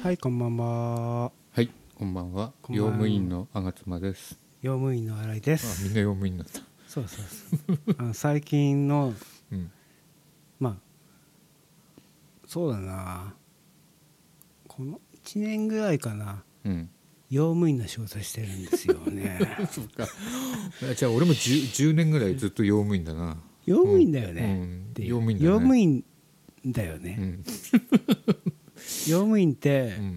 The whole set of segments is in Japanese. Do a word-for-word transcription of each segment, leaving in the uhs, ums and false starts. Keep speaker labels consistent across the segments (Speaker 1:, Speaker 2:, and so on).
Speaker 1: はい、こんばんは。
Speaker 2: はい、こんばんは。
Speaker 1: こんばんは。
Speaker 2: 用務員の吾妻です。
Speaker 1: 用務員の新井で
Speaker 2: あ、
Speaker 1: す。
Speaker 2: みんな用務員なんだ。
Speaker 1: そうそうそうあの最近の、
Speaker 2: うん、
Speaker 1: まあそうだな、このいちねんぐらいかな、
Speaker 2: うん、
Speaker 1: 用務員の仕事してるんですよね。
Speaker 2: そうか。じゃあ俺も 10, じゅうねんぐらいずっと用務員だな。
Speaker 1: 用務員だよね、
Speaker 2: うん、
Speaker 1: っていう
Speaker 2: 用務員だね。
Speaker 1: 用務員だよね、
Speaker 2: うん、
Speaker 1: 用務員って、
Speaker 2: うん、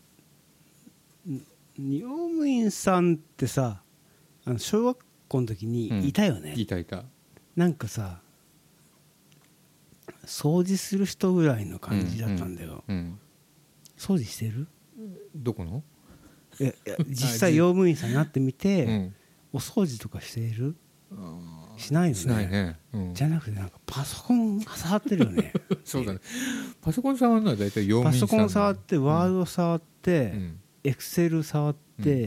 Speaker 1: 用務員さんってさ、あの小学校の時にいたよね、
Speaker 2: いたいた。
Speaker 1: なんかさ、掃除する人ぐらいの感じだったんだよ、
Speaker 2: うんうん、
Speaker 1: 掃除してる？
Speaker 2: どこの？
Speaker 1: いやいや実際用務員さんになってみて、
Speaker 2: うん、
Speaker 1: お掃除とかしている？しないよね。
Speaker 2: しないね、うん、
Speaker 1: じゃなくてなんかパソコン触ってるよね。
Speaker 2: そうだね。パソコン触るのは大体用務員さん。
Speaker 1: パソコン触ってワード触ってエクセル触って、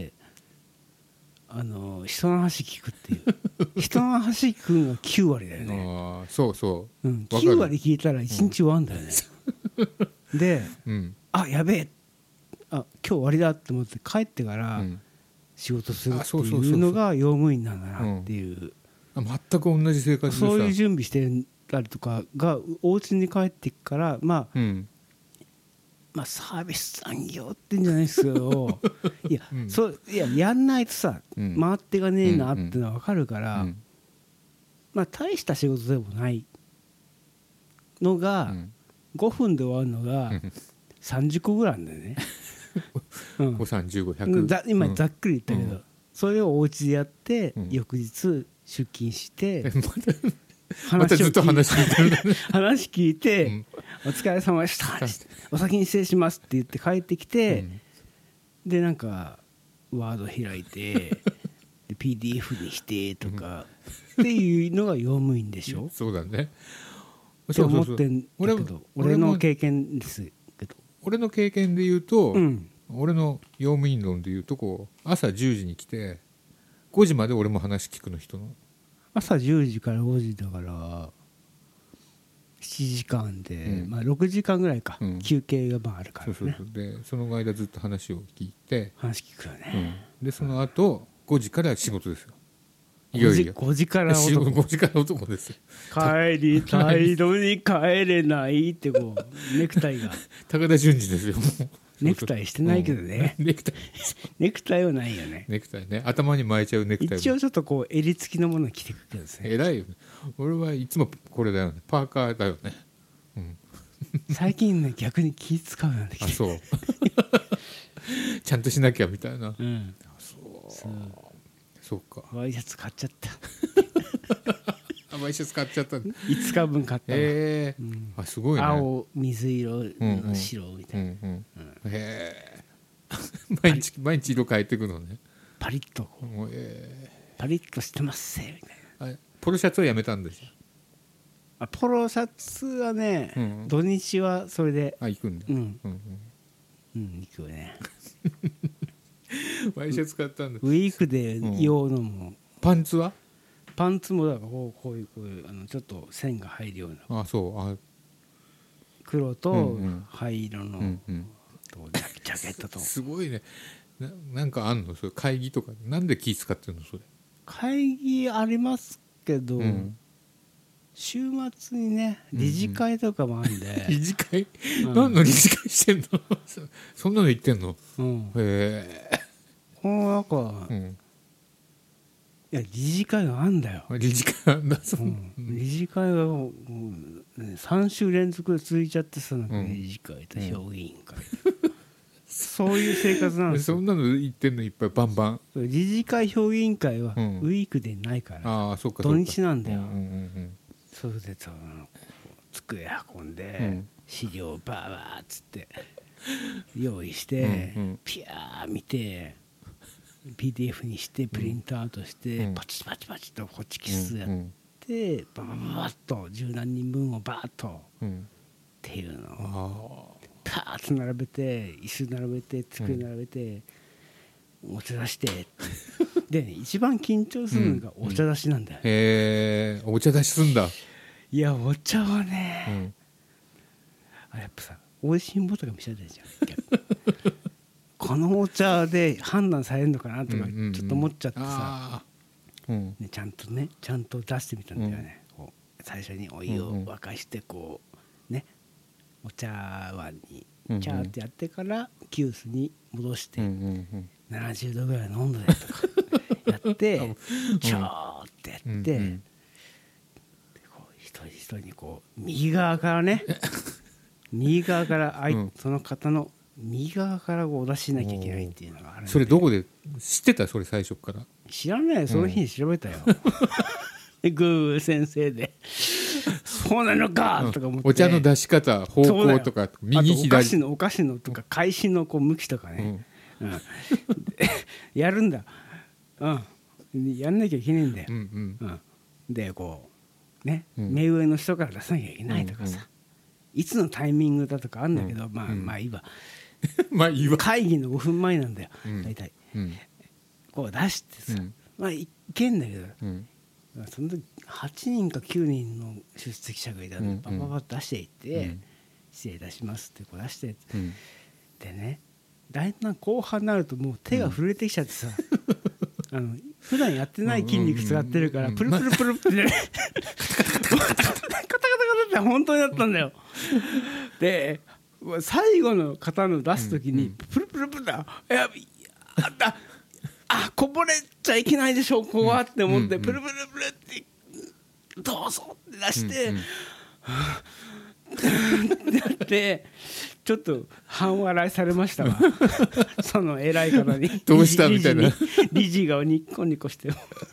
Speaker 1: うん、あの人の話聞くっていう人の話聞くのがきゅうわりだよね。
Speaker 2: あ、そうそう、
Speaker 1: うん、きゅうわり聞いたらいちにち終わるんだよね、うん、で、うん、あ、やべえ、あ、今日終わりだって思って帰ってから仕事するっていうのが用務員なんだなっていう、
Speaker 2: うん、全く同じ生活でさ、
Speaker 1: そういう準備してたりとかがお家に帰ってから、まあ、うん、まあサービス産業ってんじゃないですけどいや、うん、そういややんないとさ、うん、回っていかねえなってのは分かるから、うん、まあ大した仕事でもないのが、うん、ごふんで終わるのがさんじゅっこぐらいなんだよね。
Speaker 2: ご、さん、じゅうご、ひゃく、
Speaker 1: 今ざっくり言ったけど、うん、それをお家でやって、うん、翌日出勤して
Speaker 2: またずっと話聞いてる、ね、
Speaker 1: 話聞いて、うん、お疲れ様でしたお先に失礼しますって言って帰ってきて、うん、でなんかワード開いてで ピーディーエフ にしてとか、うん、っていうのが用務員でしょ。
Speaker 2: そうだね
Speaker 1: って思ってんだけど、俺, 俺の経験ですけど、
Speaker 2: 俺の経験で言うと、
Speaker 1: うん、
Speaker 2: 俺の用務員論で言うとこう朝じゅうじに来てごじまで俺も話聞くの人の
Speaker 1: 朝じゅうじからごじだからしちじかんで、うん、まあ、ろくじかんぐらいか、うん、休憩がまああるからね。
Speaker 2: そうそうそう、でその間ずっと話を聞いて
Speaker 1: 話聞くよね、
Speaker 2: うん、でその後ごじから仕事ですよ。
Speaker 1: いよいよごじから男
Speaker 2: ごじから男ですよ。
Speaker 1: 帰りたいのに帰れないってこうネクタイが
Speaker 2: 高田純次ですよ。
Speaker 1: ネクタイしてないけどね、
Speaker 2: うん、ネクタイ
Speaker 1: ネクタイはないよね。
Speaker 2: ネクタイね、頭に巻いちゃうネクタイ。
Speaker 1: 一応ちょっとこう襟付きのもの着てくるけどですね。
Speaker 2: 偉いよね。俺はいつもこれだよね、パーカーだよね、うん、
Speaker 1: 最近ね逆に気使うなんてきて。
Speaker 2: あ、そうちゃんとしなきゃみたいな、うん、そうそうそうか。
Speaker 1: ワイシャツ買っちゃった
Speaker 2: ワイシャツ買っちゃった
Speaker 1: いつかぶん買ったわ、
Speaker 2: えーうん、あ、すごいね。
Speaker 1: 青、水色の白みたいな、うんうんうん
Speaker 2: うん、へー毎日毎日色変えていくのね。
Speaker 1: パリッとこう、えー、パリッとしてますみたいな。
Speaker 2: ポロシャツはやめたんですよ。
Speaker 1: あ、ポロシャツはね、うん、土日はそれで、
Speaker 2: あ、行くんだ、うんうんうん
Speaker 1: うん、行くよね
Speaker 2: ワイシャツ買ったんだ。
Speaker 1: ウィークで用のも、うん、
Speaker 2: パンツは
Speaker 1: パンツもだからこう、こういう、こういうあのちょっと線が入るような。
Speaker 2: あ、そう、あ、
Speaker 1: 黒と灰色の、うんうん、ジャケットと
Speaker 2: すごいね。 な, なんかあんのそれ会議とかなんで気使ってるのそれ。
Speaker 1: 会議ありますけど、うん、週末にね理事会とかもあるんで、うんうん、
Speaker 2: 理事会、うん、何の理事会してんのそんなの言ってんの、うん、へえ。
Speaker 1: このなんか、うん、いや理事会があんだよ。
Speaker 2: 理事会あんだ、
Speaker 1: うん、理事会がもう、ね、さん週連続で続いちゃってさ、なんか理事会と評議員会、うん、そういう生活なんですよ。
Speaker 2: そんなの言ってんのいっぱいバンバン。
Speaker 1: 理事会評議員会はウィークでないから、うん、あ、そうかそうか、土日なんだよ、うんうんうん、それでさ机運んで、うん、資料バーバーっつって用意して、うんうん、ピャー見てピーディーエフ にしてプリントアウトして、うん、パチパチパチとホチキスやって、うん、ババババッと十何人分をバーッと、うん、っていうのをパーッと並べて椅子並べて机並べて、うん、お茶出してで、ね、一番緊張するのがお茶出しなんだよ、ね、うん、
Speaker 2: へー、お茶出しすんだ。
Speaker 1: いやお茶はね、うん、あれやっぱさおいしんぼとか見せたいじゃんこのお茶で判断されるのかなとかちょっと思っちゃってさ、うんうんうん、ね、ちゃんとねちゃんと出してみたんだよね、うん、こう最初にお湯を沸かしてこうねお茶碗にチャーってやってから急須に戻してななじゅうどぐらいの温度でとかやってチャーってやって一人一人にこう右側からね右側からあい、うん、その方の右側からこうお出ししなきゃいけないっていうのがあるんで。
Speaker 2: それどこで知ってた？それ最初から
Speaker 1: 知らないよ。その日に調べたよ、うん、グー先生でそうなのかとか思って、
Speaker 2: お茶の出し方方向とか右左
Speaker 1: お菓子のお菓子のとか返しのこう向きとかね、うんうん、やるんだ、うん、やんなきゃいけないんだよ、うんうんうん、でこうね、うん、目上の人から出さなきゃいけないとかさ、うんうん、いつのタイミングだとかあるんだけど、うん、まあ、うん、まあいいわまあいいわ会議のごふんまえなんだよ、うん、大体、うん、こう出してさ、うん、まあいけんだけど、うん、その時はちにんかきゅうにんの出席者がいたので、うん、パパパッと出していって、うん、失礼いたしますってこう出して、うん、でねだいたい後半になるともう手が震えてきちゃってさ、うん、あの普段やってない筋肉使ってるからプルプルプルってねカタカタカタカタカタカタって本当になったんだよ。で最後の方の出す時にプルプルプルだ、いやあったあこぼれちゃいけないでしょここはって思ってプルプルプルってどうぞって出して、うんうん、ってやってちょっと半笑いされましたわその偉い方に
Speaker 2: どうしたみたいな
Speaker 1: 理事がニッコニコして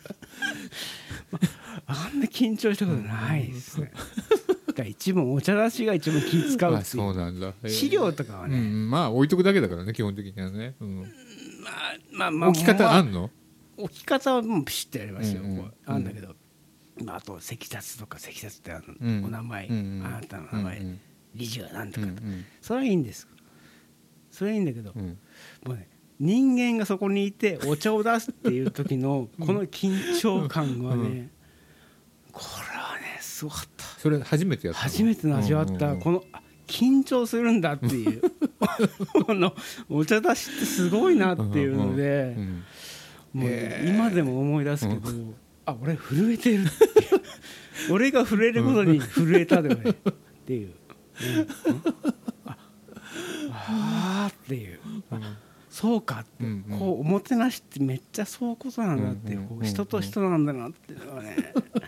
Speaker 1: あんな緊張したことないですね。一番お茶出しが一番気使うっていう。
Speaker 2: そうなんだ。
Speaker 1: 資料とかはね、うん、
Speaker 2: まあ置いとくだけだからね基本的にはね、うん、まあ
Speaker 1: まあまあ
Speaker 2: 置き方あんの？
Speaker 1: 置き方はもうピシッとやりますよ、うんうん、こうあるんだけど、まあ、あと積札とか積札ってあの、うん、お名前、うんうん、あなたの名前、うんうん、理事が何とかと、うんうん、それはいいんです。それはいいんだけど、うん、もうね人間がそこにいてお茶を出すっていう時のこの緊張感はね、うん、これはねすごかった。
Speaker 2: それ初めてやったの？初めての
Speaker 1: 味わったこの緊張するんだっていうこのお茶出しってすごいなっていうので、もう今でも思い出すけど、あ俺震えてる俺が震えることに震えたでもねっていう、うん、ああっていう、そうかって、こうおもてなしってめっちゃそういうことなんだっていう、こう人と人なんだなっていうのがね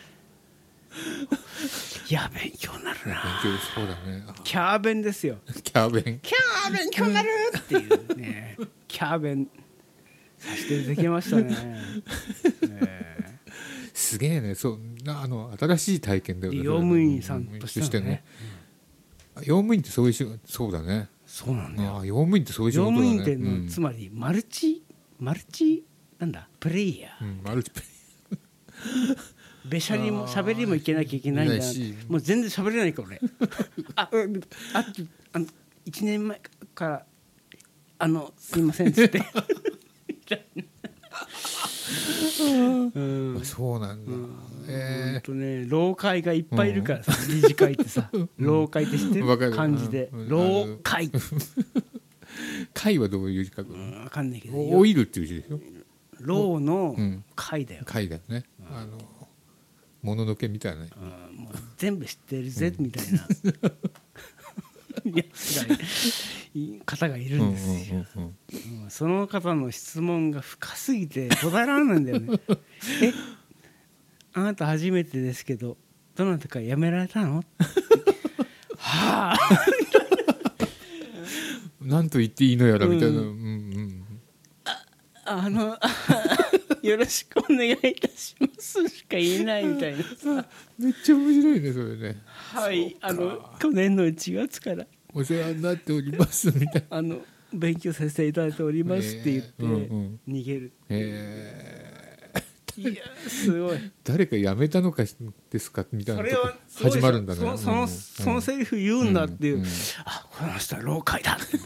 Speaker 1: いや勉強になるな。
Speaker 2: 勉強そうだね。
Speaker 1: キャー弁ですよ。
Speaker 2: キャー弁。
Speaker 1: キャー勉強になるっていうね。キャー弁させていただきましたね。ね
Speaker 2: すげえね。そうあの新しい体験だよね。
Speaker 1: 用務員さんとしてね。
Speaker 2: 用務員ってそういう仕事そうだね。
Speaker 1: そうなんだよ。
Speaker 2: 用務員ってそういう仕事だね。
Speaker 1: 用務員っての、うん、つまりマルチマルチなんだプレイヤー。
Speaker 2: うん、マルチプレ
Speaker 1: イヤー。べしゃりも喋りもいけなきゃいけないんだ。もう全然喋れないから俺あああのいちねんまえからあのすいませんっつって
Speaker 2: うん、そうなんだ、うんえー、ほん
Speaker 1: とね老会がいっぱいいるからさ、うん、理事会ってさ老会って知ってる感じで、うん、老会
Speaker 2: 会はどういう字書くの？
Speaker 1: うん、分かんないけど
Speaker 2: 老いるっていう字でしょ。
Speaker 1: 老の会だよ、
Speaker 2: うん、会だよね、うん、あのもののけみたいな、ね
Speaker 1: うん、もう全部知ってるぜ、うん、みたいな方がいるんですよ、うんうんうんうん、その方の質問が深すぎて答えられないんだよねえあなた初めてですけどどなたか辞められたのはあ
Speaker 2: なんと言っていいのやらみたいな、うんうんうん、
Speaker 1: あ, あのよろしくお願いいたしますしか言えないみたいなさ
Speaker 2: めっちゃ面白いねそれね。
Speaker 1: はいあの去年のいちがつから
Speaker 2: お世話になっておりますみたいな
Speaker 1: あの勉強させていただいておりますって言って、えーうんうん、逃げる、
Speaker 2: え
Speaker 1: ー、いやすごい
Speaker 2: 誰か辞めたのかですかみたいなとこ始まるんだね。
Speaker 1: そのその、うん、そのセリフ言うんだっていう、うんうん、あこの人は老快だって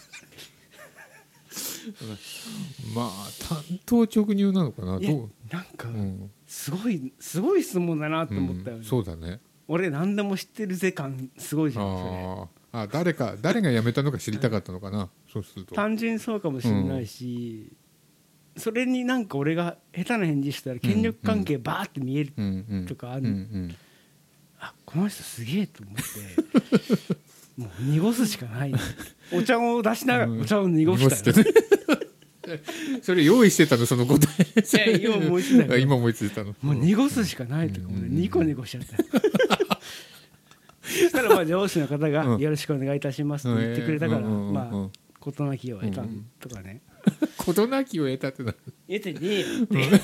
Speaker 2: まあ単刀直入なのかな。どう
Speaker 1: なんか、うん、すごいすごい質問だなと思ったよね、
Speaker 2: うん、そうだね。
Speaker 1: 俺何でも知ってるぜ感すごいじゃんそれ。
Speaker 2: あ誰か誰が辞めたのか知りたかったのかな、そうすると
Speaker 1: 単純にそうかもしれないし、うん、それになんか俺が下手な返事したら権力関係バーって見えるとかある、うんうん、あこの人すげえと思ってもう濁すしかないお茶を出しながらお茶を濁したよ、
Speaker 2: うん、それ用意してたのその答え
Speaker 1: いや今思いついた
Speaker 2: 今思いついたの
Speaker 1: もう濁すしかないとか、うん、ニコニコしちゃったそしたらまあ上司の方がよろしくお願いいたしますって言ってくれたから、まあ事なきを得たとかね、
Speaker 2: 事なきを得たってな
Speaker 1: 得てねえよって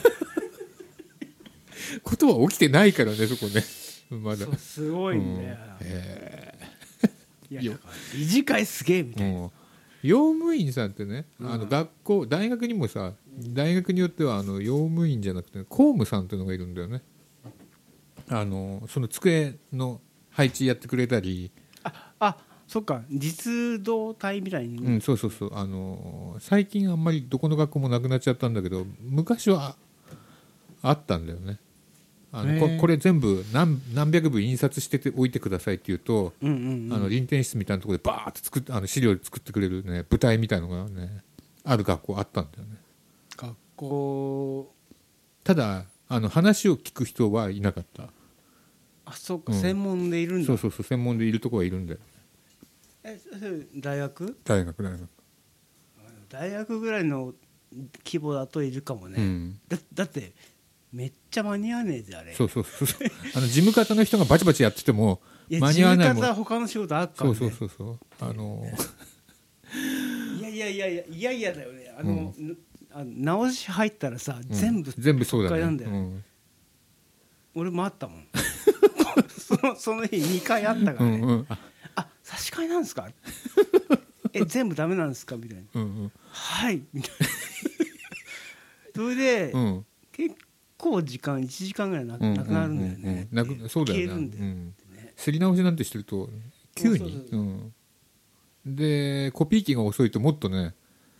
Speaker 2: ことは起きてないからねそこねまだ
Speaker 1: すごいんだよ、うんえー、いやだから理事会すげえみたいな、うん、
Speaker 2: 用務員さんってね、うん、あの学校大学にもさ大学によってはあの用務員じゃなくて公務さんっていうのがいるんだよね。あのその机の配置やってくれたり
Speaker 1: ああそっか実動隊みたいに、
Speaker 2: うん、そうそうそうあの最近あんまりどこの学校もなくなっちゃったんだけど昔は あ, あったんだよね。あの こ, これ全部 何, 何百部印刷してておいてくださいって言うと、うんうんうん、あの臨転室みたいなところでバーッと作っあの資料で作ってくれる、ね、舞台みたいのがねある学校あったんだよね。
Speaker 1: 学校
Speaker 2: ただあの話を聞く人はいなかった。
Speaker 1: あそうか、うん、専門でいるんだ。
Speaker 2: そうそうそう専門でいるとこはいるんだよ。
Speaker 1: え大学
Speaker 2: 大学大学
Speaker 1: 大学ぐらいの規模だといるかもね、うん、だ, だってめっちゃ間に合わねえぜあれ。
Speaker 2: そうそうそうあの事務方の人がバチバチやってても間に合わないもん。
Speaker 1: 事務方は他の仕事あっからね。
Speaker 2: そうそうそうそうあの
Speaker 1: いやいやいやいやいやいやだよねあの、うん、あの直し入ったらさ、うん、全部
Speaker 2: 全部そうだね。
Speaker 1: なんだよ、うん、俺もあったもんそ, のその日にかいあったからね、うんうん、あ, あ差し替えなんですかえ全部ダメなんですかみたいな、うんうん、はいみたいなそれで、うん、結構時間いちじかんぐらい な,、うんうんうんうん、なくなるんだよね。
Speaker 2: なくそうだよね、うん、すり直しなんてしてると急にそうそうそう、うん、でコピー機が遅いともっとね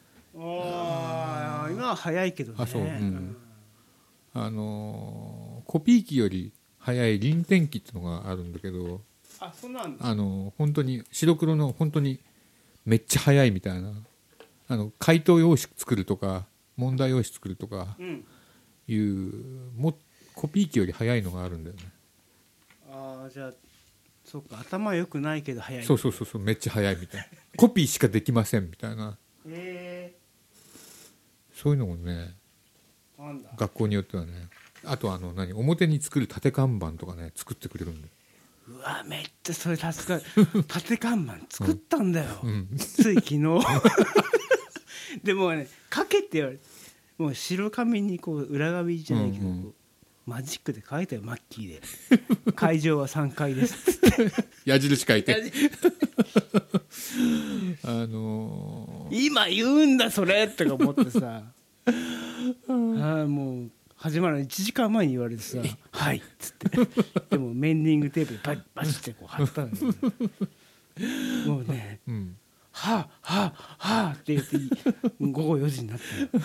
Speaker 1: あ今は早いけどね。
Speaker 2: あそう、うん、あのー、コピー機より早い臨転機っていうのがあるんだけど
Speaker 1: あそうなんだ。
Speaker 2: あの本当に白黒の本当にめっちゃ早いみたいなあの回答用紙作るとか問題用紙作るとかいう、うん、もコピー機より早いのがあるんだよね。
Speaker 1: ああじゃあそうか頭良くないけど早い。
Speaker 2: そうそうそうそうめっちゃ早いみたいなコピーしかできませんみたいな、
Speaker 1: え
Speaker 2: ー、そういうのもね学校によってはね。あとあの何表に作る縦看板とかね作ってくれるんだよ。
Speaker 1: うわめっちゃそれ助かる縦看板作ったんだよ、うん、つい昨日でもね書けって言われてもう白紙にこう裏紙じゃないけど、うんうん、マジックで書いたよマッキーで会場はさんかいですって
Speaker 2: 矢印書いてあのー、
Speaker 1: 今言うんだそれとか思ってさあもう始まるいちじかんまえに言われてさ「はい」っつってでもメンディングテープでバチバチってこう貼ったのよもうね、うん、はあはあはあって言ってごごよじになったよ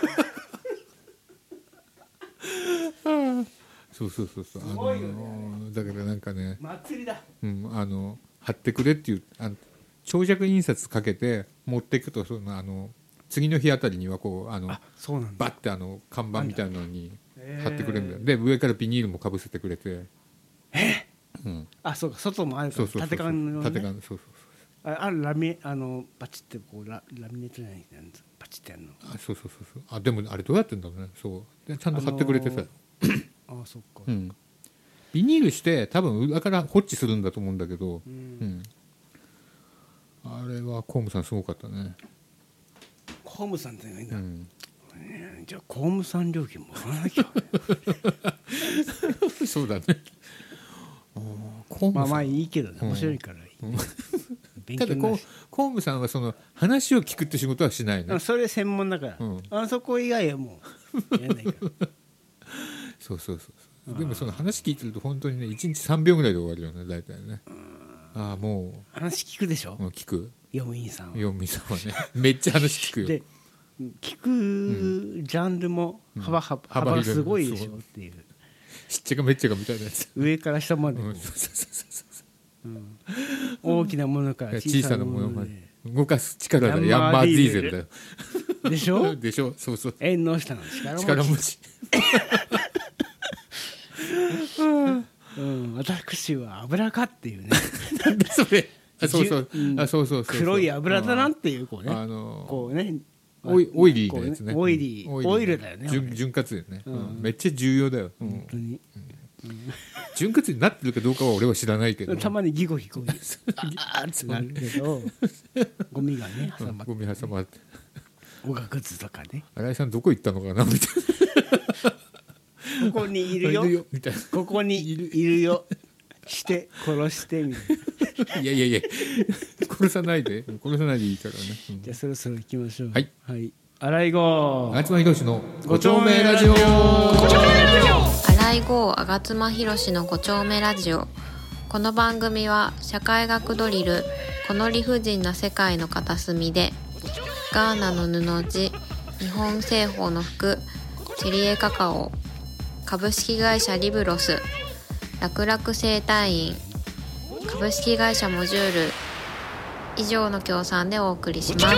Speaker 2: そうそうそうそう、あのー、だからなんかね
Speaker 1: 祭りだ、
Speaker 2: うん、あの貼ってくれっていうあの長尺印刷かけて持っていくとそのあの次の日あたりにはこうあのあそうなんだバッてあの看板みたいなのに貼ってくれるんだよ。で上からビニールもかぶせてくれて
Speaker 1: え、うん、あそうか外もあるから縦缶のね縦缶そうそうそうああるラミあのバチってこう ラ, ラミネートじゃないけどバチってやるの
Speaker 2: あそうそうそうそうあでもあれどうやってんだろうね。そうでちゃんと貼ってくれてさ、
Speaker 1: あのー、あそっか、
Speaker 2: うん、ビニールして多分裏からホッチするんだと思うんだけど、うんうん、あれはコウムさんすごかったね。
Speaker 1: コウムさんってのがいいんだ、うんね、じゃあコウムさん料金もらわなきゃ
Speaker 2: そうだね
Speaker 1: まあまあいいけどね、うん、面白いからいい、ね、
Speaker 2: 勉強になる。ただコウムさんはその話を聞くって仕事はしないね。
Speaker 1: それ専門だから、うん、あそこ以外はもうやんないから
Speaker 2: そうそうそうそうでもその話聞いてると本当にねいちにちさんびょうぐらいで終わるよね大体ね。ああもう
Speaker 1: 話聞くでしょ。
Speaker 2: 聞く
Speaker 1: 用務員さんは
Speaker 2: 用務員さんはねめっちゃ話聞くよ。で
Speaker 1: 聞くジャンルも幅、うん、幅がすごいでしょっていう
Speaker 2: しっちゃかめっちゃかみたいなやつ
Speaker 1: 上から下まで、うん、
Speaker 2: そうそうそうそう
Speaker 1: うん、大きなものから小さなものまで
Speaker 2: 動かす力がヤンマーディーゼルだよ
Speaker 1: でしょ
Speaker 2: でしょそうそう
Speaker 1: 縁の下の力持ち
Speaker 2: 力持ち
Speaker 1: うん、私は油かっていうね
Speaker 2: なんだそれあそうそう、うん、あそうそうそう
Speaker 1: 黒い油だなっていうこうね、
Speaker 2: あのー、
Speaker 1: こうね
Speaker 2: オイ, オイリーなやつね
Speaker 1: オイリー、うん、オイルだよね
Speaker 2: 潤潤滑油ね、うん、めっちゃ重要だよ、うん、
Speaker 1: 本当に、
Speaker 2: うん、潤滑油になってるかどうかは俺は知らないけど
Speaker 1: たまにギコギコあーってなるけどゴミがね挟まって、ね、
Speaker 2: ゴミ挟まって
Speaker 1: おがくずとかね
Speaker 2: 新井さんどこ行ったのかなみたい
Speaker 1: なここにいるよみたいなここにいるいるよして殺してみたい
Speaker 2: ないやいやいや殺さないで殺さないでいいからね、
Speaker 1: うん、じゃあそろそろ行きましょう
Speaker 2: はい、
Speaker 1: はい、新井郷
Speaker 2: 吾妻宏のご丁目ラジオ
Speaker 3: 新井郷吾妻宏のご丁目ラジオ。この番組は社会学ドリルこの理不尽な世界の片隅でガーナの布地日本製法の服チェリエカカオ株式会社リブロス楽々整体院株式会社モジュール以上の協賛でお送りします。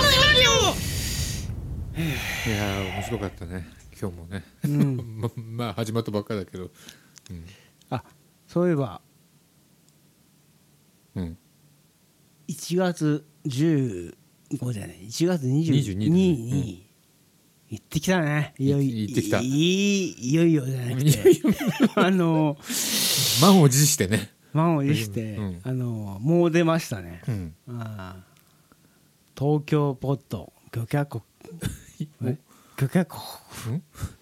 Speaker 2: いやー面白かったね今日もね、うん、ま, まあ始まったばっかだけど、うん、
Speaker 1: あそういえば、
Speaker 2: うん、
Speaker 1: いちがつじゅうごじゃないいちがつにじゅうにに行ってきたね。いよいよ
Speaker 2: 行ってきた。
Speaker 1: いいいよいよじゃなくてあの
Speaker 2: 満を持してね
Speaker 1: 満を持して、うん、あのもう出ましたね、うん、あ東京ポッド漁客国漁客国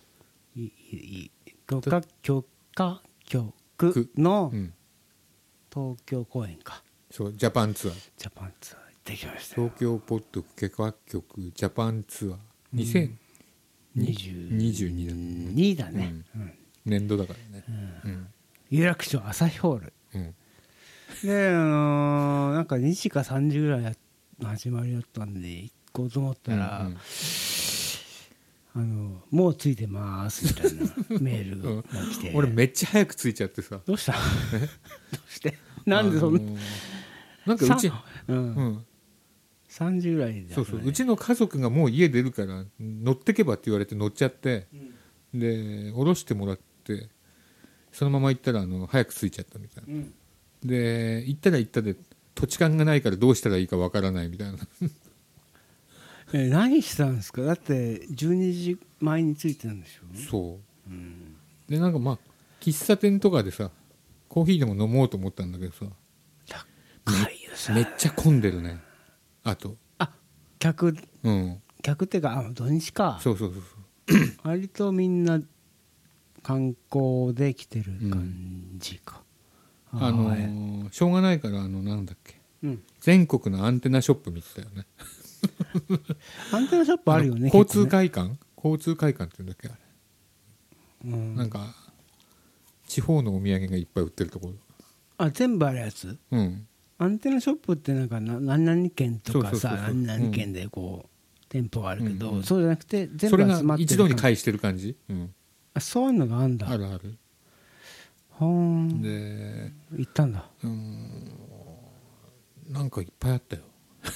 Speaker 1: 許可許可局の東京公演か、
Speaker 2: そうジャパンツアー
Speaker 1: ジャパンツアー行ってきました。
Speaker 2: 東京ポッド許可局ジャパンツアーにせんにじゅうに
Speaker 1: だね、
Speaker 2: うんうん、年度だからね、
Speaker 1: うんうん、有楽町朝日ホール、うん、で、あのー、なんかにじかさんじぐらい始まりだったんで行こうと思ったら、うんうん、あのもう着いてますみたいなメールが来て、
Speaker 2: うん、俺めっちゃ早く着いちゃってさ
Speaker 1: どうしたどうしてなんでそんな、あのー、
Speaker 2: なんかうち、
Speaker 1: うんうん、さんじぐらいで、ね、
Speaker 2: そうそううちの家族がもう家出るから乗ってけばって言われて乗っちゃって、うん、で降ろしてもらってそのまま行ったらあの早く着いちゃったみたいな、うん、で行ったら行ったで土地勘がないからどうしたらいいかわからないみたいな
Speaker 1: え何したんですか。だってじゅうにじまえに着いてたんでしょ。
Speaker 2: そう、うん、でなんかまあ喫茶店とかでさコーヒーでも飲もうと思ったんだけどさ
Speaker 1: 高いよさ
Speaker 2: め, めっちゃ混んでるね。あと
Speaker 1: あ客、
Speaker 2: うん、
Speaker 1: 客ってかあ土日か。
Speaker 2: そうそうそうそう
Speaker 1: 割とみんな観光で来てる感じか、
Speaker 2: うん、あのー、しょうがないからあのなんだっけ、うん、全国のアンテナショップ見てたよね
Speaker 1: アンテナショップあるよね。
Speaker 2: 交通会館、ね、交通会館って言うんだっけあれ、うん、なんか地方のお土産がいっぱい売ってるところ。
Speaker 1: あ全部あるやつ。
Speaker 2: うん
Speaker 1: アンテナショップってなんか何々県とかさ何々県でこう、うん、店舗があるけど、うんうん、そうじゃなくて全部集まってる。
Speaker 2: それが一度に返してる感じ、うん、
Speaker 1: あそういうのがあるんだ。
Speaker 2: あるある。
Speaker 1: ほーん
Speaker 2: で
Speaker 1: 行ったんだ。
Speaker 2: うんなんかいっぱいあったよ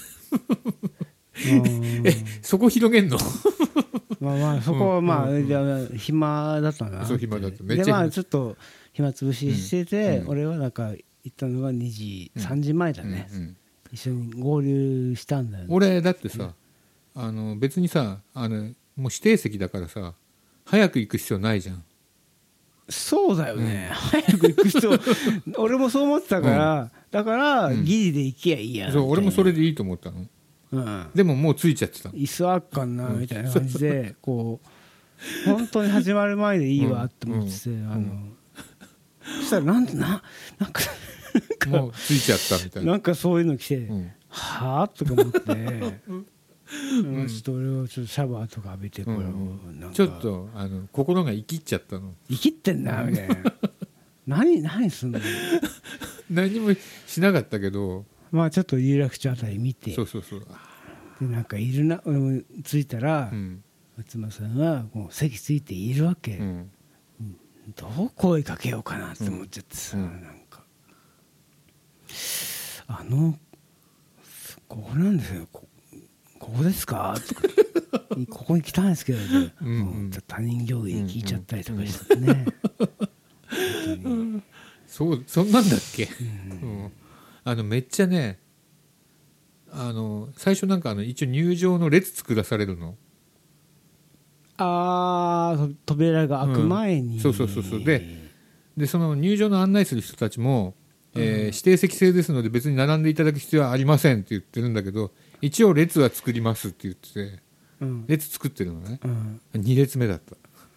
Speaker 2: えそこ広げんの
Speaker 1: まあまあそこはまあ、うんうん、じゃあ暇だったな。
Speaker 2: そう暇だった。めっちゃ
Speaker 1: でまあちょっと暇つぶししてて、うんうん、俺はなんか行ったのがにじ、さんじまえだね、うんうん、一緒に合流したんだよね。
Speaker 2: 俺だってさ、うん、あの別にさあのもう指定席だからさ早く行く必要ないじゃん。
Speaker 1: そうだよね、うん、早く行く必要俺もそう思ってたから、うん、だからギリで行きゃいいや、うん、
Speaker 2: そう俺もそれでいいと思ったの、うん、でももう着いちゃってたの。
Speaker 1: 椅子あっかんなみたいな感じで、うん、こう本当に始まる前でいいわって思ってて、うん、あの、うん、そしたらなんでななんか
Speaker 2: もうついちゃったみたいな。
Speaker 1: なんかそういうの来て、うん、はぁとか思って、うん、ちょっと俺はちょっとシャワーとか浴びてこれをなんか
Speaker 2: ちょっとあの心が生きっちゃったの。
Speaker 1: 生きってんなみたいな何何すんの
Speaker 2: 何もしなかったけど
Speaker 1: まあちょっと有楽町あたり見て
Speaker 2: そうそうそう
Speaker 1: でなんかいるな俺も着いたら、うん、松間さんがもう席ついているわけ、うん、どう声かけようかなって思っちゃってさ、うん、なんかあのここなんですよ こ, ここですかとかここに来たんですけど、ねうんうん、他人行儀で聞いちゃったりとかしてね、
Speaker 2: うんうん、そうそんなんだっけ、うんうん、あのめっちゃねあの最初なんかあの一応入場の列作らされるの。
Speaker 1: ああ扉が開く前に、
Speaker 2: うん、そうそうそうそうででその入場の案内する人たちも、うんえー、指定席制ですので別に並んでいただく必要はありませんって言ってるんだけど一応列は作りますって言ってて、うん、列作ってるのね、うん、に列目だった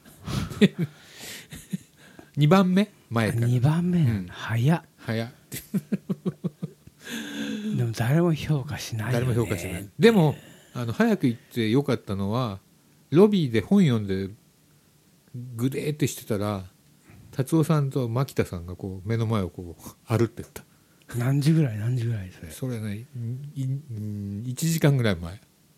Speaker 2: にばんめ前から
Speaker 1: にばんめ、うん、早っ
Speaker 2: 早っ
Speaker 1: でも誰も評価しないよね。
Speaker 2: 誰も評価しない。でもあの早く行ってよかったのはロビーで本読んでグデーってしてたら達夫さんと牧田さんがこう目の前をこう歩ってった。
Speaker 1: 何時ぐらい何時ぐらいそれ
Speaker 2: それねいちじかんぐらい前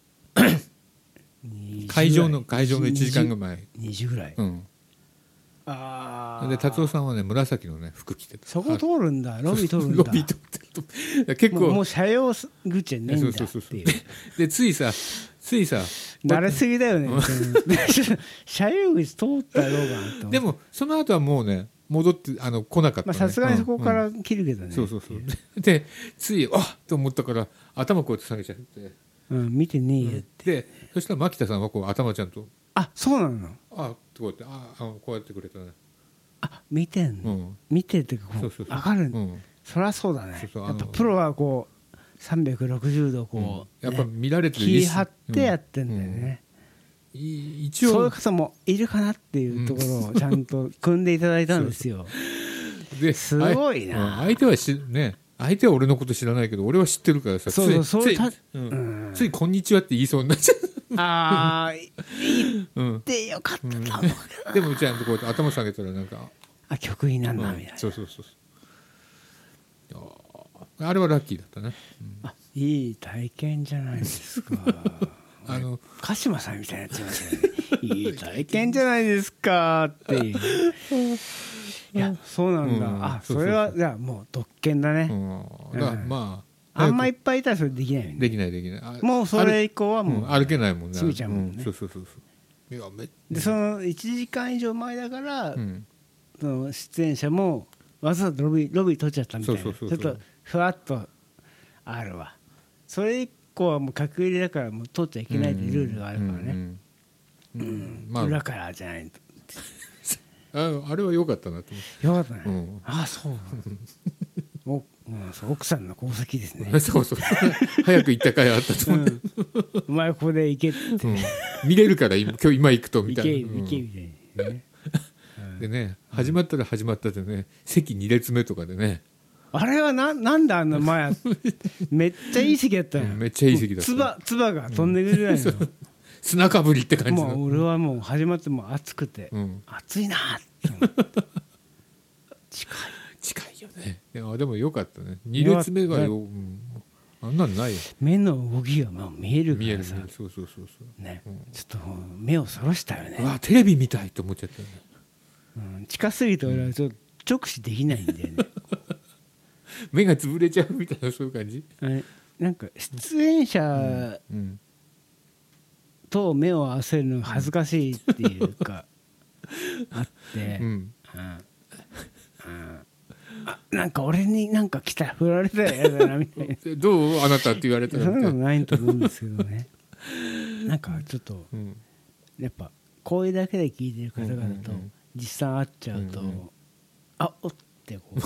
Speaker 2: 会場の会場のいちじかんぐらい前
Speaker 1: にじぐらい、うん、
Speaker 2: あで達夫さんはね紫のね服着てた。
Speaker 1: そこ通るんだロビー通るんだ
Speaker 2: ロビー通ってる結構
Speaker 1: もう、もう車両口はねえんだっていう。そうそうそう
Speaker 2: で, でついさついさ
Speaker 1: 慣れすぎだよね車両口通ったろうがと
Speaker 2: でもその後はもうね戻ってあの来なかったね。
Speaker 1: さすがにそこから切るけどね、
Speaker 2: うんうん、そうそうそうでついあっと思ったから頭こうやって下げちゃって、
Speaker 1: うん、見てねえよって、
Speaker 2: でそしたら牧田さんはこう頭ちゃんと
Speaker 1: あそうなの
Speaker 2: あこうやってああこうやってくれたね。
Speaker 1: あ見てんの、うん、見てってかこうそうそうそう分かる、うん、そりゃそうだね。そうそうやっぱプロはこうさんびゃくろくじゅうどこう、うんね、
Speaker 2: やっぱ見られてる
Speaker 1: 気張ってやってんだよね、うんうん、一応そういう方もいるかなっていうところをちゃんと組んでいただいたんですよですごいな。
Speaker 2: 相手はし、ね、相手は俺のこと知らないけど俺は知ってるからさ
Speaker 1: そうそう
Speaker 2: ついつい、うんうん、ついこんにちはって言いそうになっちゃう
Speaker 1: ああ言ってよかったと思うけど、
Speaker 2: うん、でもちゃんとこうやって頭下げたらなんか
Speaker 1: あ曲になんだみたいな、
Speaker 2: うん、そうそうそうあれはラッキーだったね、
Speaker 1: うん、あいい体験じゃないですかあの鹿島さんみたいになっちゃいましたねいい体験じゃないですかっていういやそうなんだ、うん、あそれはじゃあもう特権だね、
Speaker 2: うん、だからま
Speaker 1: あ、あんまいっぱいいたらそれできないよね。
Speaker 2: できないできない
Speaker 1: もうそれ以降はもう、
Speaker 2: うん、歩けないもんね
Speaker 1: 閉めちゃうもんね、
Speaker 2: うん、そうそうそうそういやめ
Speaker 1: でそのいちじかん以上前だから、うん、その出演者もわざわざロビーロビー取っちゃったみたいな、そうそうそうそうちょっとふわっとあるわ。それ以降はもう格入れだからもう取っちゃいけないってルールがあるからね、うんうんうんまあ、裏からじゃないと
Speaker 2: あ, あれは良かったなと思って
Speaker 1: よかったね、うん、ああそうお、うん、そう奥さんの功績ですね
Speaker 2: そうそう早く行った回あったと思って、うん、
Speaker 1: お前ここで行けって、うん、
Speaker 2: 見れるから今今日今行くとみたいな
Speaker 1: 行け行けみたいなね
Speaker 2: でね始まったら始まったでね席に列目とかでね
Speaker 1: あれは な, なんであんな前めっちゃいい席だったよ、
Speaker 2: うん、めっちゃいい席だった、
Speaker 1: つばつばが飛んでくるぐらいの、うん、
Speaker 2: 砂かぶりって感じの
Speaker 1: もう俺はもう始まってもう暑くて、うん、暑いなって思って近い
Speaker 2: 近いよね。いやでもよかったねに列目がよ、うん、あんなのないよ。
Speaker 1: 目の動きがまあ見えるからさ
Speaker 2: 見えるそうそうそうそう
Speaker 1: ね、うん、ちょっと目をそらしたよね。
Speaker 2: うわテレビ見たいと思っちゃったよね、
Speaker 1: うん、近すぎて俺はちょっと直視できないんだよね
Speaker 2: 目が潰れちゃうみたいなそういう感じ。
Speaker 1: なんか出演者と目を合わせるのが恥ずかしいっていうかあって、うんうんうんあなんか俺になんか来たら振られたら嫌だなみたいな
Speaker 2: どうあなたって言われたら
Speaker 1: そういうのないと思うんですけどねなんかちょっと、うん、やっぱ声だけで聞いてる方々と実際会っちゃうと、うんうん、あおってこう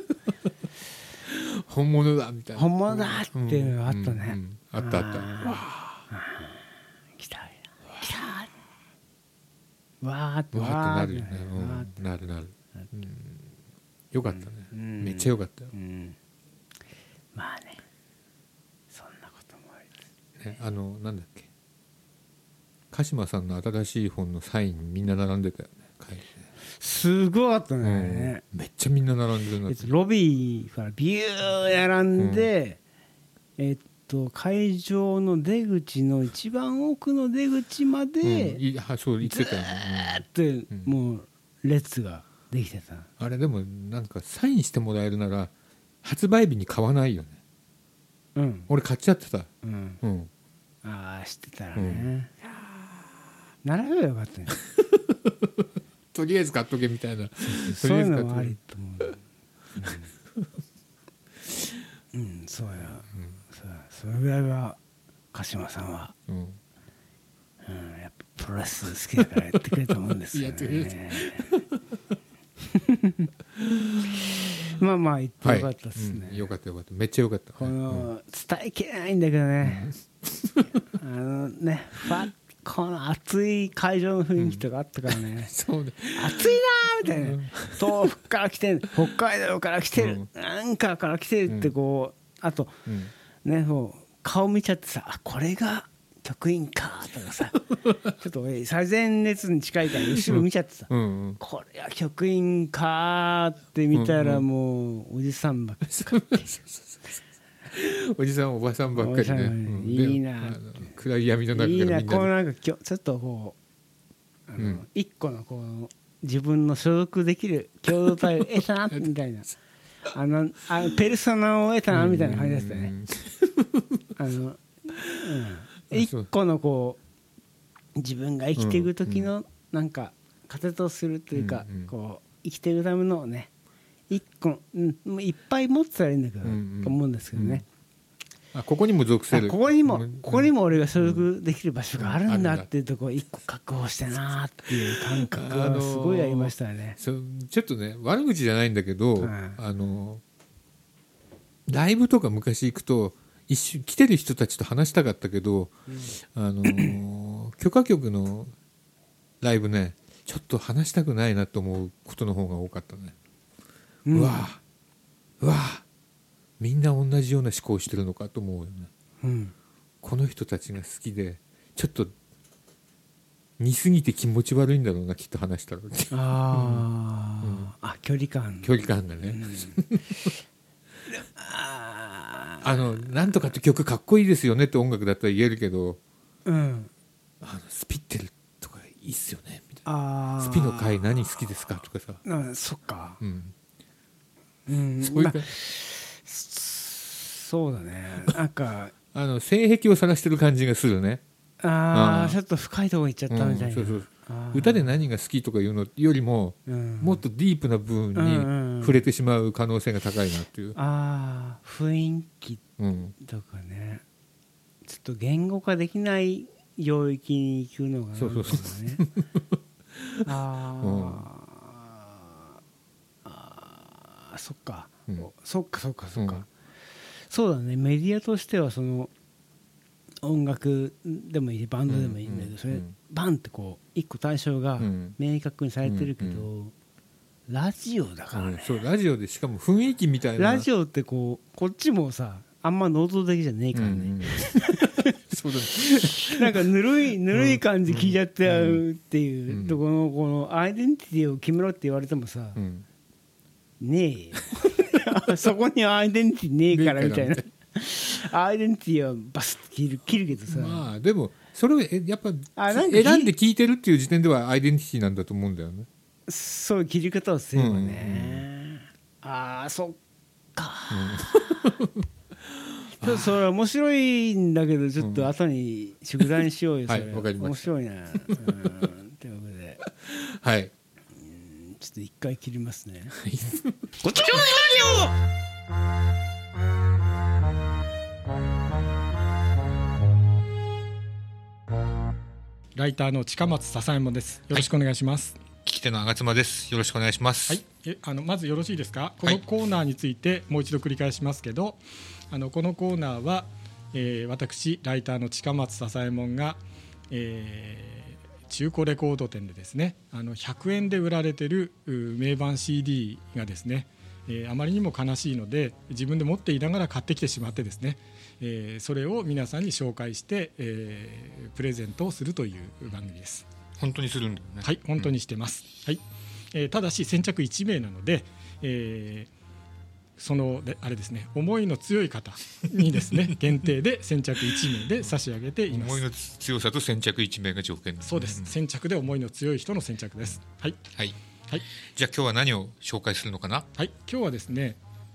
Speaker 2: 本物だみたいな
Speaker 1: 本物だっていうのがあったね、うんうんうん、
Speaker 2: あったあったわ
Speaker 1: 来た来たわーって
Speaker 2: わーってなるよね、うん、なるなる、うんよかったね、うん、めっちゃよかったよ、うん、
Speaker 1: まあねそんなこともありますね。
Speaker 2: あのなんだっけ鹿島さんの新しい本のサインみんな並んでたよね会議
Speaker 1: すごかったね、
Speaker 2: うん、めっちゃみんな並んでるな、えっと、
Speaker 1: ロビーからビュー並んで、うん、えっと会場の出口の一番奥の出口まで、うん、
Speaker 2: いそう行ってたよね、
Speaker 1: ずーってもう列ができてた。
Speaker 2: あれでもなんかサインしてもらえるなら発売日に買わないよね。
Speaker 1: うん、
Speaker 2: 俺買っちゃってた。
Speaker 1: うん
Speaker 2: うん、
Speaker 1: ああ知ってたらね、うん、並べばよかったね
Speaker 2: とりあえず買っとけみたいな。
Speaker 1: そういうのもありと思う。うん、うん、そうや、うん、そうや、それぐらいは鹿島さんは、うんうん、やっぱプロレス好きだからやってくれたもんですよね。まあまあ言ってよかったですね、
Speaker 2: はい、うん、よかったよかった、めっちゃよかった。
Speaker 1: この伝えきれないんだけどね、うん、あのねファこの熱い会場の雰囲気とかあったからね、うん、そうね、熱いなーみたいな、うん、東北から来てる、北海道から来てる、うん、なんかから来てるってこう、あと、うん、ね、もう顔見ちゃってさ、あこれが局員かとかさちょっと最前列に近いから後ろ見ちゃってさ、うんうん、これは局員かって見たらもうおじさんばっかり
Speaker 2: おじさんおばさんばっかりね、うん、
Speaker 1: いいなって
Speaker 2: 暗い闇の中からみんなで
Speaker 1: いいな、こうなんかちょっとこうあの、うん、一個のこう自分の所属できる共同体を得たなみたいなあのあのペルソナを得たなみたいな感じでしたね。あの、うん一個のこう自分が生きていく時のなんか糧とするというか、こう生きていくためのね一個、うん、いっぱい持ってたらいいんだけど、と思うんですけどね、
Speaker 2: あここにも属せる、
Speaker 1: ここにもここにも俺が所属できる場所があるんだっていうところ一個確保してなっていう感覚がすごいありましたね。
Speaker 2: ちょっとね悪口じゃないんだけど、あのライブとか昔行くと一瞬来てる人たちと話したかったけど、うん、あのー、許可局のライブねちょっと話したくないなと思うことの方が多かったね、うん、うわうわみんな同じような思考してるのかと思うよね、うん、この人たちが好きでちょっと似すぎて気持ち悪いんだろうなきっと話したら
Speaker 1: あ、うんうん、あ距離感
Speaker 2: 距離感がね、うんあのなんとかって曲かっこいいですよねって音楽だったら言えるけど、うん、あのスピってるとかいいっすよねみたいな、スピの回何好きですかとかさ、
Speaker 1: あそっか、うん
Speaker 2: うん、そういう、まあ、
Speaker 1: そうだね、なんか
Speaker 2: あの性癖を探してる感じがするね。
Speaker 1: ああちょっと深いとこ行っちゃったみたいな、うん、そうそう、
Speaker 2: 歌で何が好きとかいうのよりも、うん、もっとディープな部分に触れてしまう可能性が高いなっていう、うんうん、
Speaker 1: ああ雰囲気とかね、うん、ちょっと言語化できない領域に行くのがなんだろうね。そうそうそうあ、うん、あそっか、うん、そっかそっかそっか、うん、そうだね、メディアとしてはその音楽でもいいバンドでもいいんだけど、それバンってこう一個対象が明確にされてるけど、ラジオだからね、
Speaker 2: そうラジオでしかも雰囲気みたいな、
Speaker 1: ラジオってこうこっちもさあんま能動的じゃねえからね、そうだねなんかぬるいぬるい感じ聞いちゃってやるっていうとこのこのアイデンティティを決めろって言われてもさ、ねえよそこにアイデンティティねえからみたいなアイデンティティはバスッと切る、切るけどさ、
Speaker 2: まあでもそれをやっぱ選んで聞いてるっていう時点ではアイデンティティなんだと思うんだよね。
Speaker 1: そういう切り方をすればね、うんうん、ああそっか、うん、ちょっとそれ面白いんだけどちょっと後に宿題にしようよ、それ、はい、わかりました。面白いな、うん、ということで
Speaker 2: はい、
Speaker 1: うん、ちょっと一回切りますね
Speaker 4: ごちそうさまでライターの近松笹右衛門です。よろしくお願いします。
Speaker 2: はい、聞き手の吾妻です。よろしくお願いします。
Speaker 4: はい、えあのまずよろしいですか。このコーナーについてもう一度繰り返しますけど、はい、あのこのコーナーは、えー、私ライターの近松笹右衛門が、えー、中古レコード店でですね、あのひゃくえんで売られている名盤 シーディー がですね、えー、あまりにも悲しいので自分で持っていながら買ってきてしまってですね、えー、それを皆さんに紹介して、えー、プレゼントをするという番組です。
Speaker 2: 本当にするんだよね。
Speaker 4: はい、本当にしてます。うん、はい、えー、ただし先着いちめいなので、えー、そのあれですね、思いの強い方にですね限定で先着いちめいで差し上げています。
Speaker 2: 思いの強さと先着いちめいが条件なんですね。
Speaker 4: そうです。先着で思いの強い人の先着です。はい。
Speaker 2: はい。はい、じゃあ今日は何を紹介するのかな。
Speaker 4: はい、今日はですね、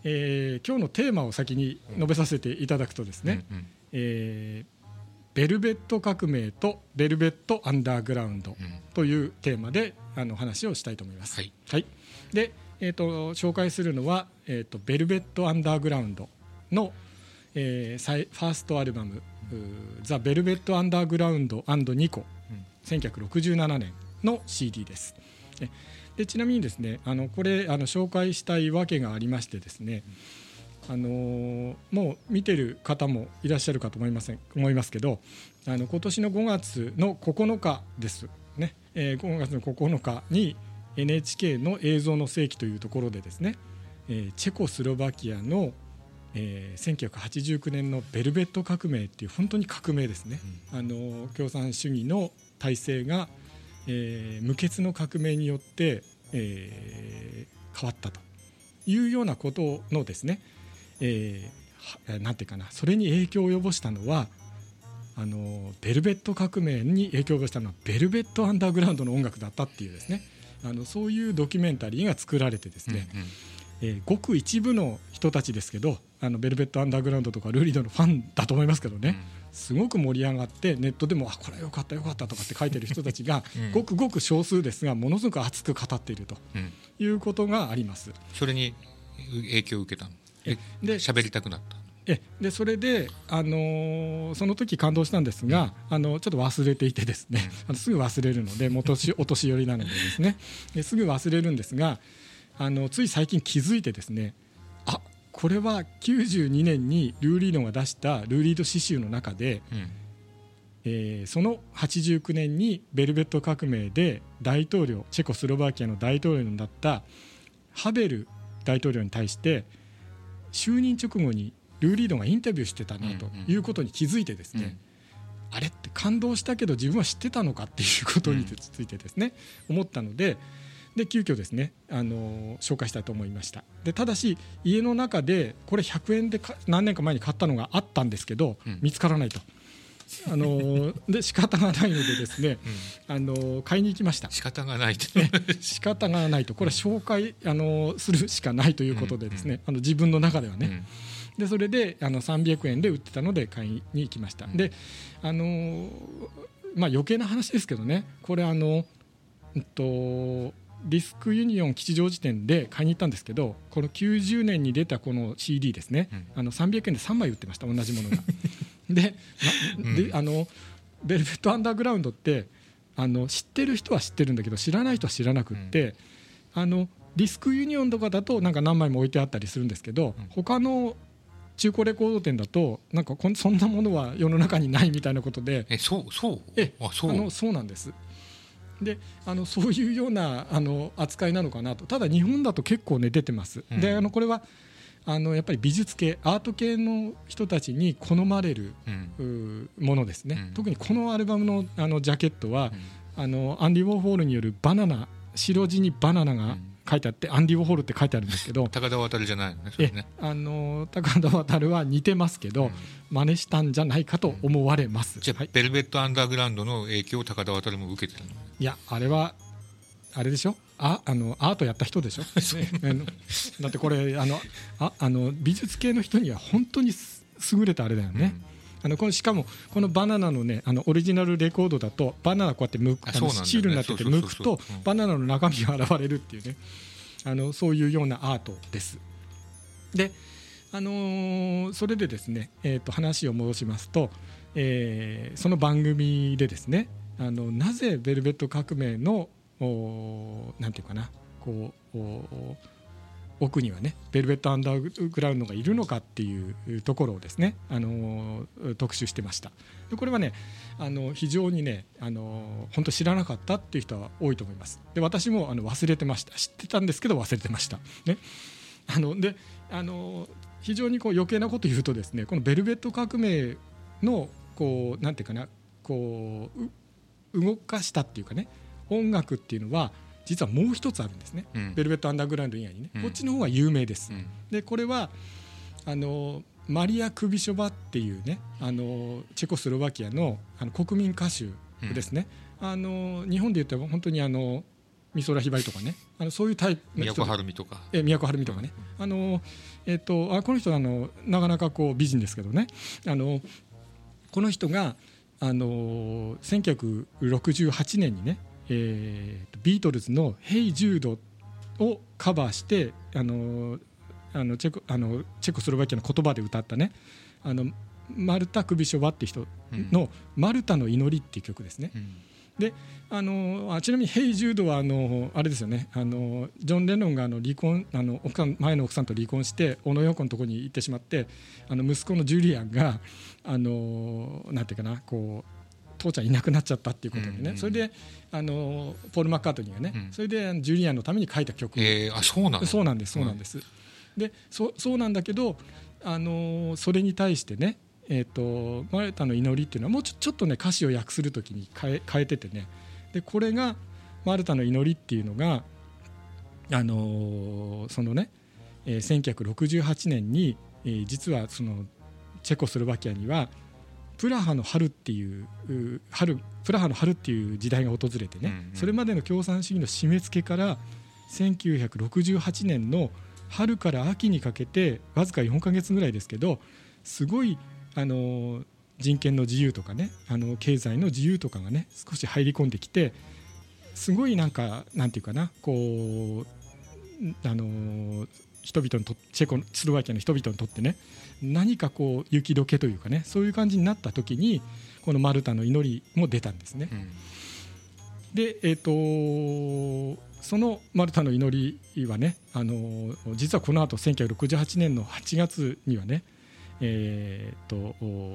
Speaker 4: えー、今日のテーマを先に述べさせていただくとですね、うんうん、えー、ベルベット革命とベルベットアンダーグラウンドというテーマであの話をしたいと思います、はいはい。で、えー、と紹介するのは、えー、とベルベットアンダーグラウンドの、えー、ファーストアルバムザ・ベルベットアンダーグラウンドニコ、うん、せんきゅうひゃくろくじゅうななねんの シーディー です。でちなみにですね、あのこれあの紹介したいわけがありましてですね、あのー、もう見てる方もいらっしゃるかと思いません思いますけど、あの今年のごがつのここのかですね、えー、ごがつのここのかに エヌエイチケー の映像の世紀というところでですね、えー、チェコスロバキアの、えー、せんきゅうひゃくはちじゅうきゅうねんのベルベット革命っていう本当に革命ですね、うん、あの共産主義の体制が、えー、無血の革命によって、えー、変わったというようなことのですね、えー、なんていうかな、それに影響を及ぼしたのはあのベルベット革命に影響を及ぼしたのはベルベットアンダーグラウンドの音楽だったっていうですね、あのそういうドキュメンタリーが作られてですね、うんうん、えー、ごく一部の人たちですけど、あのベルベットアンダーグラウンドとかルーリードのファンだと思いますけどね、うん、すごく盛り上がってネットでもあこれよかったよかったとかって書いてる人たちがごくごく少数ですがものすごく熱く語っているということがあります、うん、
Speaker 2: それに影響を受けたので喋りたくなった
Speaker 4: えでそれで、あのー、その時感動したんですが、うん、あのちょっと忘れていてですね、うん、あのすぐ忘れるのでもう年お年寄りなのでですねですぐ忘れるんですが、あのつい最近気づいてですね、あこれはきゅうじゅうにねんにルーリードが出したルーリード詩集の中で、うん、えー、そのはちじゅうきゅうねんにベルベット革命で大統領チェコスロバキアの大統領になったハベル大統領に対して就任直後にルーリードがインタビューしてたなということに気づいてですね、うんうん、あれって感動したけど自分は知ってたのかっていうことについてですね、うん、思ったので、で急遽ですね、あのー、紹介したいと思いました。でただし家の中でこれひゃくえんで何年か前に買ったのがあったんですけど、うん、見つからないと、あのー、で仕方がないのでですね、うん、あのー、買いに行きました。
Speaker 2: 仕方がないと
Speaker 4: 仕方がないとこれは紹介、あのー、するしかないということでですね、うんうん、あの自分の中ではね、うんでそれであのさんびゃくえんで売ってたので買いに行きました。で、あのーまあ、余計な話ですけどね、これあの、えっと、ディスクユニオン吉祥寺店で買いに行ったんですけど、このきゅうじゅうねんに出たこの シーディー ですね、うん、あのさんびゃくえんでさんまい売ってました、同じものがで、ま、であのベルベットアンダーグラウンドってあの知ってる人は知ってるんだけど知らない人は知らなくって、うん、あのディスクユニオンとかだとなんか何枚も置いてあったりするんですけど、うん、他の中古レコード店だとなんかこんそんなものは世の中にないみたいなことで、
Speaker 2: えそうそう
Speaker 4: えあそうあのそうなんです。であのそういうようなあの扱いなのかなと。ただ日本だと結構ね出てます、うん、であのこれはあのやっぱり美術系アート系の人たちに好まれる、うん、ものですね、うん、特にこのアルバム の, あのジャケットは、うん、あのアンディ・ウォーホールによるバナナ白地にバナナが、うん書いてあってアンディ・ウォーホールって書いてあるんですけど
Speaker 2: 高田渡じゃないのね、それね、
Speaker 4: あの高田渡は似てますけど、うん、真似したんじゃないかと思われます、うん、
Speaker 2: じゃあ、はい、ベルベットアンダーグラウンドの影響を高田渡も受けてるの？
Speaker 4: いやあれはあれでしょ、ああのアートやった人でしょだってこれあのああの美術系の人には本当に優れたあれだよね、うんあのこのしかもこのバナナのねあのオリジナルレコードだとバナナこうやってむくあのシールになっててむくとバナナの中身が現れるっていうね、あのそういうようなアートです。で、あのー、それでですね、えー、と話を戻しますと、えー、その番組でですねあのなぜベルベット革命のなんていうかなこう奥にはねベルベットアンダーグラウンドがいるのかっていうところをですね、あの特集してました。でこれはねあの非常にねあの本当知らなかったっていう人は多いと思います。で私もあの忘れてました。知ってたんですけど忘れてました、ね、あのであの非常にこう余計なこと言うとですねこのベルベット革命のこうなんていうかなこう動かしたっていうかね音楽っていうのは実はもう一つあるんですね、うん、ベルベットアンダーグラウンド以外にね、うん、こっちの方が有名です、うん、でこれはあのマリア・クビショバっていうねあのチェコスロバキア の, あの国民歌手ですね、うん、あの日本で言ったら本当にあの美空ひばりとかね、あのそういうタイプの人、
Speaker 2: 都はるみとか、
Speaker 4: え都はるみとかね、うん、あのえっとあこの人はあのなかなかこう美人ですけどね、あのこの人があのせんきゅうひゃくろくじゅうはちねんにね、えー、ビートルズの「ヘイ・ジュード」をカバーしてあのあのチェコあのチェコスロバキアの言葉で歌ったね、あのマルタ・クビショバって人の「マルタの祈り」っていう曲ですね、うん、であのあちなみに「ヘイ・ジュード」はあのあれですよね、あのジョン・レノンがあの離婚あの奥さん前の奥さんと離婚してオノヨーコのところに行ってしまって、あの息子のジュリアンがあのなんていうかなこう父ちゃんいなくなっちゃったっていうことでね、うんうん、それであのポール・マッカートニーがね、うん、それでジュリアンのために書いた曲、
Speaker 2: えー、あそうなの
Speaker 4: そうなんですそうなんです、うん、で そ, そうなんだけどあのそれに対してね、えー、とマルタの祈りっていうのはもう ち ょ, ちょっとね歌詞を訳するときに変 え, 変えててね、でこれがマルタの祈りっていうのがあのそのね、えー、せんきゅうひゃくろくじゅうはちねんに、えー、実はそのチェコスロバキアにはプラハの春っていう春プラハの春っていう時代が訪れてね、うんうん、それまでの共産主義の締め付けからせんきゅうひゃくろくじゅうはちねんの春から秋にかけてわずかよんかげつぐらいですけど、すごいあの人権の自由とかね、あの経済の自由とかがね少し入り込んできて、すごいなんかなんていうかなこうあの人々にとチェコスロバキアの人々にとってね何かこう雪解けというかね、そういう感じになった時にこのマルタの祈りも出たんですね、うん、で、えー、とそのマルタの祈りはね、あの実はこの後せんきゅうひゃくろくじゅうはちねんのはちがつにはね、えーと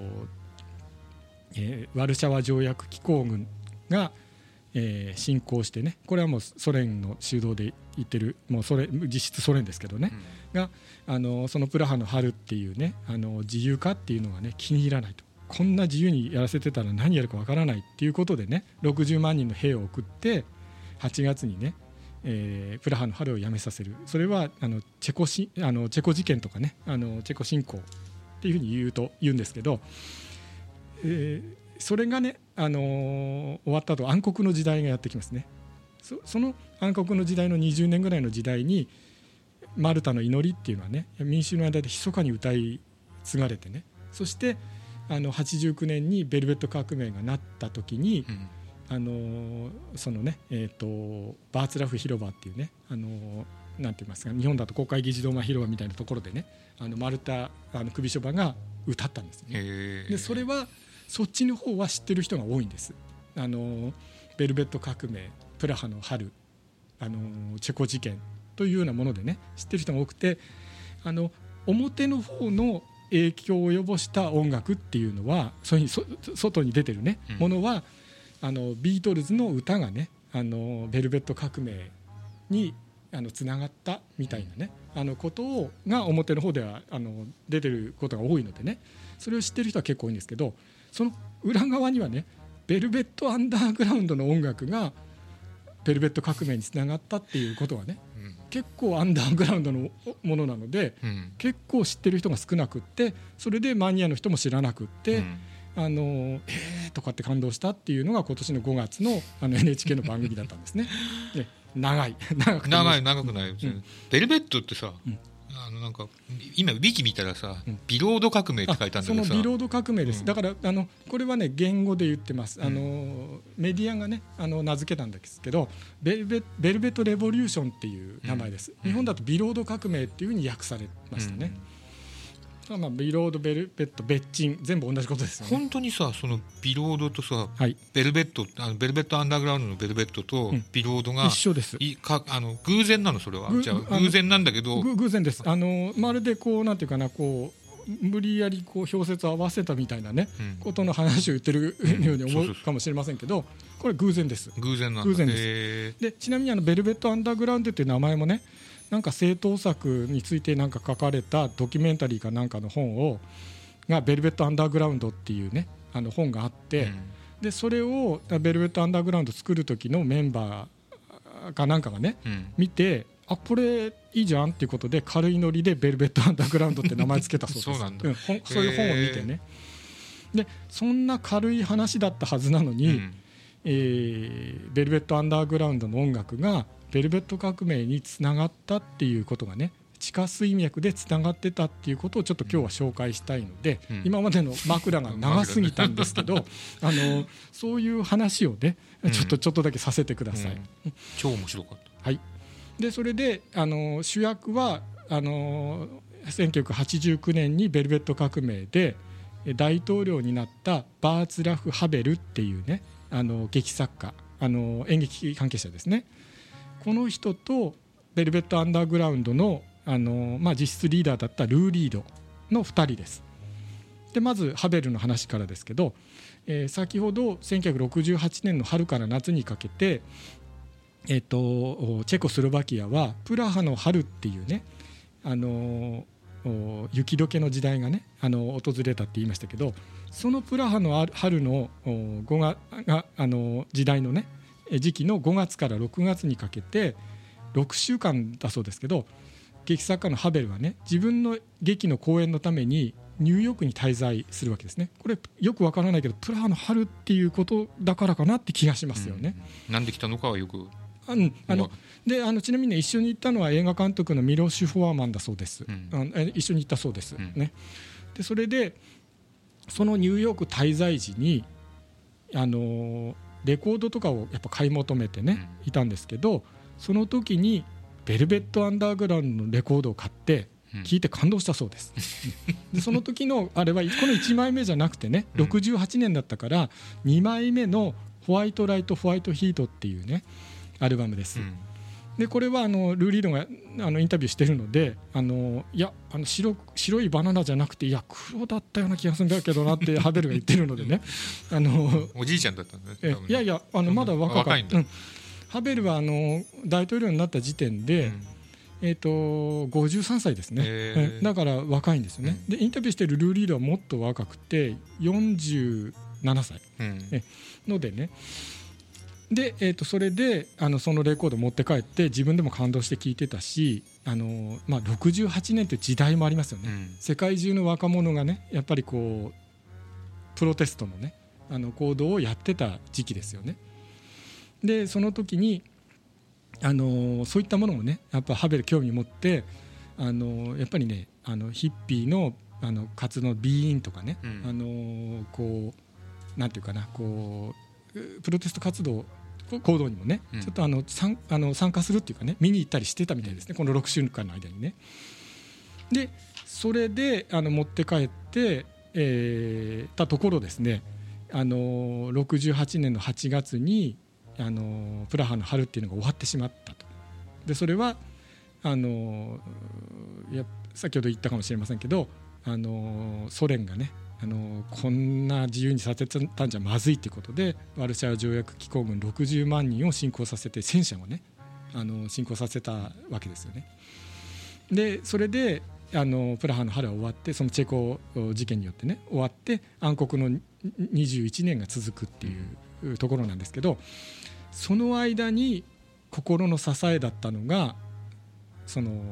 Speaker 4: えー、ワルシャワ条約機構軍がえー、侵攻してね、これはもうソ連の主導で言ってるもうソ連実質ソ連ですけどね、うん、があのそのプラハの春っていうねあの自由化っていうのがね気に入らないと、こんな自由にやらせてたら何やるかわからないっていうことでねろくじゅうまんにんの兵を送ってはちがつにね、えー、プラハの春をやめさせる。それはあのチェコしあのチェコ事件とかねあのチェコ侵攻っていうふうに言うと言うんですけど、えーそれがね、あのー、終わった後暗黒の時代がやってきますね。 そ, その暗黒の時代のにじゅうねんぐらいの時代にマルタの祈りっていうのはね民衆の間で密かに歌い継がれてね、そしてあのはちじゅうきゅうねんにベルベット革命がなった時に、うんあのー、そのね、えー、とバーツラフ広場っていうね、あのー、なんて言いますか、日本だと国会議事堂前広場みたいなところでねあのマルタあのクビショバが歌ったんですね。でそれはそっちの方は知ってる人が多いんです。あのベルベット革命、プラハの春、あのチェコ事件というようなものでね知ってる人が多くて、あの表の方の影響を及ぼした音楽っていうのはそういうふうにそ外に出てるね、うん、ものはあのビートルズの歌がねあのベルベット革命にあのつながったみたいなね、あのことをが表の方ではあの出てることが多いのでね、それを知ってる人は結構多いんですけど、その裏側にはねベルベットアンダーグラウンドの音楽がベルベット革命につながったっていうことはね、うん、結構アンダーグラウンドのものなので、うん、結構知ってる人が少なくって、それでマニアの人も知らなくって、うん、あのえーとかって感動したっていうのが今年のごがつ の, あの エヌエイチケー の番組だったんですね。で長い長く
Speaker 2: 長い長くない、うん、ベルベットってさ、うんあのなんか今ウィキ見たらさ、うん、ビロード革命って書いてあるんだけどさ、
Speaker 4: そのビロード革命です、うん、だからあのこれはね言語で言ってます、うん、あのメディアがねあの名付けたんですけどベルベ、ベルベットレボリューションっていう名前です、うん、日本だとビロード革命っていうふうに訳されましたね、うんまあ、ビロードベルベット別鎮全部同じことですよね。
Speaker 2: 本当にさそのビロードとさ、はい、ベルベットあのベルベットアンダーグラウンドのベルベットとビロードが、うん、一
Speaker 4: 緒です。
Speaker 2: いかあの偶然なのそれはじゃあ偶然なんだけど
Speaker 4: 偶然です。あのまるでこうなんていうかなこう無理やりこう表説を合わせたみたいなね、うん、ことの話を言ってるように思うかもしれませんけど、これ偶然です。
Speaker 2: 偶然なんだ。
Speaker 4: 偶然です。でちなみにあのベルベットアンダーグラウンドっていう名前もねなんか正当作についてなんか書かれたドキュメンタリーかなんかの本をがベルベットアンダーグラウンドっていうねあの本があって、うん、でそれをベルベットアンダーグラウンド作る時のメンバーかなんかがね、うん、見てあこれいいじゃんっていうことで軽いノリでベルベットアンダーグラウンドって名前つけたそうです。
Speaker 2: そうなんだ、
Speaker 4: うん、そういう本を見てね。でそんな軽い話だったはずなのに、うんえー、ベルベットアンダーグラウンドの音楽がベルベット革命につながったっていうことがね、地下水脈でつながってたっていうことをちょっと今日は紹介したいので、うん、今までの枕が長すぎたんですけどあのそういう話をねちょっとちょっとだけさせてください、うん
Speaker 2: うん、超面白かった。
Speaker 4: はい。でそれであの主役はあのせんきゅうひゃくはちじゅうきゅうねんにベルベット革命で大統領になったバーツラフ・ハベルっていうね、あの劇作家、あの演劇関係者ですね。この人とベルベットアンダーグラウンドの、あの、まあ、実質リーダーだったルー・リードのふたりです。でまずハベルの話からですけど、えー、先ほどせんきゅうひゃくろくじゅうはちねんの春から夏にかけて、えー、とチェコスロバキアはプラハの春っていうね、あの雪解けの時代がね、あの訪れたって言いましたけど、そのプラハの春のごががあの時代のね時期のごがつからろくがつにかけてろくしゅうかんだそうですけど、劇作家のハベルはね自分の劇の公演のためにニューヨークに滞在するわけですね。これよくわからないけどプラハの春っていうことだからかなって気がしますよね、
Speaker 2: うん、なんで来たのかはよく
Speaker 4: あのあのであのちなみに、ね、一緒に行ったのは映画監督のミロシュ・フォアマンだそうです、うん、あの一緒に行ったそうです、うんね、でそれでそのニューヨーク滞在時にあのレコードとかをやっぱ買い求めてね、うん、いたんですけど、その時にベルベットアンダーグラウンドのレコードを買って聞いて感動したそうです、うん、でその時のあれはこのいちまいめじゃなくてね、ろくじゅうはちねんだったからにまいめのホワイトライトホワイトヒートっていうねアルバムです、うん、でこれはあのルー・リードがあのインタビューしてるので、あのいやあの 白, 白いバナナじゃなくていや黒だったような気がするんだけどなってハベルが言ってるのでねあの
Speaker 2: おじいちゃんだったんだね。
Speaker 4: いやいやあのまだ若かった、うん、ハベルはあの大統領になった時点で、うんえー、とごじゅうさんさいですね。だから若いんですよね、うん、でインタビューしているルー・リードはもっと若くてよんじゅうななさい、うん、のでねで、えー、とそれであのそのレコードを持って帰って自分でも感動して聴いてたし、あの、まあ、ろくじゅうはちねんという時代もありますよね、うん、世界中の若者がねやっぱりこうプロテストのねあの行動をやってた時期ですよね。でその時にあのそういったものもねやっぱハベル興味持って、あのやっぱりねあのヒッピーの、あの活動ビーンとかね、うん、あのこうなんていうかなこうプロテスト活動行動にもね、うん、ちょっとあの参あの参加するっていうかね見に行ったりしてたみたいですね、このろくしゅうかんの間にね。でそれであの持って帰って、えー、たところですね、あのろくじゅうはちねんのはちがつにあのプラハの春っていうのが終わってしまったと。でそれはあのいや先ほど言ったかもしれませんけど、あのソ連がねあのこんな自由にさせたんじゃまずいということでワルシャワ条約機構軍ろくじゅうまんにんを侵攻させて戦車をねあの侵攻させたわけですよね。でそれであのプラハの春は終わって、そのチェコ事件によってね終わって暗黒のにじゅういちねんが続くっていうところなんですけど、その間に心の支えだったのがその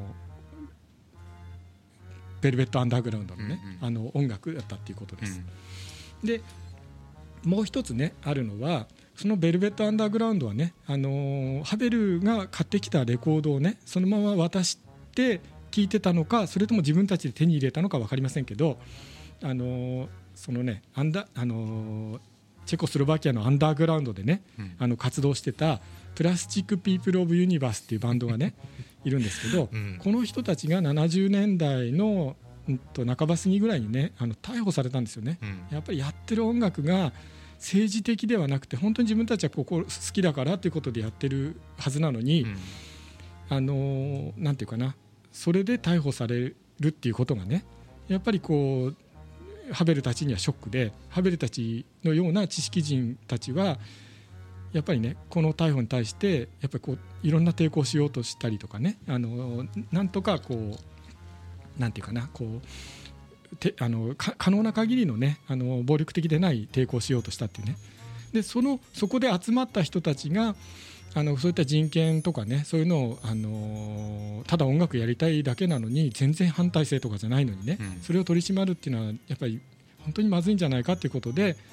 Speaker 4: ベルベットアンダーグラウンドのね、うんうん、あの音楽だったっていうことです、うん、でもう一つねあるのは、そのベルベットアンダーグラウンドはね、あのー、ハベルが買ってきたレコードをねそのまま渡して聴いてたのか、それとも自分たちで手に入れたのか分かりませんけど、あのー、そのねアンダ、あのー、チェコスロバキアのアンダーグラウンドでね、うん、あの活動してたプラスチックピープルオブユニバースっていうバンドがねいるんですけど、うん、この人たちがななじゅうねんだいの、うん、と半ば過ぎぐらいにねあの逮捕されたんですよね、うん、やっぱりやってる音楽が政治的ではなくて本当に自分たちはここ好きだからということでやってるはずなのに、うん、あのなんていうかな、それで逮捕されるっていうことがねやっぱりこうハベルたちにはショックで、ハベルたちのような知識人たちはやっぱりねこの逮捕に対してやっぱりこういろんな抵抗しようとしたりとかね、あのなんとかこうなんていうかなこうてあのか可能な限りのねあの暴力的でない抵抗しようとしたっていうね。でそのそこで集まった人たちがあのそういった人権とかねそういうのをあのただ音楽やりたいだけなのに全然反対性とかじゃないのにね、うん、それを取り締まるっていうのはやっぱり本当にまずいんじゃないかということで、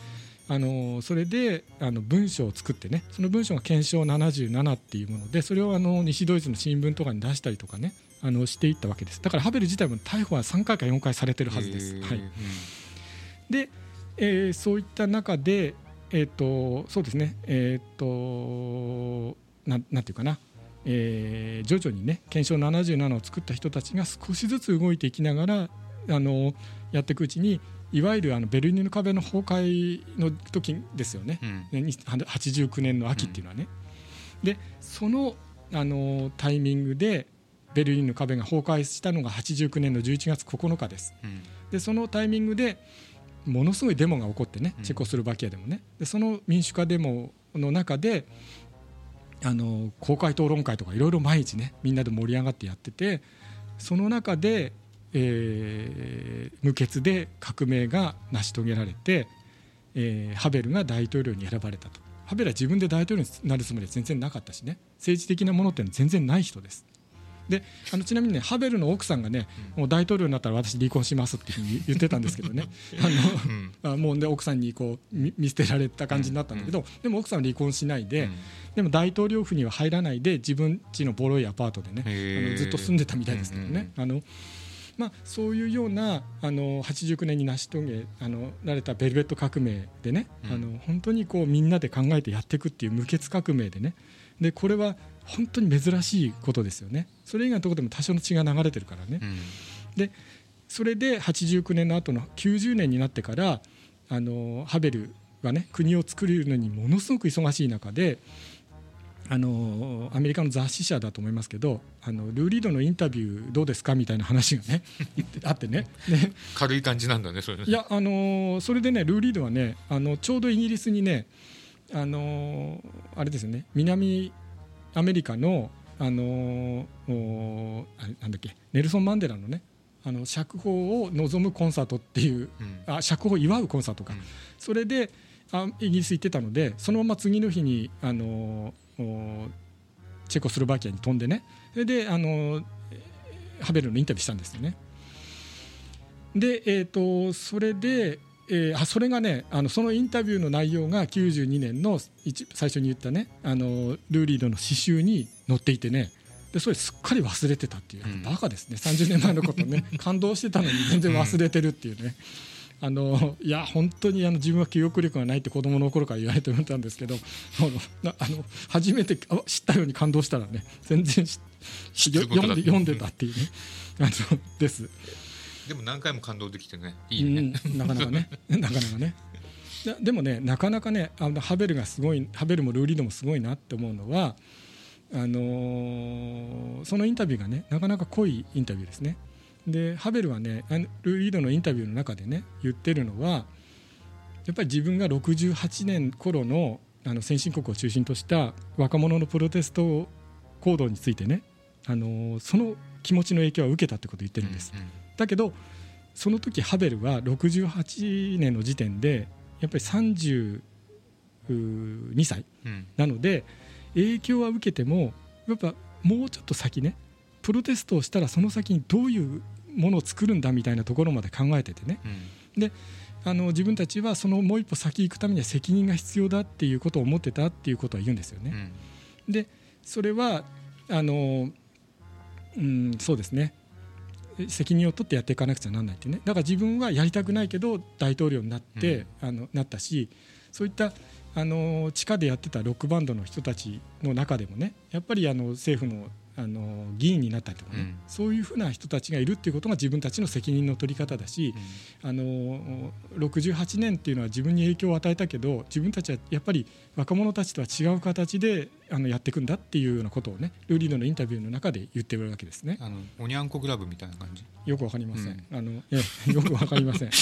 Speaker 4: あのそれであの文章を作ってね、その文章が憲章ななじゅうななっていうもので、それをあの西ドイツの新聞とかに出したりとかね、あのしていったわけです。だからハベル自体も逮捕はさんかいかよんかいされてるはずです。はい、で、えー、そういった中で、えーとそうですね、えーとな, なんていうかな、えー、徐々にね憲章ななじゅうななを作った人たちが少しずつ動いていきながらあのやっていくうちに、いわゆるあのベルリンの壁の崩壊の時ですよね、うん、はちじゅうきゅうねんの秋っていうのはね、うん、でその、あのタイミングでベルリンの壁が崩壊したのがはちじゅうきゅうねんのじゅういちがつここのかです、うん、でそのタイミングでものすごいデモが起こってね、チェコスロバキアでもね、でその民主化デモの中であの公開討論会とかいろいろ毎日ねみんなで盛り上がってやってて、その中でえー、無血で革命が成し遂げられて、えー、ハベルが大統領に選ばれたと。ハベルは自分で大統領になるつもりは全然なかったしね、政治的なものって全然ない人です。であのちなみにね、ハベルの奥さんがね、もう大統領になったら私離婚しますっていうふうに言ってたんですけどねあの、うん、もう、ね、奥さんにこう見捨てられた感じになったんだけど、うん、でも奥さんは離婚しないで、うん、でも大統領府には入らないで自分家のボロいアパートでね、あのずっと住んでたみたいですけどね、うんうん、あのまあ、そういうようなあのはちじゅうきゅうねんに成し遂げあのられたベルベット革命でね、うん、あの本当にこうみんなで考えてやっていくっていう無血革命でね、でこれは本当に珍しいことですよね。それ以外のところでも多少の血が流れてるからね、うん、でそれではちじゅうきゅうねんの後のきゅうじゅうねんになってからあのハベルはね国を作るのにものすごく忙しい中で、あのアメリカの雑誌社だと思いますけど、あのルー・リードのインタビューどうですかみたいな話がねあってね、で
Speaker 2: 軽い感じなんだねそれね。
Speaker 4: いや、あのそれでねルー・リードはねあのちょうどイギリスにね、あのあれですよね、南アメリカの、あのなんだっけネルソン・マンデラのねあの釈放を望むコンサートっていう、うん、あ釈放を祝うコンサートか、うん、それであイギリス行ってたので、そのまま次の日にあのチェコスロバキアに飛んでね、それであのハベルのインタビューしたんですよね。で、えー、とそれで、えー、あそれがねあのそのインタビューの内容がきゅうじゅうにねんの最初に言ったねあのルー・リードの詩集に載っていてね、でそれすっかり忘れてたっていう、うん、バカですね、さんじゅうねんまえのことね感動してたのに全然忘れてるっていうね、うん、あのいや本当にあの自分は記憶力がないって子供の頃から言われてたんですけど、あのあの初めて知ったように感動したらね全然読んで読んでたっていうねあのです。
Speaker 2: でも何回も感動できてねいいね、
Speaker 4: うん、なかなかねなかなかねでもねなかなかねあのハベルがすごい、ハベルもルー・リードもすごいなって思うのは、あのー、そのインタビューがねなかなか濃いインタビューですね。でハベルはねルー・リードのインタビューの中でね言ってるのは、やっぱり自分がろくじゅうはちねん頃のあの先進国を中心とした若者のプロテスト行動についてね、あのー、その気持ちの影響を受けたってことを言ってるんです、うんうん、だけどその時ハベルはろくじゅうはちねんの時点でやっぱりさんじゅうにさいなので、うん、影響は受けてもやっぱもうちょっと先ねプロテストをしたらその先にどういうものを作るんだみたいなところまで考えててね、うん、であの自分たちはそのもう一歩先行くためには責任が必要だっていうことを思ってたっていうことは言うんですよね、うん、でそれはあの、うん、そうですね責任を取ってやっていかなくちゃならないってね。だから自分はやりたくないけど大統領になって、うん、あのなったし、そういったあの地下でやってたロックバンドの人たちの中でもねやっぱりあの政府のあの議員になったりとかね、うん、そういうふうな人たちがいるっていうことが自分たちの責任の取り方だし、うん、あのろくじゅうはちねんっていうのは自分に影響を与えたけど自分たちはやっぱり若者たちとは違う形であのやっていくんだっていうようなことをねルー・リードのインタビューの中で言ってるわけですね。
Speaker 2: あのおにゃんこクラブみたいな感じ。
Speaker 4: よくわかりません、うん、あのえよくわかりません違う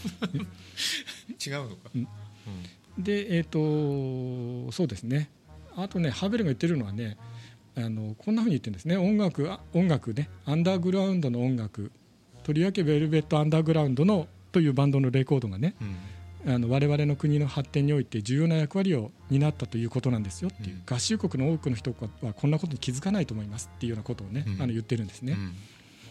Speaker 2: のか、うん
Speaker 4: うん、でえっ、ー、とそうですね。あとねハベルが言ってるのはねあのこんなふうに言ってるんですね。音楽音楽ねアンダーグラウンドの音楽、とりわけベルベットアンダーグラウンドのというバンドのレコードがね、うん、あの我々の国の発展において重要な役割を担ったということなんですよっていう、うん、合衆国の多くの人はこんなことに気づかないと思いますっていうようなことをね、うん、あの言ってるんですね、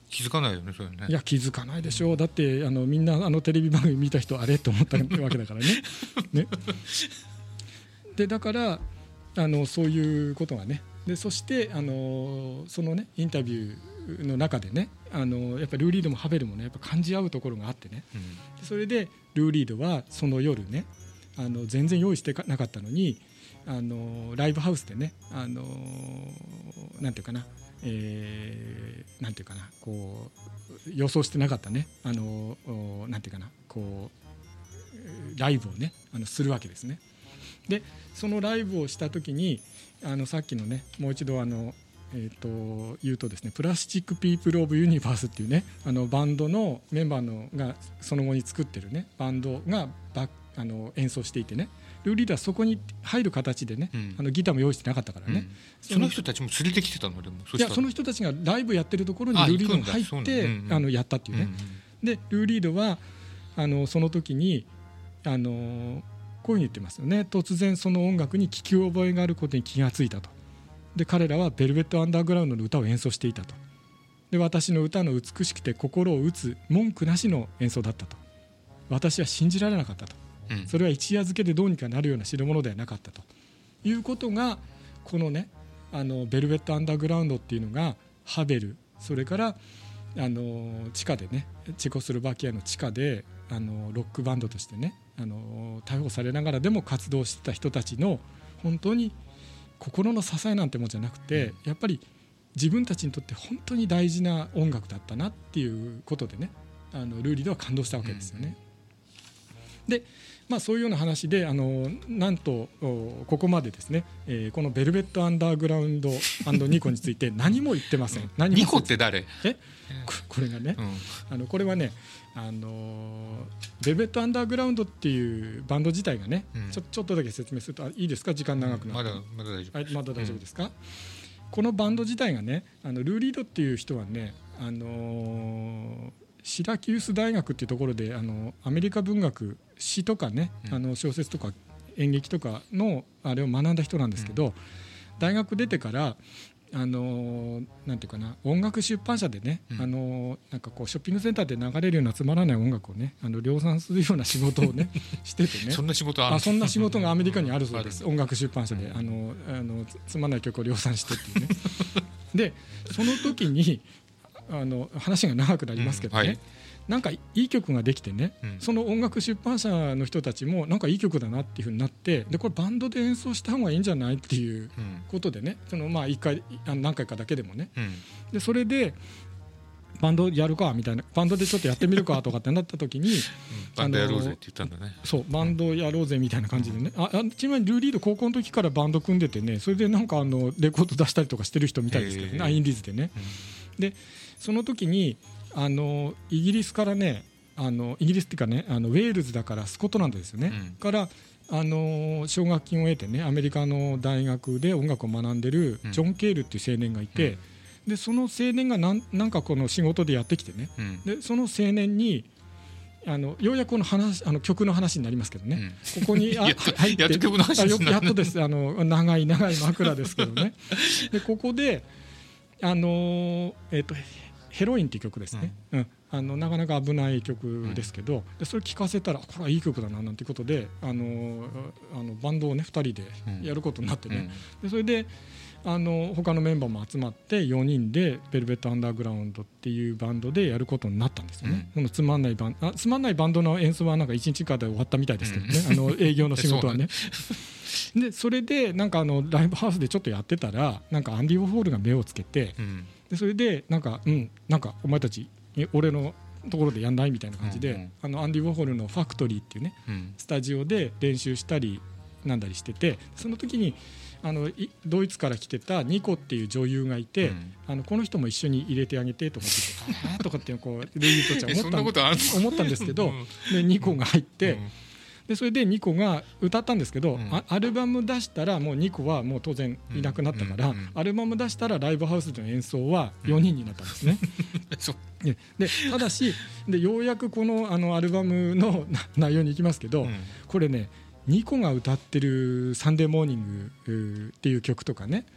Speaker 2: 気づかないよねそれね。
Speaker 4: いや気づかないでしょう。だってあのみんなあのテレビ番組見た人あれと思ったわけだからねねでだからあのそういうことがねでそしてあのそのねインタビューの中でねあのやっぱりルー・リードもハベルもねやっぱ感じ合うところがあってね、うん、それでルー・リードはその夜ねあの全然用意してなかったのにあのライブハウスでねあのなんていうかな、えー、なんていうかなこう予想してなかったねあのなんていうかなこうライブをねあのするわけですね。でそのライブをした時にあのさっきのねもう一度あのえー、と言うとですねプラスチック・ピープル・オブ・ユニバースっていうねあのバンドのメンバーのがその後に作ってるねバンドがバあの演奏していてねルー・リードはそこに入る形でね、うん、あのギターも用意してなかったからね、うん、
Speaker 2: そ, その人たちも連れてきてたのでも
Speaker 4: いやその人たちがライブやってるところにルー・リードが入って、うんうん、あのやったっていうね、うんうん、でルー・リードはあのその時にあのこういうふうに言ってますよね。突然その音楽に聞き覚えがあることに気がついたと。で彼らはベルベット・アンダーグラウンドの歌を演奏していたと。で私の歌の美しくて心を打つ文句なしの演奏だったと。私は信じられなかったと、うん、それは一夜漬けでどうにかなるような代物ではなかったということがこのねあのベルベット・アンダーグラウンドっていうのがハベルそれからあの地下でねチェコスロバキアの地下であのロックバンドとしてねあの逮捕されながらでも活動してた人たちの本当に心の支えなんてもんじゃなくて、うん、やっぱり自分たちにとって本当に大事な音楽だったなっていうことでねあのルー・リードは感動したわけですよね、うん、で、まあ、そういうような話であのなんとここまでですね、えー、このベルベット・アンダーグラウンド&ニコについて何も言ってません、うん、何も
Speaker 2: ニコって誰
Speaker 4: えこ, これがね、うん、あのこれはねあのベルベット・アンダーグラウンドっていうバンド自体がね、うん、ちょ, ちょっとだけ説明するとあいいですか時間長くなって、
Speaker 2: うん、まだまだ大丈夫、
Speaker 4: はい、まだ大丈夫ですか、うん、このバンド自体がねあのルー・リードっていう人はね、あのー、シラキュース大学っていうところであのアメリカ文学詩とかね、うん、あの小説とか演劇とかのあれを学んだ人なんですけど、うん、大学出てからあのなんていうかな音楽出版社でね、うん、あのなんかこうショッピングセンターで流れるようなつまらない音楽をねあの量産するような仕事をねしててね
Speaker 2: そんな仕事ある
Speaker 4: あそんな仕事がアメリカにあるそうです音楽出版社で、うん、あのあのつまらない曲を量産してっていうねでその時にあの話が長くなりますけどね、うんはい、なんかいい曲ができてね、うん、その音楽出版社の人たちもなんかいい曲だなっていう風になってでこれバンドで演奏した方がいいんじゃないっていうことでね、うん、そのまあいっかいあの何回かだけでもね、うん、でそれでバンドやるかみたいなバンドでちょっとやってみるかとかってなった時に、うん、
Speaker 2: バンドやろうぜって言ったんだね
Speaker 4: そうバンドやろうぜみたいな感じでね、うん、あちなみにルー・リード高校の時からバンド組んでてねそれでなんかあのレコード出したりとかしてる人みたいですけどね、えー、インディーズでね、うん、でその時にあのイギリスからねあのイギリスっていうかねあのウェールズだからスコットランドですよね、うん、からあの奨学金を得てねアメリカの大学で音楽を学んでるジョン・ケールっていう青年がいて、うんでその青年がなんなんかこの仕事でやってきてね、うん、でその青年にあのようやくこの話あの曲の話になりますけどね、うん、ここにあ
Speaker 2: やっと入ってやっと曲の話になる
Speaker 4: やっとですあの長い長い枕ですけどねでここであの、えー、とヘロインっていう曲ですね、うんうん、あのなかなか危ない曲ですけど、うん、でそれ聴かせたらこれはいい曲だななんていうことであのあのバンドをねふたりでやることになってね、うん、でそれであの他のメンバーも集まってよにんでベルベット・アンダーグラウンドっていうバンドでやることになったんですよね、うん、そのつまんないバンあつまんないバンドの演奏はなんかいちにちかんで終わったみたいですけどね、うん、あの営業の仕事はねでそれでなんかあのライブハウスでちょっとやってたらなんかアンディ・ウォーホールが目をつけて、うん、でそれでなんか、うん、なんかお前たち俺のところでやんないみたいな感じで、うんうん、あのアンディ・ウォーホールのファクトリーっていうね、うん、スタジオで練習したりなんだりしててその時にあのドイツから来てたニコっていう女優がいて、うん、あのこの人も一緒に入れてあげてとかって言ってとかってこうルイートちゃん思った思ったんですけど、うん、でニコが入って、うん、でそれでニコが歌ったんですけど、うん、アルバム出したらもうニコはもう当然いなくなったから、うんうんうん、アルバム出したらライブハウスでの演奏はよにんになったんですね、うん、でただしでようやくこの、あのアルバムの内容に行きますけど、うん、これねニコが歌ってるサンデーモーニングっていう曲とかね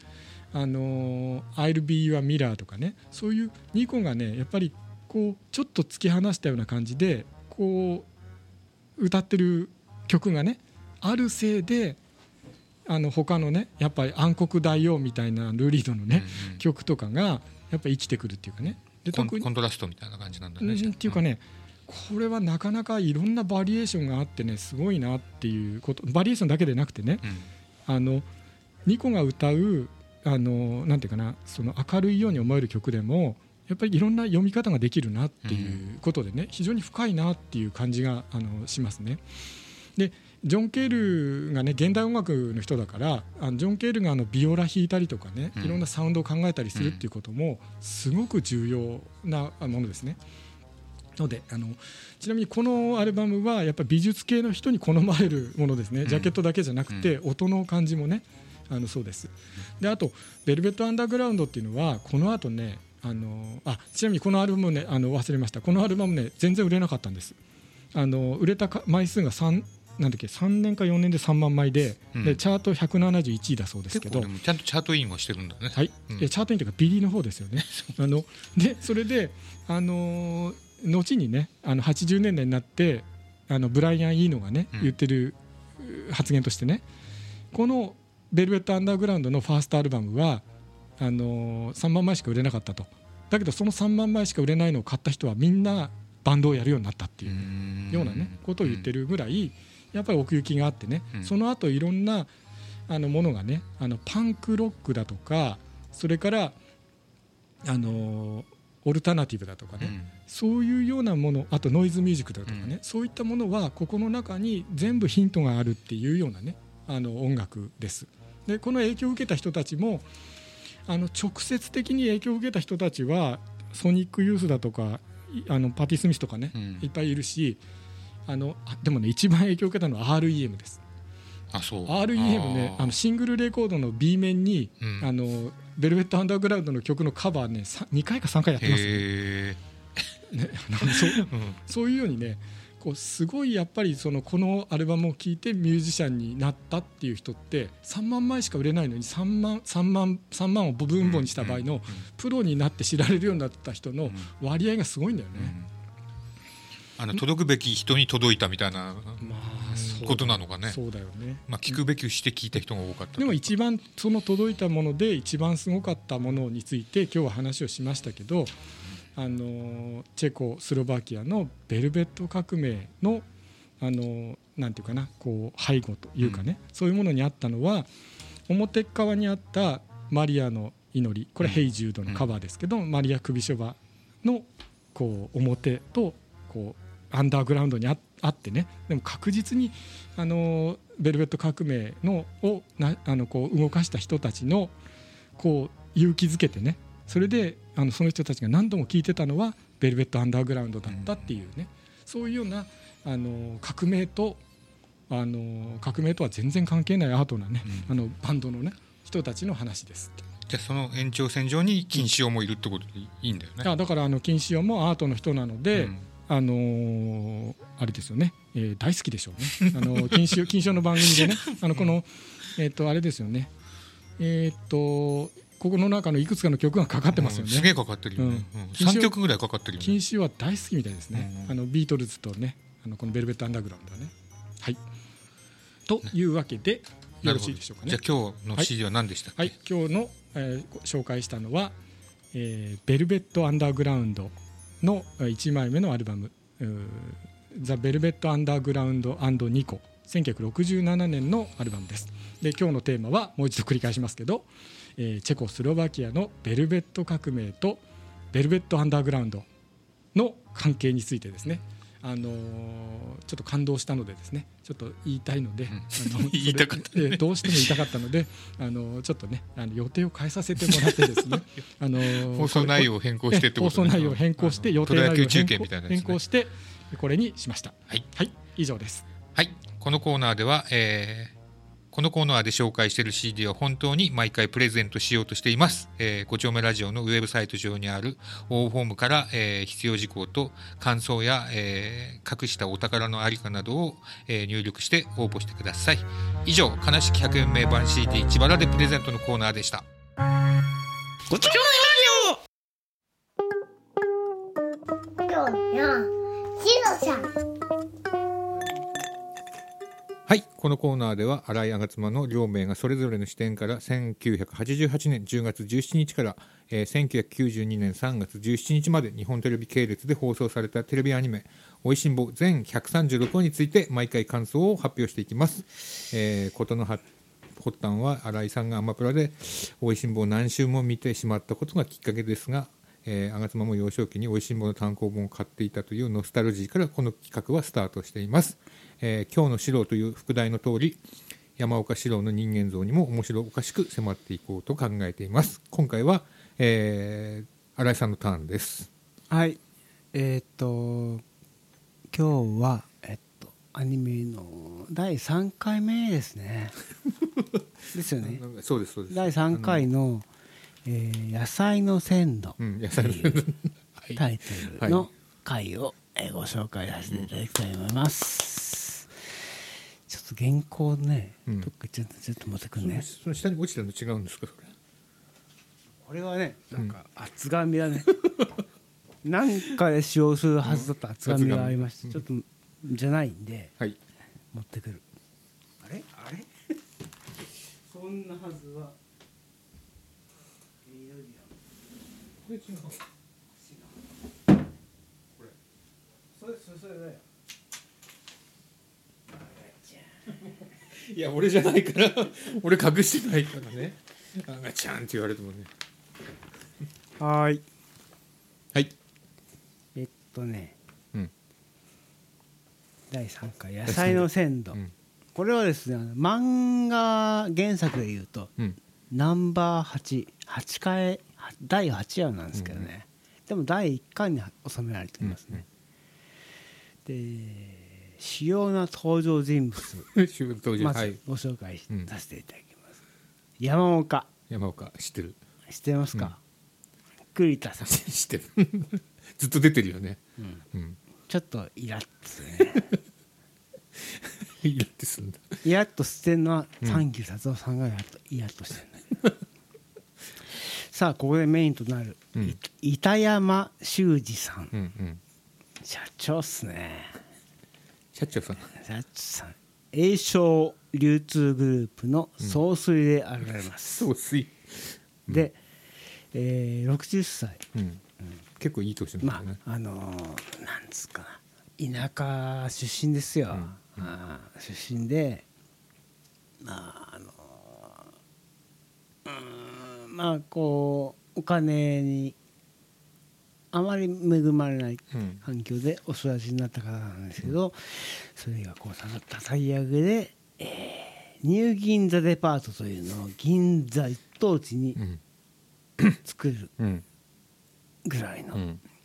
Speaker 4: あの I'll Be Your Mirror とかね、そういうニコがねやっぱりこうちょっと突き放したような感じでこう歌ってる曲がねあるせいで、あの他のねやっぱり暗黒大王みたいなルーリードのね、うんうん、曲とかがやっぱり生きてくるっていうかね、
Speaker 2: でコン、コントラストみたいな感じなんだね、
Speaker 4: うん、っていうかね、これはなかなかいろんなバリエーションがあってねすごいなっていうこと、バリエーションだけでなくてね、うん、あのニコが歌うあのなんていうかな、その明るいように思える曲でもやっぱりいろんな読み方ができるなっていうことでね、非常に深いなっていう感じがあのしますね。でジョン・ケールがね現代音楽の人だから、あのジョン・ケールがあのビオラ弾いたりとかね、いろんなサウンドを考えたりするっていうこともすごく重要なものですね。のであのちなみにこのアルバムはやっぱり美術系の人に好まれるものですね。ジャケットだけじゃなくて音の感じもねあのそうです。であとベルベット・アンダーグラウンドっていうのはこの後ね、あのあちなみにこのアルバムねあの忘れました。このアルバムね全然売れなかったんです。あの売れた枚数がさんなんだっけさんねんかよねんでさんまんまい で,、うん、でチャートひゃくななじゅういちいだそうですけど、
Speaker 2: 結構でもちゃんとチャートインもしてるんだね。
Speaker 4: はい、うん、チャートインというかビリの方ですよね。あのでそれで、あのー、後にねあのはちじゅうねんだいになってあのブライアン・イーノがね、うん、言ってる発言としてね、このベルベット・アンダーグラウンドのファーストアルバムはあのー、さんまんまいしか売れなかったと。だけどそのさんまんまいしか売れないのを買った人はみんなバンドをやるようになったっていうようなねことを言ってるぐらいやっぱり奥行きがあってね、うん、その後いろんなあのものがね、あのパンクロックだとか、それからあのオルタナティブだとかね、うん、そういうようなもの、あとノイズミュージックだとかね、うん、そういったものはここの中に全部ヒントがあるっていうようなねあの音楽です。でこの影響を受けた人たちもあの直接的に影響を受けた人たちはソニックユースだとかあのパティ・スミスとかね、うん、いっぱいいるし、あのあでもね一番影響を受けたのは アールイーエム です。
Speaker 2: あそう
Speaker 4: アールイーエム ね、あのシングルレコードの B 面に、うん、あのベルベット・アンダーグラウンドの曲のカバーねにかいかさんかいやってますね。ねそう、うん、そういうようにねこうすごいやっぱりそのこのアルバムを聴いてミュージシャンになったっていう人ってさんまんまいしか売れないのにさんまん、さんまん、さんまんを分母にした場合のプロになって知られるようになった人の割合がすごいんだよね。
Speaker 2: あの届くべき人に届いたみたいなことなのかね。
Speaker 4: そうだよね。
Speaker 2: まあ、聞くべきして聞いた人が多かった。
Speaker 4: でも一番その届いたもので一番すごかったものについて今日は話をしましたけど、あのチェコスロバキアのベルベット革命のあのなんていうかなこう背後というかね、うん、そういうものにあったのは表側にあったマリアの祈り、これヘイジュードのカバーですけど、うん、マリア・クビショバのこう表とこうアンダーグラウンドに あ, あってね、でも確実にあのベルベット革命のをなあのこう動かした人たちのこう勇気づけてね、それであのその人たちが何度も聞いてたのはベルベットアンダーグラウンドだったっていうね、うん、そういうようなあの革命とあの革命とは全然関係ないアートなね、うん、あのバンドのね人たちの話です。
Speaker 2: じゃあその延長線上に金子王もいるってことでいいんだよね。
Speaker 4: だからあの金子王もアートの人なので、うん、あのー、あれですよね、えー、大好きでしょうね。あの金子金子王の番組でねあのこの、えー、とあれですよね、えっ、ー、とここの中のいくつかの曲がかかってますよね、
Speaker 2: うん、すげえかかってるよね、うんうん、さんきょくぐらいかかってるよね。
Speaker 4: 金子王は大好きみたいですね、うん、あのビートルズとねあのこのベルベットアンダーグラウンドはね。はいというわけで、ね、よろしいでしょうかね。
Speaker 2: じゃあ今日の シーディー は何でしたっけ。
Speaker 4: はい、はい、今日の、えー、紹介したのは、えー、ベルベットアンダーグラウンドのいちまいめのアルバムザ・ベルベット・アンダーグラウンド&ニコせんきゅうひゃくろくじゅうななねんのアルバムです。で今日のテーマはもう一度繰り返しますけど、えー、チェコスロバキアのベルベット革命とベルベット・アンダーグラウンドの関係についてですね、あのー、ちょっと感動したのでですねちょっと言いたいので、うん、あの
Speaker 2: 言いたかった、ね、
Speaker 4: どうしても言いたかったのであのちょっとねあの予定を変えさせてもらってですねあの
Speaker 2: 放送内容を変更してってこと、ね、
Speaker 4: 放送内容を変更して予定内容を変更、
Speaker 2: ね、
Speaker 4: 変更してこれにしました。
Speaker 2: はい、
Speaker 4: はい、以上です。
Speaker 2: はい、このコーナーでは、えーこのコーナーで紹介している シーディー は本当に毎回プレゼントしようとしています。えー、ご丁目ラジオのウェブサイト上にある応募フォームから、えー、必要事項と感想や、えー、隠したお宝のありかなどを、えー、入力して応募してください。以上、悲しきひゃくえん名盤 シーディー 自腹でプレゼントのコーナーでした。
Speaker 1: ごちょ
Speaker 5: 今日やしのちゃん。
Speaker 2: はい、このコーナーでは新井吾妻の両名がそれぞれの視点からせんきゅうひゃくはちじゅうはちねんじゅうがつじゅうしちにちから、えー、せんきゅうひゃくきゅうじゅうにねんさんがつじゅうしちにちまで日本テレビ系列で放送されたテレビアニメおいしんぼ全ひゃくさんじゅうろくわについて毎回感想を発表していきます。えー、ことの発端は新井さんがアマプラでおいしんぼを何週も見てしまったことがきっかけですが、えー、吾妻も幼少期においしんぼの単行本を買っていたというノスタルジーからこの企画はスタートしています。えー、今日の四郎という副題の通り山岡四郎の人間像にも面白おかしく迫っていこうと考えています。今回は、えー、新井さんのターンです。
Speaker 1: はい、えー、っと今日は、えっと、アニメのだいさんかいめですねですよね。
Speaker 2: そうですそうです。
Speaker 1: だいさんかいの、えー、野菜の鮮度というタイトルの回をご紹介させていただきたいと思います。ちょっと原稿ね、うん、どっかちょっとちょっと持ってくんね。
Speaker 2: その下に落ちたの違うんですかそれ。
Speaker 1: これはね、なんか厚紙だね。なんかで使用するはずだった厚紙がありまして、ちょっとじゃないんで、はい、持ってくる。あれあれそんなはずは。これ違う。これ。それそれそれだよ。
Speaker 2: いや俺じゃないから俺隠してないからね。あがちゃんって言われてもね。
Speaker 1: はい。
Speaker 2: はい。
Speaker 1: えっとね、
Speaker 2: うん、
Speaker 1: だいさんかい野菜の鮮度、うん、これはですね漫画原作でいうと、うん、ナンバーはち、はちかいだいはちわなんですけどね、うん、でもだいいっかいに収められていますね、うんうん、で主要な登場人物まずご紹介させていただきます、うん、山岡
Speaker 2: 山岡知ってる
Speaker 1: 知ってますか、うん、栗田さん
Speaker 2: 知ってるずっと出てるよね、
Speaker 1: うんうん、ちょっとイラッとするね
Speaker 2: イラッとするんだ
Speaker 1: イラッとしてるのは三木達夫さんがイラッとしてるんだけどさあここでメインとなる、うん、板山修司さん、うんうん、社長っすね
Speaker 2: 社長さん
Speaker 1: 社長さん栄商流通グループの総帥であられます、
Speaker 2: うん、総帥、
Speaker 1: うん、で、えー、ろくじゅっさい、
Speaker 2: うんうん、結構いい年なんですね、
Speaker 1: まああのー、なんつうかな田舎出身ですよ、うんうん、あ出身でまああのー、うんまあこうお金にあまり恵まれない環境でお育ちになった方なんですけど、うん、それがこうたたき上げで、えー、ニュー銀座デパートというのを銀座一等地に作るぐらいの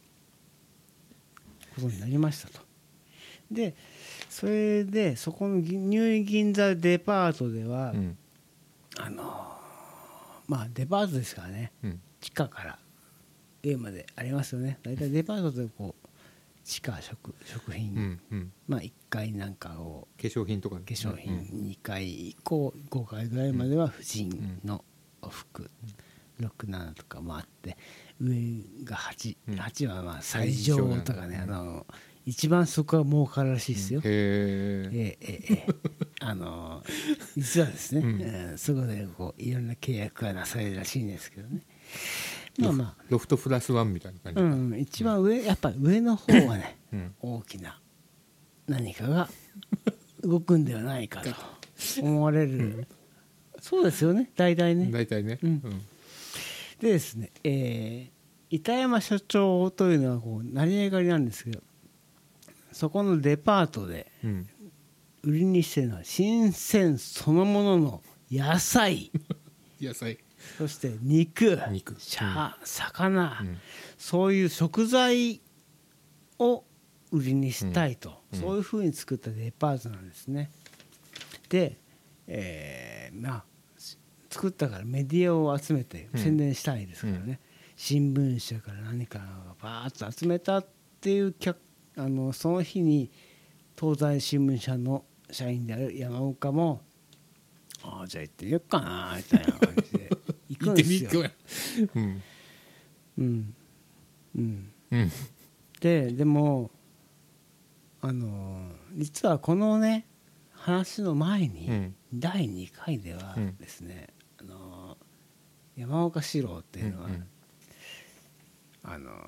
Speaker 1: ことになりましたと。でそれでそこのニュー銀座デパートでは、うん、あのまあデパートですからね、うん、地下から上までありますよね。だいたいデパートでこう地下 食, 食品、うんうん、まあいっかいなんかを
Speaker 2: 化粧品とか、ね、
Speaker 1: 化粧品、うん、にかい以降ごかいぐらいまでは婦人の服、うん、ろく、ななとかもあって上がはち、うん、はちはまあ最上とかね、あの一番そこは儲かるらしいですよ、うん、へえええあの実はですね、うんえー、そこでこういろんな契約がなされるらしいんですけどね。まあまあ、
Speaker 2: ロフトプラスワンみたいな感じ、
Speaker 1: うん、一番上、やっぱり上の方はね、うん、大きな何かが動くんではないかと思われる、うん、そうですよね大体ね
Speaker 2: 大体ね、
Speaker 1: うんうん、でですね、えー、板山所長というのはこう成り上がりなんですけどそこのデパートで売りにしてるのは新鮮そのものの野菜
Speaker 2: 野菜
Speaker 1: そして肉、
Speaker 2: 肉
Speaker 1: シャ、魚、うん、そういう食材を売りにしたいと、うん、そういうふうに作ったデパートなんですね。で、えー、まあ作ったからメディアを集めて宣伝したいですからね、うん、新聞社から何かがバーッと集めたっていう客あのその日に東西新聞社の社員である山岡もああじゃあ行ってみよっかなみたいな感じで行行くんですよ。
Speaker 2: うん
Speaker 1: うんうん
Speaker 2: うん、
Speaker 1: ででもあの実はこのね話の前に、うん、だいにかいではですね、うん、あの山岡四郎っていうのは、うんうん、あの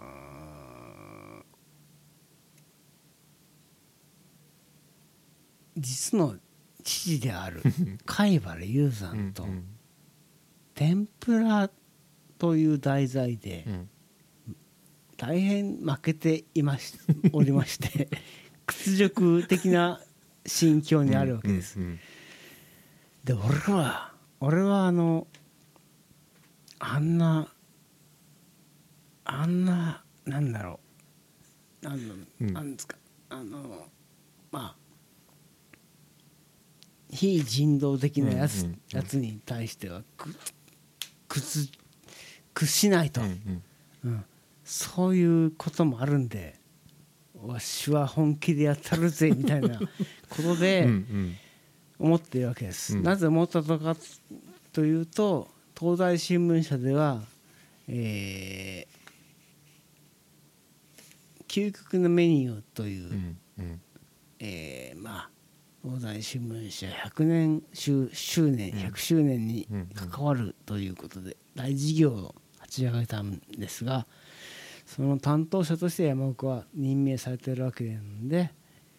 Speaker 1: 実の父である貝原雄山と天ぷらという題材で大変負けていましおりまして屈辱的な心境にあるわけです。で俺は俺はあのあんなあんななんだろうなんの、うん、なんですかあのまあ非人道的なやつ、うんうんうん、やつに対してはく屈屈しないと、うんうんうん、そういうこともあるんでわしは本気でやったるぜみたいなことで思っているわけです、うん、なぜ思ったのかというと東大新聞社では、えー、究極のメニューという、うんうんえー、まあ東大新聞社ひゃくねん周年ひゃくしゅうねんに関わるということで大事業を立ち上げたんですがその担当者として山岡は任命されているわけなので、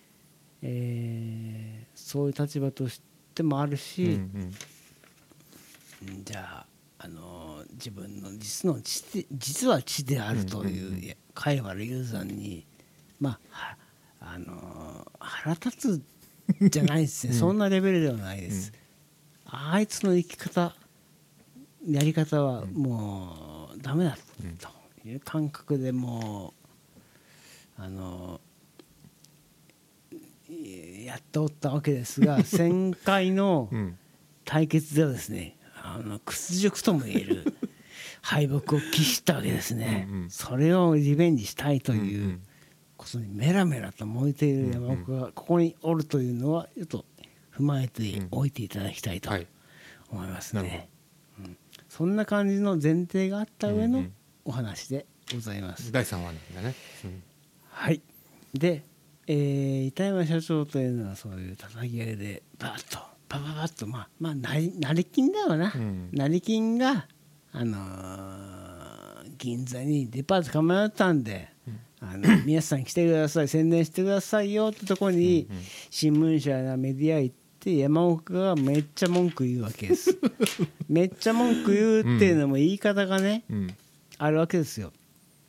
Speaker 1: えー、そういう立場としてもあるし、うんうん、じゃあ、あの自分の実の父実は父であるという貝原雄山にまああの腹立つじゃないですね、うん、そんなレベルではないです、うん、あいつの生き方やり方はもうダメだという感覚でもうあのやっておったわけですが前回の対決ではですねあの屈辱ともいえる敗北を喫したわけですね、うんうん、それをリベンジしたいということにメラメラと燃えている山岡がここにおるというのはちょっと踏まえておいていただきたいと思いますね、うん、そんな感じの前提があった上のお話でございます、うんうん、
Speaker 2: だいさんわなんだね、うん、
Speaker 1: はいで、えー、板山社長というのはそういう叩き上げでバーッとパパパッとまあまあ成金だよな、うん、成金があのー、銀座にデパート構えたんで、うんあの皆さん来てください宣伝してくださいよってところに新聞社やメディア行って山岡がめっちゃ文句言うわけですめっちゃ文句言うっていうのも言い方がね、うん、あるわけですよ。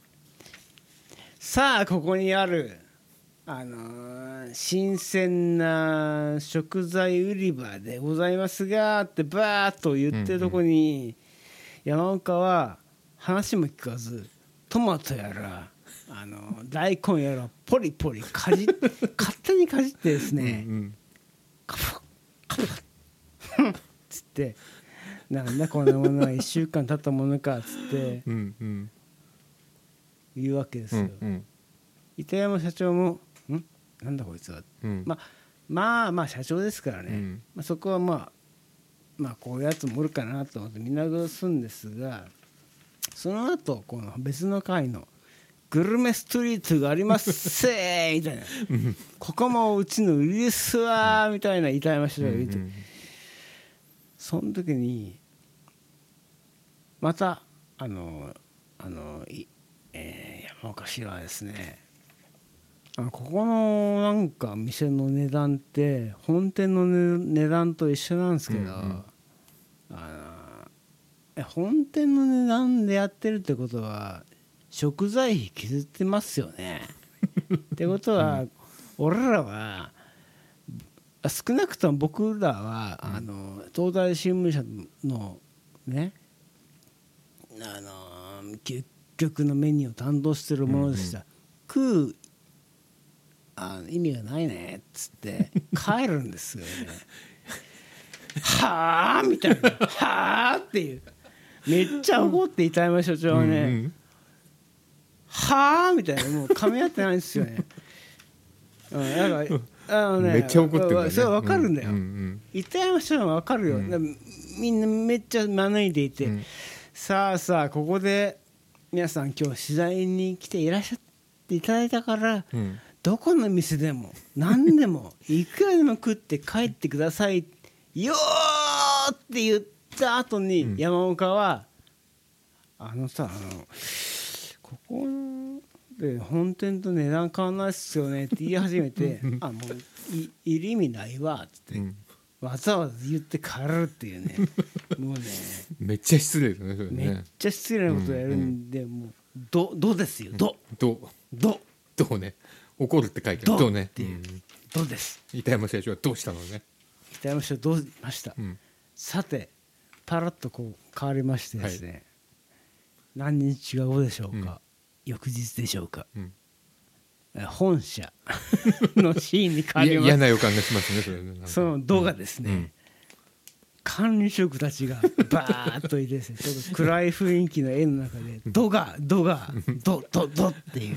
Speaker 1: さあここにある、あのー、新鮮な食材売り場でございますがってバーッと言ってるところに山岡は話も聞かずトマトやらあの大根やらポリポリかじ勝手にかじってですねうん、うん、カフッカフッフンっつってなんだこんなものはいっしゅうかん経ったものかっつって言うわけですよ、うんうん、板山社長もんなんだこいつは、うん、まあまあまあ社長ですからね、うんまあ、そこはまあまあこういうやつもおるかなと思って見流すんですがその後この別の回のグルメストリートがありますせーみたいなここもうちの売りですわーみたいな板山社長が言って、うんうん、その時にまたあのあの、えー、山岡氏はですねあのここのなんか店の値段って本店の、ね、値段と一緒なんですけど、うんうん、あの本店の値段でやってるってことは食材費削ってますよねってことは、うん、俺らは少なくとも僕らは、うん、あの東大新聞社のねあの究極のメニューを担当してるものでした、うんうん、食うあ意味がないねっつって帰るんですよねはあみたいなはあっていうめっちゃ怒って板山所長はね、うんうんはぁみたいなもう噛み合ってないんですよね。うん、なんかあのね
Speaker 2: めっちゃ怒ってるんだね。
Speaker 1: それは分かるんだよ。うんうんうん、板山さんは分かるよ、うん、みんなめっちゃ招いていて、うん、 さあさあここで皆さん今日取材に来ていらっしゃっていただいたから、うん、どこの店でも何でもいくらでも食って帰ってくださいよーって言った後に山岡は、うん、あのさあのここで本店と値段変わんないっすよねって言い始めてあもう い, いる意味ないわっつって、うん、わざわざ言って帰るっていうねもうね
Speaker 2: めっちゃ失礼ですねそれね
Speaker 1: めっちゃ失礼なことやるんで、うんうん、もうどどですよど
Speaker 2: ど
Speaker 1: ど
Speaker 2: どね怒るって書いてあるどね
Speaker 1: っていう、うん、どです。
Speaker 2: 板山社長はどうしたのね。
Speaker 1: 板山社長どうしました、うん、さてパラッとこう変わりましてですね、はい、何日が後でしょうか、うん、翌日でしょうか、うん、本社のシーンに変わります。
Speaker 2: 嫌な予感がしますねそれね。
Speaker 1: その度がですね、うん、管理職たちがバーッといてですねちょっと暗い雰囲気の絵の中で度が度が度度度っていう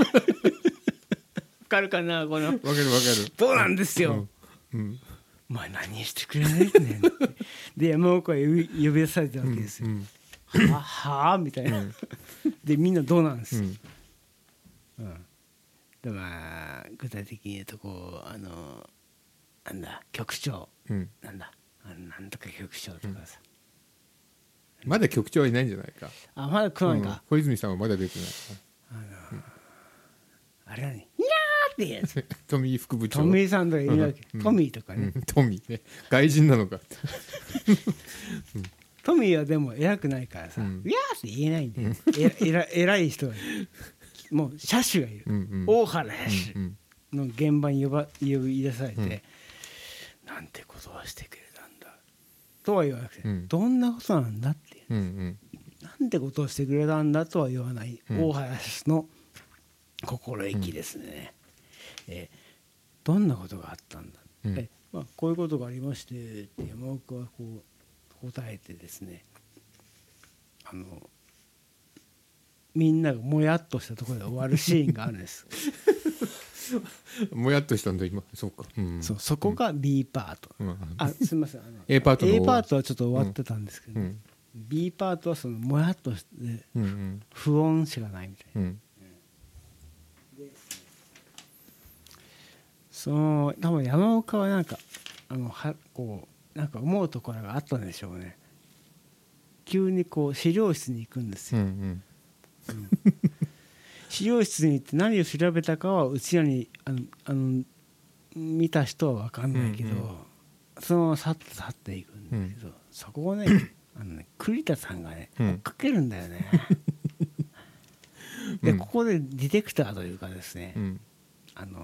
Speaker 1: わかるかなこのわか
Speaker 2: るわかる
Speaker 1: 度なんですよ、うんうん、お前何してくれないねんで山岡へ呼び出されたわけですよ、うんうん、ははみたいな、うん、でみんなどうなんです、うんうん、でまあ具体的に言うとこうあのなんだ局長、うん、なんだなんとか局長とかさ、
Speaker 2: うん、まだ局長はいないんじゃないか。
Speaker 1: あまだ来ないか、うん、
Speaker 2: 小泉さんはまだ出てない
Speaker 1: あの、うん、あれはねにゃーってやつ
Speaker 2: トミー副部長
Speaker 1: トミーさんとかいるわけ、うん、トミーとかね、
Speaker 2: うん、トミーね外人なのか、
Speaker 1: うん、トミーはでも偉くないからさ、うん、いやーって言えないんで、うん、ええら偉い人がいるもう車種がいる、うんうん、大原車種の現場に呼ば呼び出されて、うん、なんてことをしてくれたんだとは言わなくて、うん、どんなことなんだって、うんうん、なんてことをしてくれたんだとは言わない、うん、大原車種の心意気ですね、うんえー、どんなことがあったんだ、うんえまあ、こういうことがありましてって山岡はこう答えてですねあのみんながもやっとしたところで終わるシーンがあるんです
Speaker 2: もやっとしたんだ今そうか、うん、
Speaker 1: そうそこが B パート、うん、あすみませんあの
Speaker 2: A パートの
Speaker 1: A パートはちょっと終わってたんですけど、うん、B パートはそのもやっとして不穏しかないみたいな、うんうんその多分山岡はなんかあのはこうなんか思うところがあったんでしょうね。急にこう資料室に行くんですよ、うんうんうん、資料室に行って何を調べたかはうちらにあのあの見た人は分かんないけど、うんうん、そのまま去って去っていくんだけど、うん、そこをねあのね栗田さんがね追っかけるんだよね、うん、でここでディテクターというかですね、うん、あの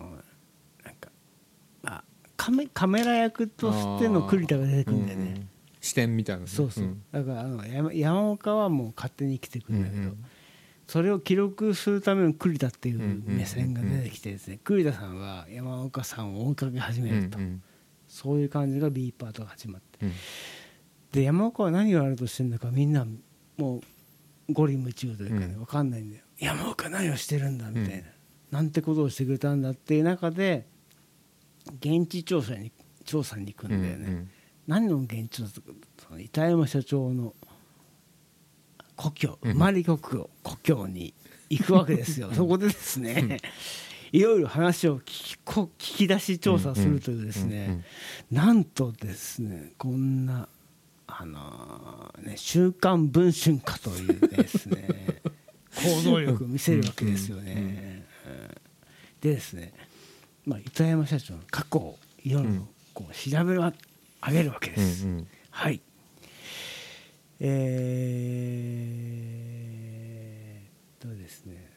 Speaker 1: カメ、カメラ役としての栗田が出てくるんだよね、うんうん、
Speaker 2: 視点みたいな、ね、
Speaker 1: そうそう、うん、だからあの 山, 山岡はもう勝手に来てくるんだけど、うんうん、それを記録するための栗田っていう目線が出てきてですね、うんうん、栗田さんは山岡さんを追いかけ始めると、うんうん、そういう感じが B パートが始まって、うん、で山岡は何をやろうとしてるのかみんなもう五里夢中というかね、うん、分かんないんだよ。山岡何をしてるんだみたいな、うん、なんてことをしてくれたんだっていう中で現地調査に調査に行くんだよね、うんうん、何の現地調査かその板山社長の故郷生まれ故郷、うん、故郷に行くわけですよそこでですねいろいろ話を聞き、聞き出し調査するというですね、うんうん、なんとですねこんなあのーね、週刊文春かというですね行動力を見せるわけですよね、うんうんうん、でですねまあ、板山社長の過去をいろいろこう調べ上げるわけです、うんうん、はいえー、とですね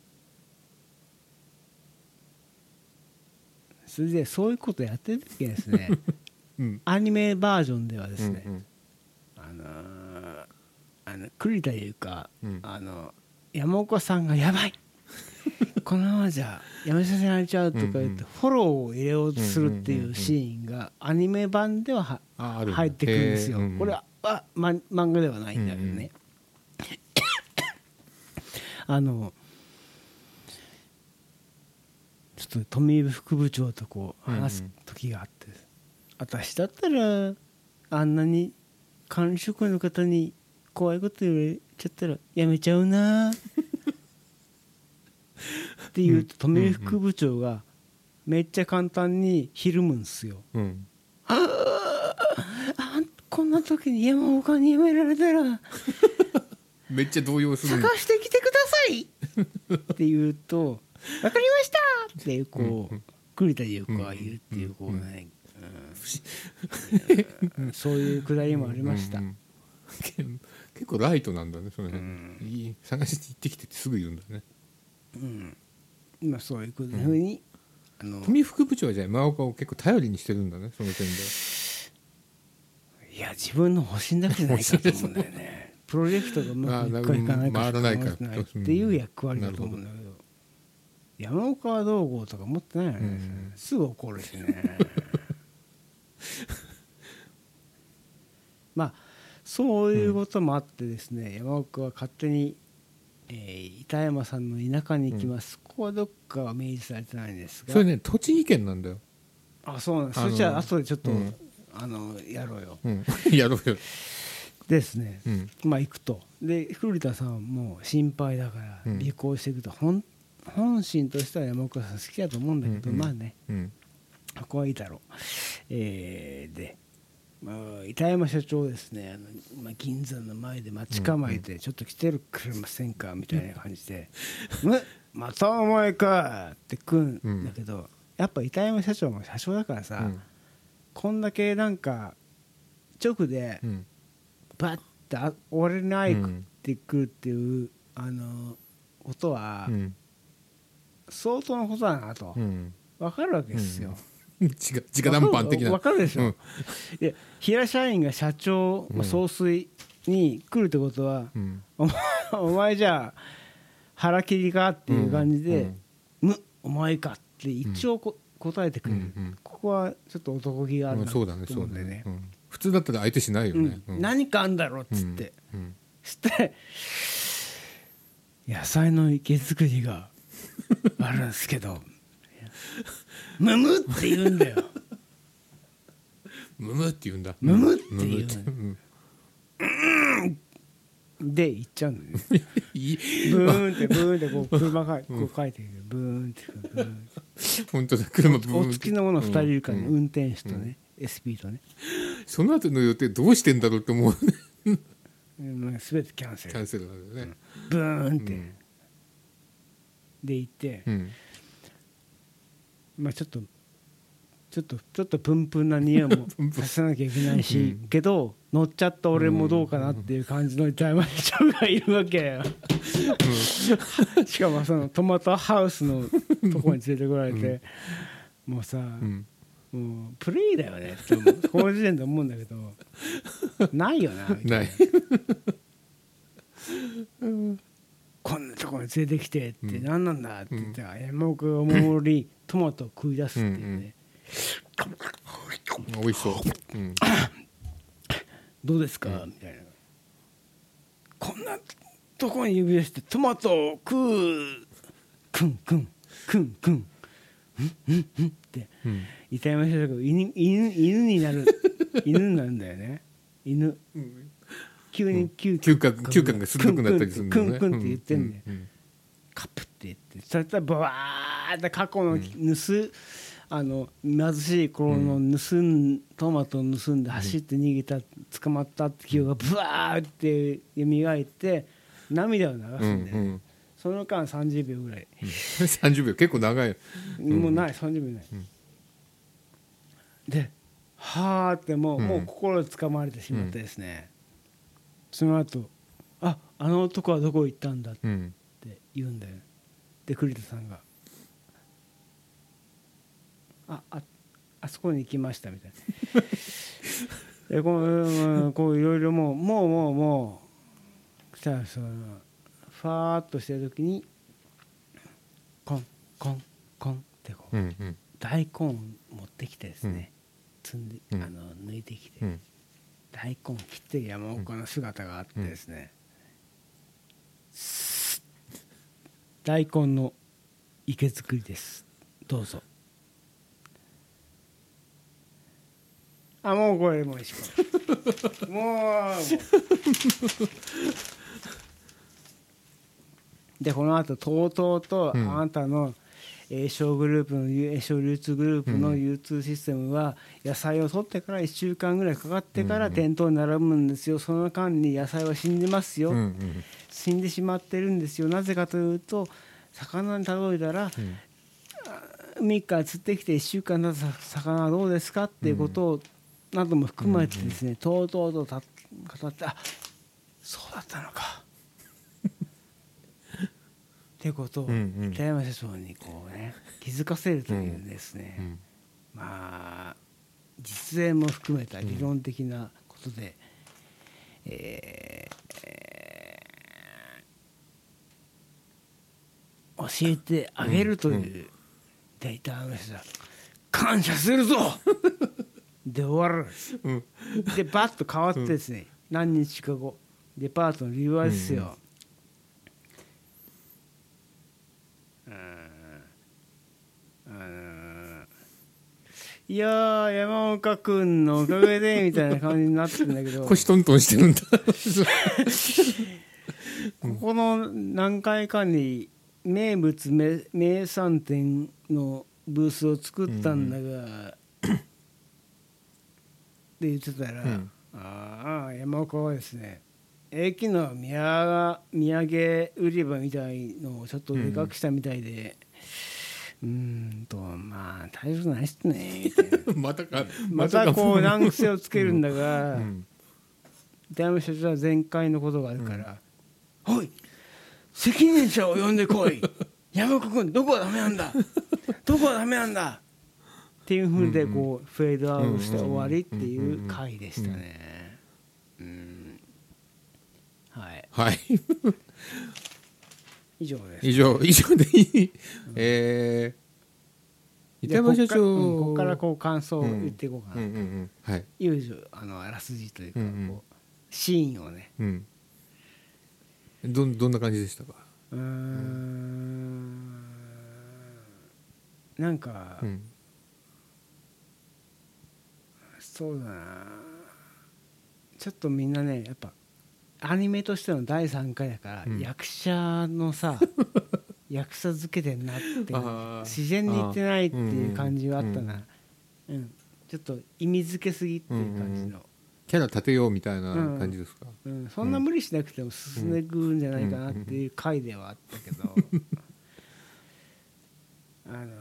Speaker 1: それでそういうことやってる時ですね、うん、アニメバージョンではですね、うんうん、あのー、あの栗田いうか、うん、あの山岡さんがやばいこのままじゃやめさせられちゃうとか言ってフォローを入れようとするっていうシーンがアニメ版ではは入ってくるんですよ。これは、ま、漫画ではないんだけどねあのちょっと富井副部長とこう話す時があって、私だったらあんなに管理職の方に怖いこと言われちゃったらやめちゃうなって言うと富井副部長がめっちゃ簡単にひるむんすよ、うん、ああこんな時に山岡にやめられたら
Speaker 2: めっちゃ動揺する。
Speaker 1: 探してきてくださいって言うと分かりましたってこう栗田優子が言うっていうこうね、うん、そういうくだりもありました。うんうん
Speaker 2: 結構ライトなんだねそれね、うん、いい探しに行ってきてってすぐ言うんだね。
Speaker 1: うん、まあそういうふうに、
Speaker 2: うん、あの富副部長はじゃあ山岡を結構頼りにしてるんだねその点で。
Speaker 1: いや自分の方針だけじゃないかと思うんだよね。プロジェクトがうまくいくかいかないか
Speaker 2: 回らないか
Speaker 1: っていう役割だと思うんだけど、うん、山岡はどうこうとか持ってないよね、うん、すぐ怒るしねまあそういうこともあってですね、うん、山岡は勝手に、えー、板山さんの田舎に行きます、うん、ここはどっかは明示されてないんですが
Speaker 2: それね栃木県なんだよ。
Speaker 1: あそうなんです。それじゃあ後でちょっと、うん、あのやろうよ、
Speaker 2: うん、やろうよ
Speaker 1: ですね、うん、まあ行くとで古田さんも心配だから尾行していくと、うん、本心としては山岡さん好きだと思うんだけど、うんうん、まあね、うん、ここはいいだろう、えー、でまあ、板山社長ですねあの、まあ、銀座の前で待ち構えて、うんうん、ちょっと来てるくれませんかみたいな感じで「うん、またお前か!」って来るんだけど、うん、やっぱ板山社長も社長だからさ、うん、こんだけなんか直でバッてあ俺に会いってくるっていう、うん、あのことは、うん、相当のことだなと、うん、分かるわけですよ。うん
Speaker 2: 直談判的な
Speaker 1: 分かるでしょ、うん、いや平社員が社長、うん、総帥に来るってことは、うん、お, 前お前じゃあ腹切りかっていう感じで、うんうん、お前かって一応こ、うん、答えてくれる、うんうん、ここはちょっと男気があるなと思うんでね、
Speaker 2: 普通だったら相手しないよね、
Speaker 1: うんうん、何かあんだろうっつって、うんうん、して野菜の池作りがあるんですけどムムって言うんだよ。
Speaker 2: ムムって言うんだ。
Speaker 1: ムムって言うんだよ。うんで行っちゃうんだよね。ブーンってブーンってこう車がこう書いてるブーンってブーン。
Speaker 2: 本当だ車ブーン。
Speaker 1: お付きの者二人いるからね、運転手とね エスピー とね。
Speaker 2: その後の予定どうしてんだろうって思うね。
Speaker 1: すべてキャンセル。
Speaker 2: キャンセルなんだよね。
Speaker 1: ブーンってで行って。まあ、ちょっとちょっとちょっとプンプンな匂いもさせなきゃいけないし、うん、けど乗っちゃった俺もどうかなっていう感じの板山社長がいるわけよ、うん、しかもそのトマトハウスのとこに連れてこられて、うん、もうさ、うん、もうプレイだよねってこの時点で思うんだけどないよなみたいなないこんなところに連れてきてって何なんだって言ったら、うん、山岡がおもりトマトを食い出すっていうね、
Speaker 2: うんうん、美味しそう、うん、
Speaker 1: どうですか、うん、みたいなこんなところに指出してトマトを食うクンクンクンクンんんんって、うん、板山社長が 犬, 犬, 犬になる犬なんだよね犬、うん急に嗅
Speaker 2: 覚嗅覚が鋭くなったりするんだよね。
Speaker 1: クンクンって言ってんだよ、うんうん、カプって言ってそしたらバワーって過去の盗、うん、あの貧しい頃の盗んトマトを盗んで走って逃げた捕まったって記憶がブワーって蘇って涙を流すんだよ、うんうん、その間さんじゅうびょうぐらい、
Speaker 2: うん、さんじゅうびょう結構長い、
Speaker 1: うん、もうないさんじゅうびょうない、うん、ではーってもう、うん、もう心つかまれてしまってですね、うんその後ああの男はどこ行ったんだって言うんだよ、うん、で栗田さんがあああそこに行きましたみたいなでこうこういろいろもうもうもうもうしたらそのファーっとしてる時にコンコンコンってこう、うんうん、大根を持ってきてですね、うん、積んであの抜いてきて、うん大根切ってる山岡の姿があってですね、うん、大根の池作りですどうぞあもうこれもういいしもうでこの後とうとうとあなたの栄翔グループの栄翔流通グループの流通システムは野菜を取ってからいっしゅうかんぐらいかかってから店頭に並ぶんですよ。その間に野菜は死んでますよ、うんうん、死んでしまってるんですよ。なぜかというと魚に例えたら、うん、海から釣ってきていっしゅうかん経った魚はどうですかっていうことをなども含まれてですね、とうとうと語って、あ、そうだったのかっていうことを北山社長にこうね気づかせるというですね、うんうん、まあ実演も含めた理論的なことで、うん、えー、教えてあげるというデータの人は感謝するぞで終わる、うん、でバッと変わってですね、うん、何日か後デパートのリバイスですよ、うんうん、いやー山岡君のおかげでみたいな感じになってるんだけど
Speaker 2: 腰トントンしてるんだ
Speaker 1: ここの何回かに名物名産店のブースを作ったんだが、うん、って言ってたら、うん、ああ山岡はですね駅の土産売り場みたいのをちょっとでかくしたみたいで、うん、うーんとまあ大丈夫ないっすね
Speaker 2: またか
Speaker 1: またこう難癖をつけるんだが、うんうん、ダム社長は前回のことがあるから、うん、おい責任者を呼んでこい山岡君どこがダメなんだどこがダメなんだっていう風でこうフェードアウトして終わりっていう回でしたね。うん、はい。
Speaker 2: はい。
Speaker 1: 以上です。
Speaker 2: 以上以上でいい。うん、えー、板山社長、
Speaker 1: うん、ここからこう感想を言っていこうかなと、うんうんうん、はい。いうあのあらすじというか、うんうん、こうシーンをね、うん、
Speaker 2: どどんな感じでしたか。
Speaker 1: うーん、うん、なんか。うん、そうだなちょっとみんなねやっぱアニメとしてのだいさんかいだから、うん、役者のさ役者付けてんなって自然に言ってないっていう感じはあったな、うんうん、ちょっと意味付けすぎっていう感じの、うんうん、
Speaker 2: キャラ立てようみたいな感じですか、
Speaker 1: うんうん、そんな無理しなくても進んでいくんじゃないかなっていう回ではあったけどあの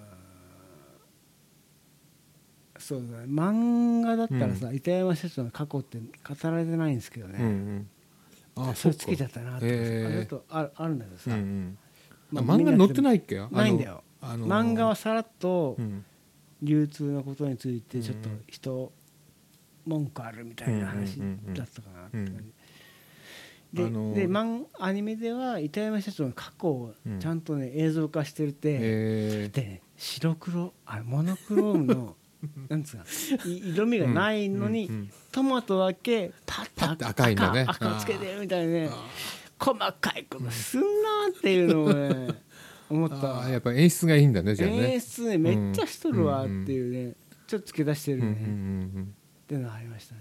Speaker 1: そうだね、漫画だったらさ、うん、板山社長の過去って語られてないんですけどね、うんうん、ああそれつけちゃったなって、えー、あれと あ, あるんだけどさ、うんうん
Speaker 2: まあ、漫画載ってないっけ
Speaker 1: ないんだよ、あのー、漫画はさらっと流通のことについてちょっと人文句あるみたいな話だったかなって感じで、あのー、で漫アニメでは板山社長の過去をちゃんとね、うん、映像化してるって、えー、で、ね、白黒あモノクロームのなんつうか色味がないのに、うんうんうん、トマトだけパッと 赤,
Speaker 2: 赤いんだね
Speaker 1: 赤つけてるみたいなね細かいことすんなっていうのをね思った
Speaker 2: あやっぱ演出がいいんだねじゃあね
Speaker 1: 演出ねめっちゃしとるわっていうね、うんうん、ちょっと付け出してるね、うんうんうん、っていうのがありましたね。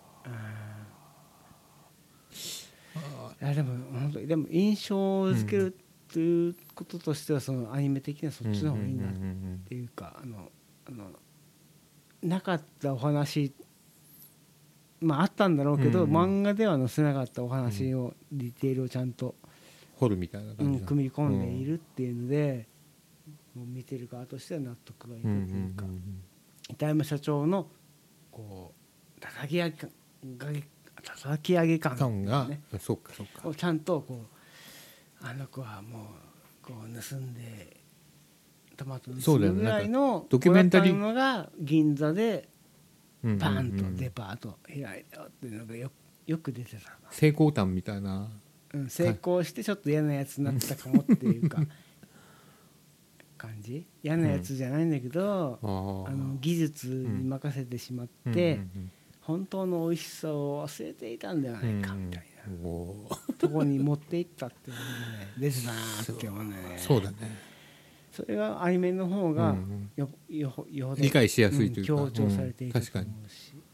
Speaker 1: いやでも本当にでも印象を付けるということとしてはそのアニメ的にはそっちの方がいいなっていうかあのあのなかったお話まああったんだろうけど、うんうん、漫画では載せなかったお話を、うん、ディテールをちゃんと
Speaker 2: 掘るみたいな感じ、
Speaker 1: うん、組み込んでいるっていうので、うん、もう見てる側としては納得がいくというか、うんうんうん、板山社長のこう叩き上げ叩き上げ感、
Speaker 2: ね、がそうかそうか
Speaker 1: をちゃんとこうあの子はもうこう盗んでトマト盗むぐらいの
Speaker 2: ドキュメンタリー
Speaker 1: のが銀座でパンとデパート開いたっていうのが よ, よく出てた
Speaker 2: 成功譚みたいな、
Speaker 1: うん、成功してちょっと嫌なやつになったかもっていうか感じ嫌なやつじゃないんだけど、うん、あの技術に任せてしまって、うんうんうんうん本当の美味しさを忘れていたんではないかみたいな、うん、とこに持っていったっていうので、ね、出てたなって思うんだよね。
Speaker 2: そうだね。
Speaker 1: それがアニメの方がよ、うん、よよほど
Speaker 2: 理解しやすいというか、
Speaker 1: うん、強調されていたと思うし、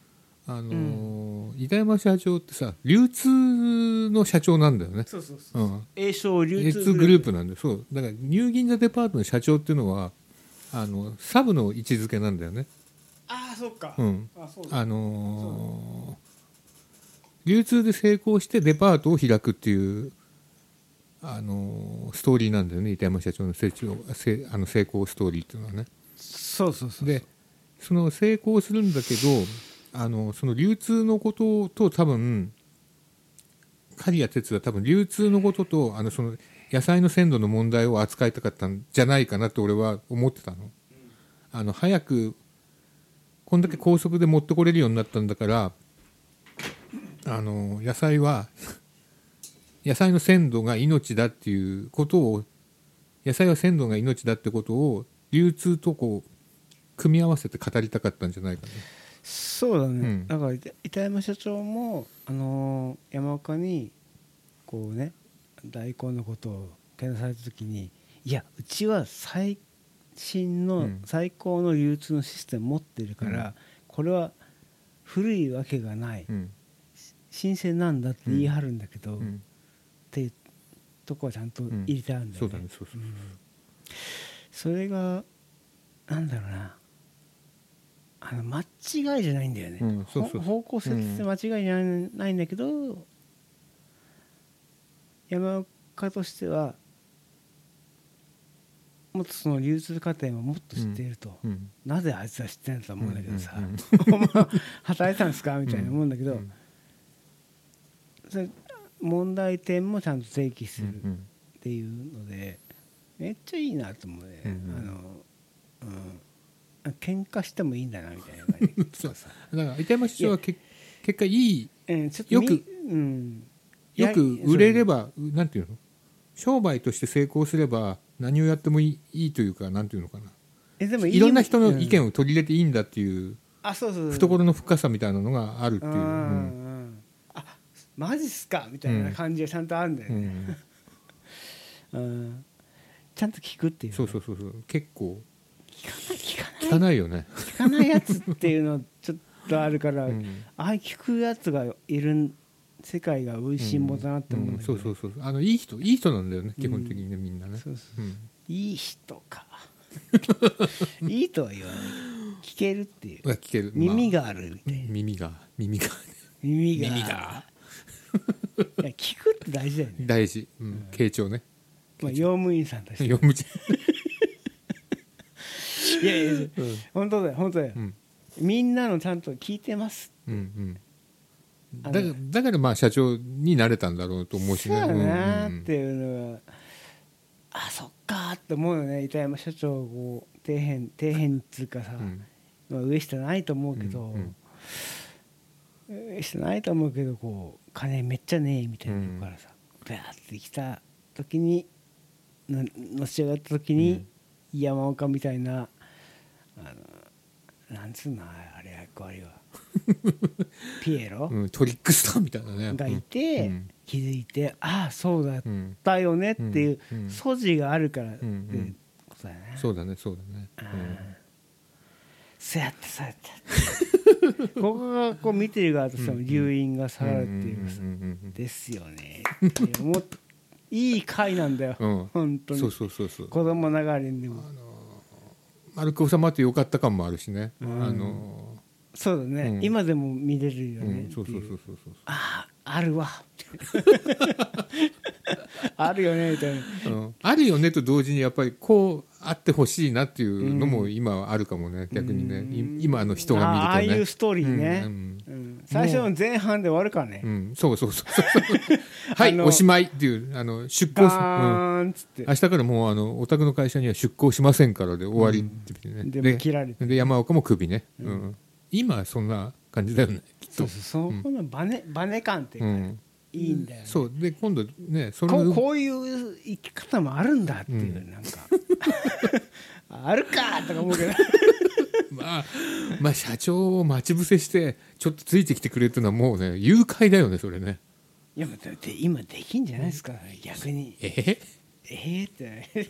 Speaker 2: あのーうん、板山社長ってさ流通の社長なんだよね。
Speaker 1: そうそうそう、うん、栄商流通
Speaker 2: グループなんで、そうだからニュー銀座デパートの社長っていうのはあのサブの位置づけなんだよね。
Speaker 1: ああそっか、
Speaker 2: うん、あそうあのー、流通で成功してデパートを開くっていうあのー、ストーリーなんだよね、板山社長の成長せあの成功ストーリーっていうのはね。
Speaker 1: そうそうそう。
Speaker 2: でその成功するんだけどあのその流通のことと多分刈谷哲は多分流通のこととあのその野菜の鮮度の問題を扱いたかったんじゃないかなと俺は思ってたの。あの早くこんだけ高速で持ってこれるようになったんだからあの野菜は野菜の鮮度が命だっていうことを野菜は鮮度が命だってことを流通とこう組み合わせて語りたかったんじゃないかな。
Speaker 1: そうだね、うん、だから板山社長も、あのー、山岡にこうね大根のことをけなされた時にいやうちは最新の最高の流通のシステム持ってるから、うん、これは古いわけがない、うん、新鮮なんだって言い張るんだけど、うん、っていうとこはちゃんと入れてあるんだよね、うん、そうだねそうそうそう、うん、それがなんだろうなあの間違いじゃないんだよね、うん、そうそうそう方向性として間違いじゃないんだけど、うん、山岡としてはもっとその流通過程をもっと知っていると、うん、なぜあいつは知ってるんだと思うんだけどさ、うんうんうん、働いてたんですかみたいな思うんだけど、うん、それ問題点もちゃんと提起するっていうのでめっちゃいいなと思うね、うんうん、あの、うん喧嘩してもいいんだなみたいな感じ
Speaker 2: そうだから板山社長はけ結果いい、うん、ちょっとよく、うん、よく売れればなんていうの商売として成功すれば何をやってもい い, いいというかなんていうのかなえでもいいいろんな人の意見を取り入れていいんだっていう、うん、あそうそうそう懐の深さみたいなのがあるっていう、うんうん、
Speaker 1: あマジっすかみたいな感じがちゃんとあるんだよね、うんうん、ちゃんと聞くっていう、ね、
Speaker 2: そうそうそうそう結構
Speaker 1: 聞かない聞かない
Speaker 2: 聞かないよね
Speaker 1: 聞かないやつっていうのちょっとあるから、うん、ああ聞くやつがいる世界が美味しいものだなって思うんだけど、
Speaker 2: うんうん、そうそうそうあのいい人いい人なんだよね基本的にね、うん、みんなねそうそうそう、うん、
Speaker 1: いい人かいいとは言わない聞けるっていう
Speaker 2: 聞ける
Speaker 1: 耳があるみたいな、
Speaker 2: まあ、耳が耳が
Speaker 1: 耳が
Speaker 2: 耳が
Speaker 1: いや聞くって大事だよね
Speaker 2: 大事、うんうん、傾聴ね、
Speaker 1: まあ、用務員さんたち
Speaker 2: 用務員
Speaker 1: いやいや、うん、本当だよ本当だよ、うん、みんなのちゃんと聞いてます、うん
Speaker 2: うん、だ, だからまあ社長になれたんだろうと思うしね
Speaker 1: そうだなっていうのは、うんうん、あそっかって思うよね板山社長こう底辺底辺っつうかさ、うんまあ、上下ないと思うけど、うんうん、上下ないと思うけどこう金めっちゃねえみたいなとこからさバーって来た時にののし上がった時に、うん、山岡みたいなあのなんつうのあれ役割はピエロ、
Speaker 2: うん、トリックスターみたいなね
Speaker 1: がいて、うん、気づいてああそうだったよねっていう素地があるからってことだよね、
Speaker 2: うんうん、そうだねそうだね、うん、
Speaker 1: そうやってそうやってここがこう見てる側としても留飲が下がるっていうかですよねって思っていい回なんだよ、うん、本当に
Speaker 2: そうそうそうそう
Speaker 1: 子供ながらにでも、あのー、
Speaker 2: 丸く収まってよかった感もあるしね、うん、あのー、
Speaker 1: そうだね、うん、今でも見れるよね、うん、
Speaker 2: そうそうそうそうそう
Speaker 1: あああるわあるよねみたいな、
Speaker 2: うん、あるよねと同時にやっぱりこうあってほしいなっていうのも今はあるかもね、うん、逆にね今の人が見るとね
Speaker 1: あ, あいうストーリーね、うんうん、最初の前半で終わるからね、
Speaker 2: うん、そうそうそうはいおしまいっていうあの出向す、うん、明日からもうあのお宅の会社には出向しませんからで終わりって言ってね、うん、
Speaker 1: でも切られて
Speaker 2: で山岡もクビね、うんうん、今そんな感じだよねきっと
Speaker 1: そうそうそこのバネ、バネ感っていうか、うんいいんだよね、
Speaker 2: そうで今度ねそ
Speaker 1: の こ, こういう生き方もあるんだっていう、うん、なんかあるかとか思うけど
Speaker 2: まあまあ社長を待ち伏せしてちょっとついてきてくれっていうのはもうね誘拐だよねそれね
Speaker 1: いやだって今できんじゃないですか逆に
Speaker 2: え
Speaker 1: ー、えー、って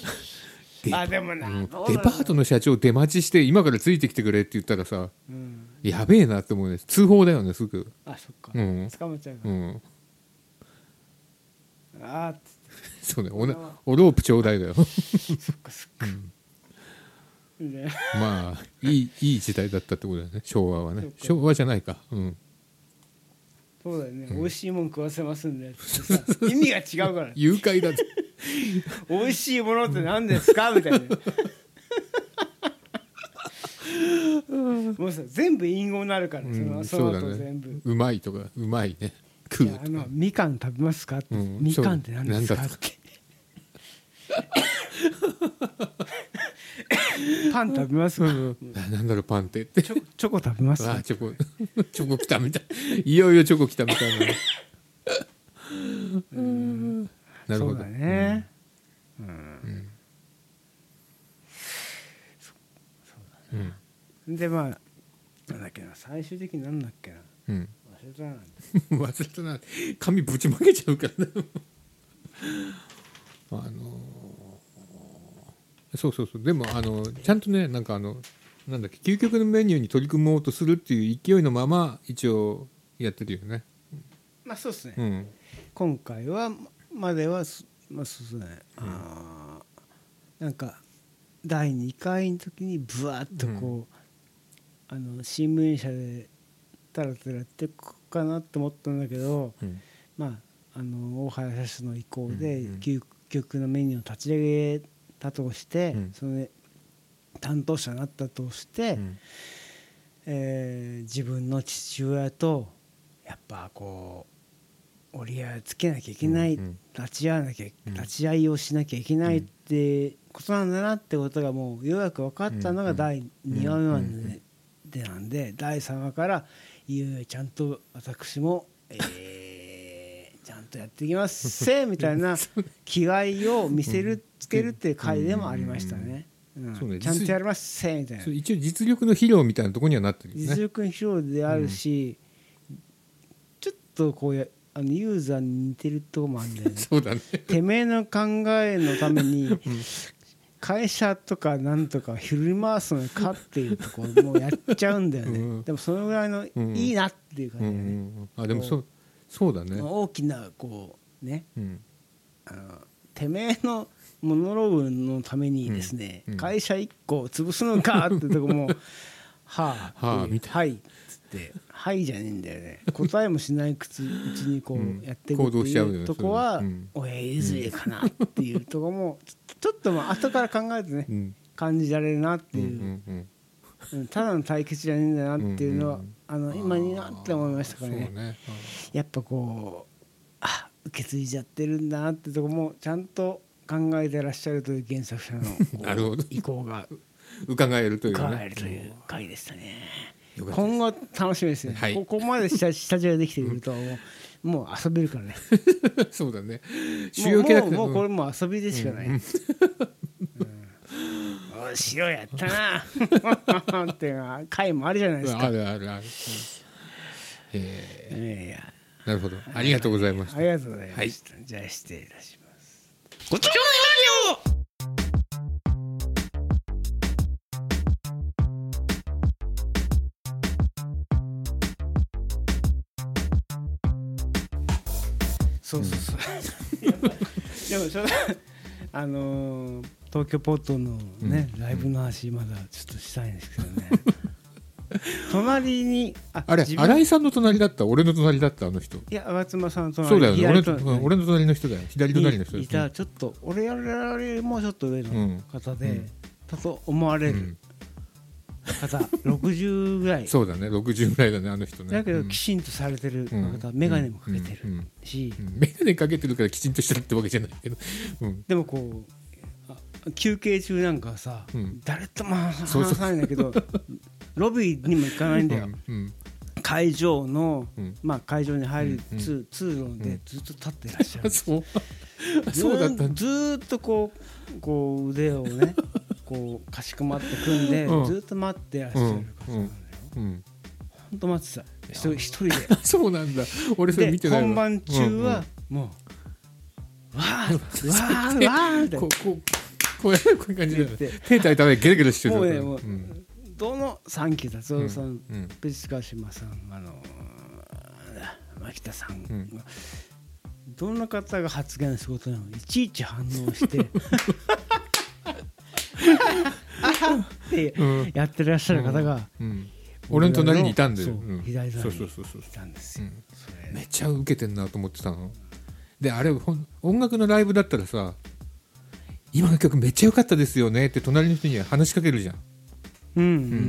Speaker 1: あでもな、うん、
Speaker 2: デパートの社長出待ちして今からついてきてくれって言ったらさ、うんやべえなって思うね。通報だよねすぐ。
Speaker 1: あそっか、
Speaker 2: うん、
Speaker 1: 捕まっちゃうから、
Speaker 2: うん、
Speaker 1: あーっつって
Speaker 2: そうね、お, おロープちょうだいだよそっ
Speaker 1: かそっか、うんね、
Speaker 2: まあいいいい時代だったってことだよね昭和はね。昭和じゃないか、うん、
Speaker 1: そうだよね、うん、美味しいもん食わせますんでってさ意味が違うから
Speaker 2: 誘拐だって
Speaker 1: 美味しいものって何ですかみたいなもうさ全部隠語になるから、うん、そのその後全部、
Speaker 2: ね、うまいとかうまいね食うとか
Speaker 1: あのみかん食べますかって、うん、みかんって何ですかってパン食べますか、うん、
Speaker 2: なんだろうパンってって
Speaker 1: チョコ、チョコ食べますか。
Speaker 2: あチョコチョコ来たみたいいよいよチョコ来たみたいな
Speaker 1: うんなるほどそうだね、うんうん、そ, そうだね、うん、でまあなんだっけな最終的になんだっけな、うん、忘れたな
Speaker 2: 忘れたな髪ぶちまけちゃうからねあのー、そうそうそうでもあのちゃんとねなんかあのなんだっけ究極のメニューに取り組もうとするっていう勢いのまま一応やってるよね。
Speaker 1: まあそうですね、うん、今回はまではまあそうですね、うん、あなんかだいにかいの時にブワーッとこう、うん、あの新聞社でタラタラやっていくかなと思ったんだけど、うん、まああの大原社長の意向で究極のメニューを立ち上げたとして、うん、その担当者になったとして、うんえー、自分の父親とやっぱこう折り合いをつけなきゃいけない、うんうん、立ち会わなきゃ、うん、立ち会いをしなきゃいけないってことなんだなってことがもうようやく分かったのがだいにわめまででなんでだいさんわからいよいよちゃんと私も、えー、ちゃんとやっていきますせみたいな気概を見せるつけるっていう回でもありましたね。うんそうね、ちゃんとやりますせみたいな
Speaker 2: 一応実力の披露みたいなところにはなってるよね。
Speaker 1: 実力の披露であるし、うん、ちょっとこうやあのユーザーに似てるところもあるんだよね
Speaker 2: そうだね
Speaker 1: てめえの考えのために会社とかなんとか振り回すのかっていうところもやっちゃうんだよね、うん、でもそのぐらいのいいなっていう感じでね、うんうん、
Speaker 2: あでもそうそうだね
Speaker 1: 大きなこうね、うん、あのてめえのモノローグのためにですね、うんうん、会社いっこ潰すのかってとこもはあ、はあ、みたいはいっつってはいじゃねえんだよね答えもしないうちにこうやっていくっていうとこは親譲りかなっていうとこもちょっとまあ後から考えてね、うん、感じられるなっていう、うんうん、ただの対決じゃねえんだなっていうのは、うんうん、あの今になって思いましたから ね, ねやっぱこうあ受け継いじゃってるんだなってとこもちゃんと考えてらっしゃるという原作者の意向が
Speaker 2: 伺えるという、ね、
Speaker 1: 伺えるという回でしたね。今後楽しみですね、はい、ここまで下下地ができてくるともう、もう遊べるからね
Speaker 2: そうだね
Speaker 1: 主要キャラクターもうこれもう遊びでしかない、うんうん、お白やったなっていう回もあるじゃないですか。
Speaker 2: あるあるある、うん、えー、いやなるほどありがとうございました。
Speaker 1: ありがとうございました、はい、じゃあ失礼いたします。ごちそうラジオそうそうそう、うん、でもちょっとあのー、東京ポートのね、うん、ライブの話まだちょっとしたいんですけどね隣に
Speaker 2: あ, あれ新井さんの隣だった俺の隣だったあの人。
Speaker 1: いや吾妻さんの隣
Speaker 2: そうだよね 俺, うん、俺の隣の人だよ左隣の人
Speaker 1: いたちょっと俺よりもちょっと上の方で、うん、だと思われる方、うん、ろくじゅうぐらい
Speaker 2: そうだねろくじゅうぐらいだねあの人ね。
Speaker 1: だけどきちんとされてる方、うん、眼鏡もかけてるし、
Speaker 2: うんうん、眼鏡かけてるからきちんとしてるってわけじゃないけど、
Speaker 1: うん、でもこう休憩中なんかさ、うん、誰とも話さないんだけどロビーにも行かないんだよ、うんうん、会場の、うんまあ、会場に入る 通,、うん、通路でずっと立ってらっしゃる、うん、
Speaker 2: そうそうだったんだ。
Speaker 1: ずっとこう、こう腕をねこうかしこまって組んで、うん、ずっと待ってらっしゃる方なんだよ、うんうん、ほんと待ってた一人一人で
Speaker 2: そうなんだ俺それ見てないわ。
Speaker 1: 本番中はもう、うんうん、わーわーわーってこう
Speaker 2: こうこういう感じで手叩いたらゲルゲルしてる。
Speaker 1: もうねもう、うん、 どのサンキュー達夫さん、ペチカ島さん、あの牧田さんが、うん、どんな方が発言することなのいちいち反応してってやってらっしゃる方が、
Speaker 2: うんうん、俺の隣にいたんで、
Speaker 1: 左側にいたんですよ。
Speaker 2: めっちゃウケてんなと思ってたので、あれ音楽のライブだったらさ、今の曲めっちゃ良かったですよねって隣の人に話しかけるじゃん。
Speaker 1: うんうんうんうん、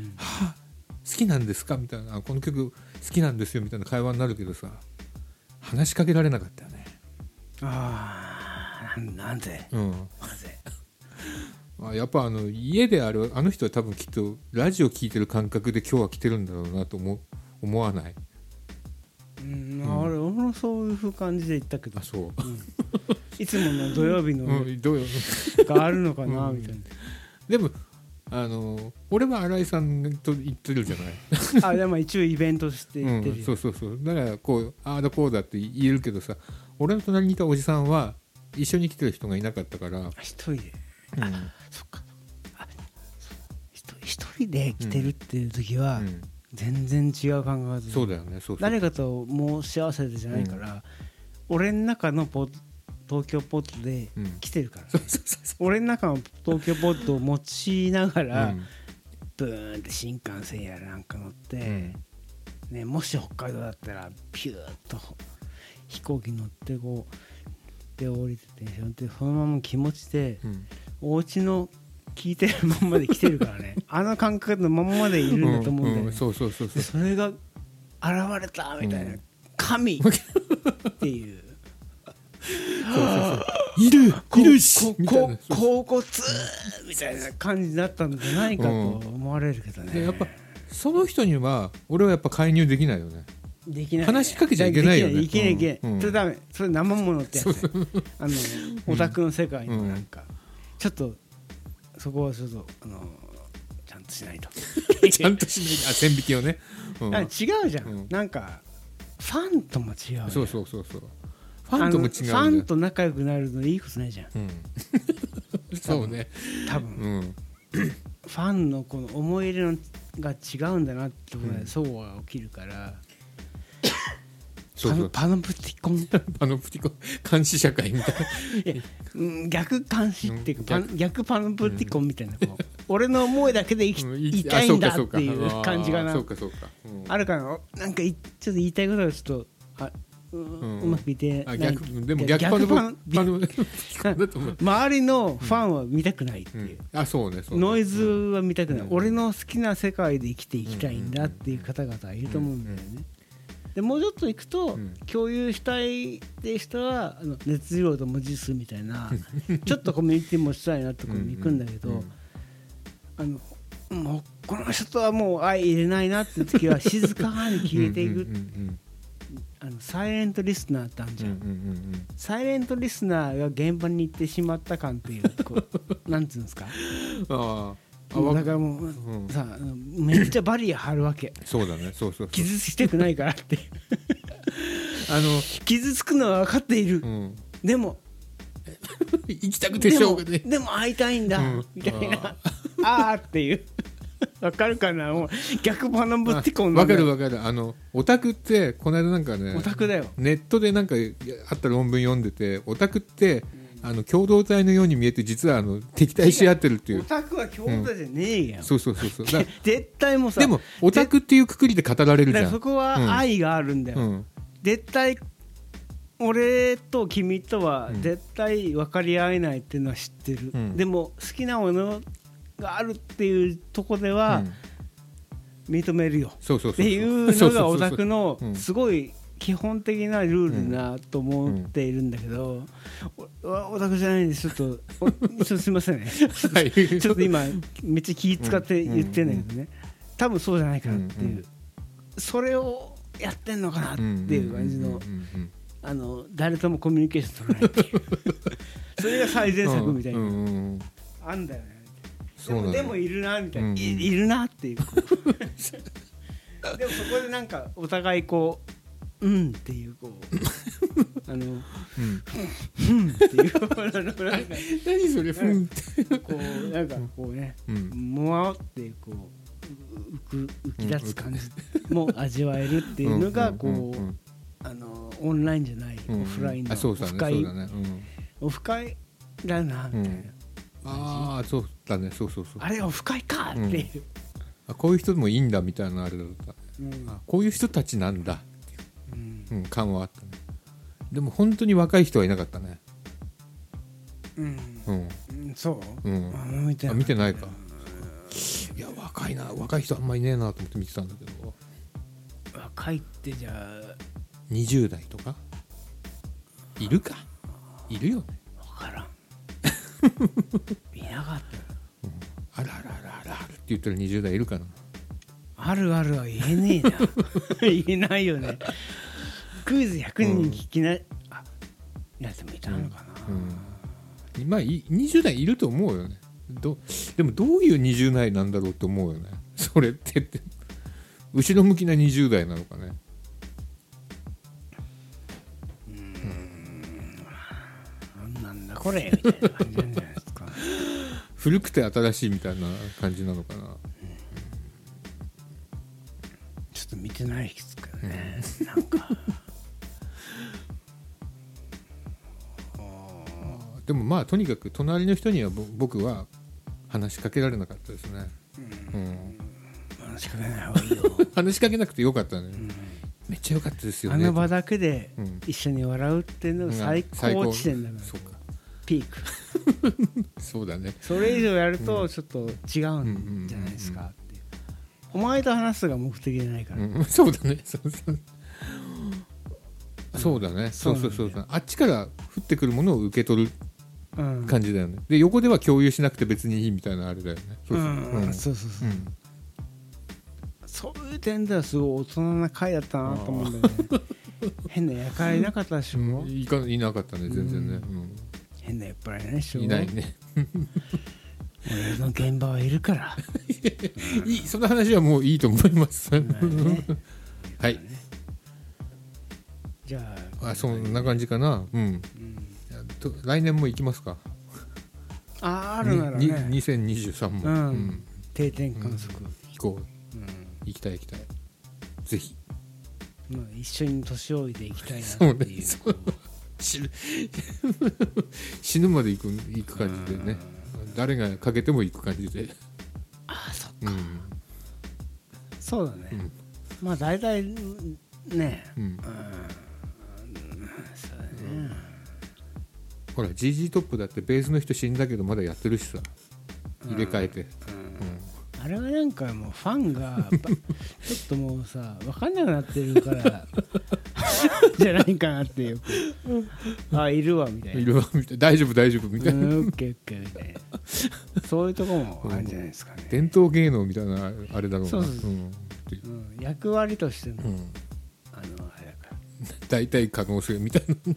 Speaker 2: はあ、好きなんですかみたいな、この曲好きなんですよみたいな会話になるけどさ、話しかけられなかったよね。
Speaker 1: ああ、なんで、
Speaker 2: うん、
Speaker 1: なぜ
Speaker 2: あ、やっぱあの家であるあの人は多分きっとラジオ聞いてる感覚で今日は来てるんだろうなと思思わない？
Speaker 1: うん、あれ、俺もそういう感じで言ったけど、
Speaker 2: あ、そう、うん、
Speaker 1: いつもの土曜日のがあるのかなみたいな、うん、
Speaker 2: でもあの俺は新井さんと言ってるじゃない
Speaker 1: あ、でも一応イベントして言ってる、
Speaker 2: うん、そうそうそう、だからこうああだこうだって言えるけどさ、俺の隣にいたおじさんは一緒に来てる人がいなかったから、
Speaker 1: 一人で、うん、あ、そっか、あ、一人で来てるっていう時は、うん、全然違う考え方で、
Speaker 2: そうだよね、そうそう、
Speaker 1: 誰かともう幸せじゃないから、うん、俺の中のポ東京ポッドで来てるから、ね、うん、俺の中の東京ポッドを持ちながら、うん、ブーンって新幹線やらなんか乗って、うんね、もし北海道だったらピューッと飛行機乗ってこうで降りて電車乗ってそのまま気持ちで、うん、お家の聞いてるまんまで来てるからねあの感覚のまんまでいるんだと思うんだよね、うんうん、そうそうそうそう、それが現れたみたいな、うん、神っていう
Speaker 2: そうそうそういるいるしみたいな、
Speaker 1: 甲骨みたいな感じだったんじゃないかと思われるけどね、
Speaker 2: うん、やっぱその人には俺はやっぱ介入できないよね。
Speaker 1: できない、
Speaker 2: 話しかけちゃいけないよね。
Speaker 1: いけないいけない、うん、それダメ、それ生ものってやつあのオタクの世界のなんか、うん、ちょっとそこはちょっとあのちゃんとしないと
Speaker 2: ちゃんとしないあ線引きをね、
Speaker 1: うん、違うじゃん、うん、なんかファンとも違う、
Speaker 2: そうそうそうそう、ファンとも違う、フ
Speaker 1: ァンと仲良くなるのいいことないじゃん、うん、
Speaker 2: そうね、
Speaker 1: 多分、うん、ファンのこの思い入れのが違うんだなってところでそうは起きるから、
Speaker 2: そうそう、
Speaker 1: パノプティコン
Speaker 2: パノプティコン監視社会みたいな、い
Speaker 1: や逆監視っていうか、うん、逆, 逆パノプティコンみたいな、こう俺の思いだけで生き、うん、いたいんだっていう感じがな、
Speaker 2: そうかそうか、うん、
Speaker 1: あるかな、なんかちょっと言いたいことがちょっとあ う,、うん、うまく言ってない、
Speaker 2: 逆でも逆パノプティコンだと思う
Speaker 1: 周りのファンは見たくないっていう、
Speaker 2: うん、あそうね、そうね、
Speaker 1: ノイズは見たくない、うん、俺の好きな世界で生きていきたいんだっていう方々いると思うんだよね、うんうん、でもうちょっといくと、うん、共有したいっていう人はあの熱量と文字数みたいなちょっとコミュニティもしたいなところに行くんだけど、うんうんうん、あのもうこの人とはもう相入れないなっていう時は静かに消えていくあのサイレントリスナーってあるじゃん、うんうんうん、サイレントリスナーが現場に行ってしまった感っていうこうなんていうんですかああだからもう、うん、さめっちゃバリア張るわけ
Speaker 2: そうだね、そうそうそう、
Speaker 1: 傷つきたくないからってあの傷つくのは分かっている、うん、でも
Speaker 2: 行きたくてしょうがね、
Speaker 1: でも会いたいんだ、うん、みたいなああっていうわかるかな、もう逆パノプティコン
Speaker 2: わかるわかる、あのオタクってこの間なんかね、
Speaker 1: オタクだよ、
Speaker 2: ネットでなんかあった論文読んでて、オタクってあの共同体のように見えて実はあの敵対し合ってるっていう、
Speaker 1: オタクは共同体じゃねえやん、
Speaker 2: うん、そうそうそうそうだ
Speaker 1: 絶対もさ、
Speaker 2: でもオタクっていうくくりで語られるじゃん、
Speaker 1: そこは愛があるんだよ、うん、絶対俺と君とは絶対分かり合えないっていうのは知ってる、うん、でも好きなものがあるっていうとこでは認めるよっていうのがオタクのすごい基本的なルールだと思っているんだけど、うん、オタクじゃないんでちょっとちょっとすいませんねはい、ちょっと今めっちゃ気使って言ってんだけどね、多分そうじゃないかなっていう、それをやってんのかなっていう感じのあの誰ともコミュニケーション取らないっていうそれが最善策みたいな、うんうんうん、あんだよね。でも、でもいるなみたいな、うん、い, いるなっていうでもそこでなんかお互いこううんっていうこうあの、うん、ふんっていう
Speaker 2: 何それふんって
Speaker 1: こうなんかこうね、うん、もわってこう浮き立つ感じも味わえるっていうのがこう、うんうんうんうん、あのオンラインじゃない、うんうん、オフラインのオフ会、ねねうん、オフ会だなみたいな、うん、
Speaker 2: ああそうだねそうそうそう
Speaker 1: あれオフ会かっていう、うん、
Speaker 2: あこういう人もいいんだみたいなあれだった、うん、あこういう人たちなんだっていう、うんうん、感はあったね。でも本当に若い人はいなかったね。
Speaker 1: うんうん、そう、うん、あ
Speaker 2: 見てない、あ見てないか。いや若いな若い人あんまりいねえなと思って見てたんだけど。
Speaker 1: 若いってじゃあ
Speaker 2: にじゅう代とかいるかいるよね。
Speaker 1: 分からんいなかった、
Speaker 2: うん、あるあるあるあるあるって言ったらにじゅう代いるかな。
Speaker 1: あるあるは言えねえな言えないよね。クイズひゃくにん聞きな、うん、あやつもいたのかな、
Speaker 2: うんうん、まあにじゅう代いると思うよね。どでもどういうにじゅう代なんだろうと思うよねそれってって後ろ向きなにじゅう代なのかね。
Speaker 1: うーんなんなんだこれみたいな感じなんじゃないですか
Speaker 2: 古くて新しいみたいな感じなのかな、うん、
Speaker 1: ちょっと見てないですからね、うん、なんか
Speaker 2: でもまあとにかく隣の人には僕は話しかけられなかったですね、うんうん、
Speaker 1: 話しかけない方がいいよ
Speaker 2: 話しかけなくてよかったね、うん、めっちゃよかったですよね。
Speaker 1: あの場だけで一緒に笑うっていうのが最高地点だから、そうかピーク
Speaker 2: そうだね。
Speaker 1: それ以上やるとちょっと違うんじゃないですかっていう、お前と話すが目的じゃないから、
Speaker 2: うん、そうだねそうそうそうだね、そうそうそうそう、あっちから降ってくるものを受け取る感じだよね、うん、で横では共有しなくて別にいいみたいなあれだよね。そうそうそうそう、うん、
Speaker 1: そういう点ではすごい大人な会だったなと思うんだよね変なやからいなかったでしょ、うん、
Speaker 2: い, かいなかったね全然ね、うん
Speaker 1: うん、変な酔っ払いないでしょ。
Speaker 2: いないね
Speaker 1: 俺の現場はいるから
Speaker 2: いいその話はもういいと思いますね、はい、
Speaker 1: じゃあ
Speaker 2: あそんな感じかな、うん、うん、と来年も行きますか。
Speaker 1: ああるならね
Speaker 2: にせんにじゅうさんも、
Speaker 1: うんうん、定点観測、うん、
Speaker 2: 行こう、うん、行きたい行きたいぜひ、
Speaker 1: まあ、一緒に年老いで行きたいなっていうそう、ね、
Speaker 2: 死ぬ死ぬまで行く行く感じでね、誰がかけても行く感じで。
Speaker 1: ああそっか、うん、そうだね、うん、まあ大体ね、うんうん、そうだね、
Speaker 2: ほら ジージー トップだってベースの人死んだけどまだやってるしさ、入れ替えて、うん
Speaker 1: うん、あれはなんかもうファンがちょっともうさ分かんなくなってるからじゃないかなっていうあいるわみたいな、
Speaker 2: いるわみたいな、大丈夫大丈夫みたいな、
Speaker 1: オッケーオッケーみたいなそういうとこもあるんじゃないですかね、
Speaker 2: うん、伝統芸能みたいなあれだろうな、
Speaker 1: そうそうそう、うんうん、役割としての、うん、あのあれだから
Speaker 2: 大体可能性みたいな、うん、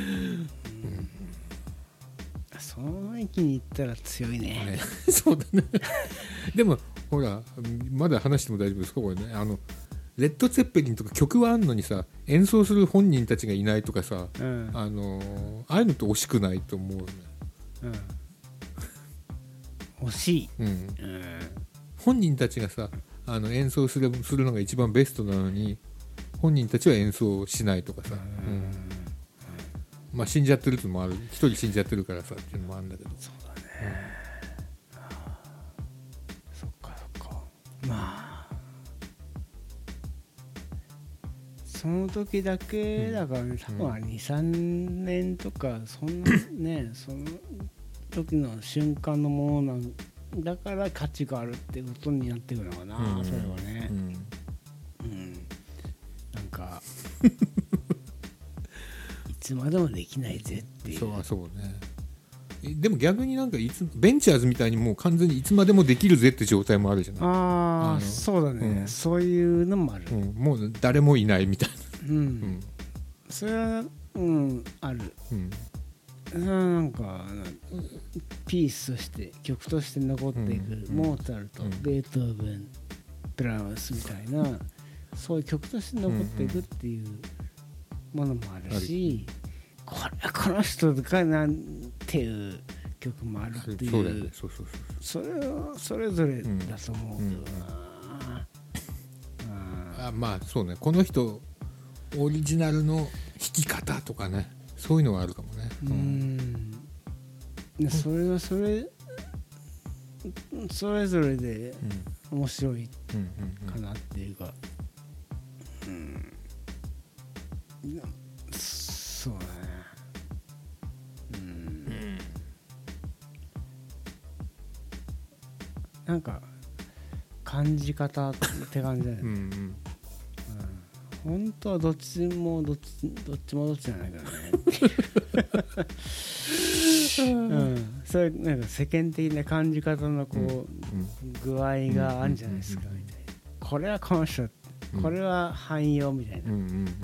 Speaker 1: その域に行ったら強い ね, ね
Speaker 2: そうだねでもほらまだ話しても大丈夫ですかこれね、あのレッド・ツェッペリンとか曲はあんのにさ演奏する本人たちがいないとかさ、うん、あのああいうのって惜しくないと思うよね、
Speaker 1: うん、惜しい、うんうん、
Speaker 2: 本人たちがさあの演奏する、するのが一番ベストなのに本人たちは演奏しないとかさ、うんうん、まあ死んじゃってるってのもある、一人死んじゃってるからさっていうのもあるんだけど、
Speaker 1: そうだね、うん、そっかそっか、まあその時だけだからね、多分にさんねんとかそんなねその時の瞬間のものなんだから価値があるってことになってくるのかな、うん、それはね、うん、うん、なんかいつまでもできないぜっていう。
Speaker 2: そうそうね。でも逆になんかいつベンチャーズみたいにもう完全にいつまでもできるぜって状態もあるじゃない。
Speaker 1: ああそうだね、うん、そういうのもある、
Speaker 2: うん、もう誰もいないみたいな、うんうん、
Speaker 1: それはうんある、うん、なんかピースとして曲として残っていく、うん、モーツァルト、うん、ベートーベン、ブラームスみたいなそういう曲として残っていくっていうものもあるし、 これこの人がなんていう曲もあるっていう、
Speaker 2: そうだよね、そうそう
Speaker 1: そうそれはそれぞれだと思うけどな、うんうん、
Speaker 2: あまあそうね、この人オリジナルの弾き方とかね、そういうのがあるかもね。
Speaker 1: うん、でそれはそれそれぞれで面白いかなっていうか、うん、そうだね、うん、うん、なんか感じ方って感じだよね。うん、うん、本当はどっちもどっちどっちもどっちじゃないからね。うん、それなんか世間的な感じ方のこう、うん、具合があるんじゃないですかみたいな。これはこの人、これは汎用みたいな、うん、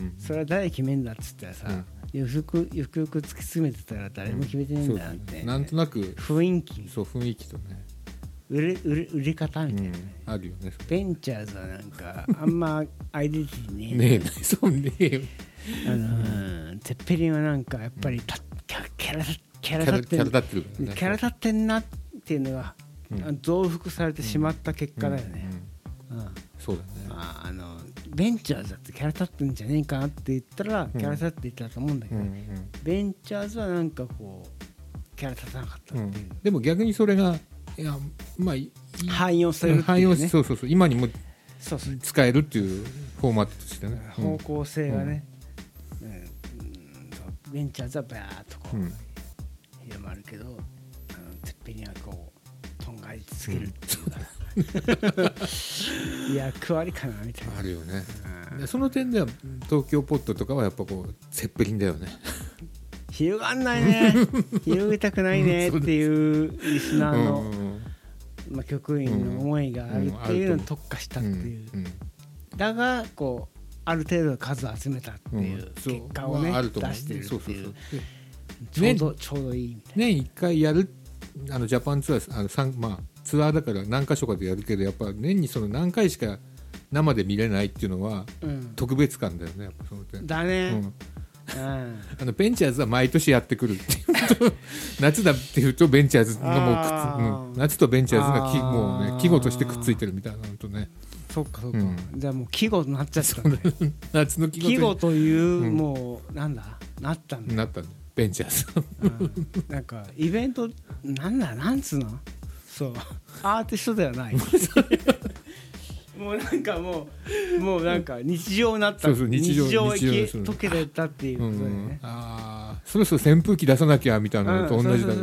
Speaker 1: それは誰決めんだっつったらさ、うん、ゆくゆくゆく突き詰めてたら誰も決めてねえんだみたいな、
Speaker 2: なんとなく
Speaker 1: 雰囲気、
Speaker 2: そう雰囲気とね、
Speaker 1: 売れ売れ売り方みたいな、ね、
Speaker 2: うん、あるよね。
Speaker 1: ベンチャーズはなんかあんまアイデンティティねえ
Speaker 2: ねえねえそうねえよ。
Speaker 1: あのー、テッペリンはなんかやっぱりたキャキャラキャラ立ってる、キャラ立ってんなっていうのが、うん、増幅されてしまった結果だよね。
Speaker 2: うんうんうん、そうだね。
Speaker 1: ああのベンチャーズだってキャラ立ってんじゃねえかなって言ったら、うん、キャラ立って言ったと思うんだけど、うんうん、ベンチャーズはなんかこうキャラ立たなかったっていう、うん、
Speaker 2: でも逆にそれがいやまあ
Speaker 1: 汎用されるっていう、ね、
Speaker 2: そうそうそう今にも使えるっていうフォーマットとしてね、
Speaker 1: うん、方向性がね、うんうん、ベンチャーズはバーッとこう、うん広まるけど、あのてっぺんにはこうとんがりつけるっていうか、うん、役割かなみたいな
Speaker 2: あるよね、うん、その点では東京ポットとかはやっぱこうセッペリンだよね。
Speaker 1: 広がんないね広げたくないねっていうリスナーの、うんまあ、局員の思いがあるっていうのに特化したっていう、うんうん、だがこうある程度数を集めたっていう結果をね、うん、出してるっていうそうそうそうちょうど、ちょうどいいみたいな。
Speaker 2: 年いっかいやるあのジャパンツアーあの、まあ、ツアーだから何か所かでやるけどやっぱ年にその何回しか生で見れないっていうのは特別感だよね、やっぱその点
Speaker 1: だね、うん
Speaker 2: うん、あのベンチャーズは毎年やってくるっていう夏だっていうとベンチャーズのもうくっつ、うん、夏とベンチャーズがきもう、ね、季語としてくっついてるみたいなのとね。
Speaker 1: そっかそっか、うん、じゃあもう季語になっちゃったね
Speaker 2: 夏の季語
Speaker 1: と, 季語という、うん、もうなんだなったんだ
Speaker 2: なったんだベンチャーズ
Speaker 1: なんかイベントなんだなんつうのそうアーティストではないもうなんかもうもうなんか日常になった
Speaker 2: そうそう日常
Speaker 1: 日常が溶けてたっていうことでね、うん、
Speaker 2: あそろそろ扇風機出さなきゃみたいなのと同じだ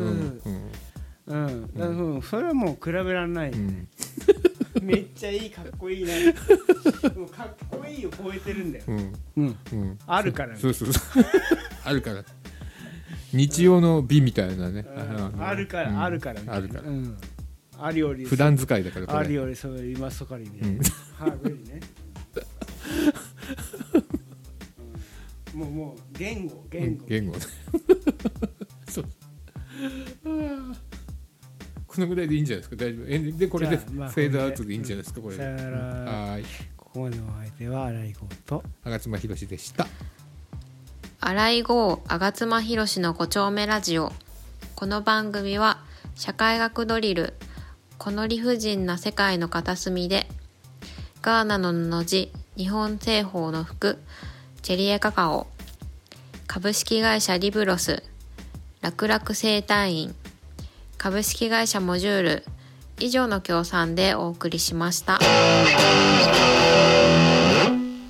Speaker 1: うんそれはもう比べられない、うん、めっちゃいいかっこいいなもうかっこいいを超えてるんだよ、うんうんうん、あるからね
Speaker 2: そうそうそうあるから日曜の美みたいなね、
Speaker 1: うん、あるから、うん、あるから
Speaker 2: あるから、うん、
Speaker 1: ありより
Speaker 2: 普段使いだからこれ
Speaker 1: ありよりそういう今そかりみたいな、うん、ハーブリね、うん、もうもう言語言語
Speaker 2: 言語そうこのぐらいでいいんじゃないですか大丈夫でこれでフェードアウトでいいんじゃないですかこれで、
Speaker 1: さよなら、
Speaker 2: うん、はい
Speaker 1: ここまでのお相手は新井豪と
Speaker 2: 吾妻弘でした
Speaker 3: 新井豪吾妻弘のご丁目ラジオ。この番組は社会学ドリルこの理不尽な世界の片隅でガーナの布地日本製法の服チェリエカカオ株式会社リブロス楽々整体院株式会社モジュール以上の協賛でお送りしました。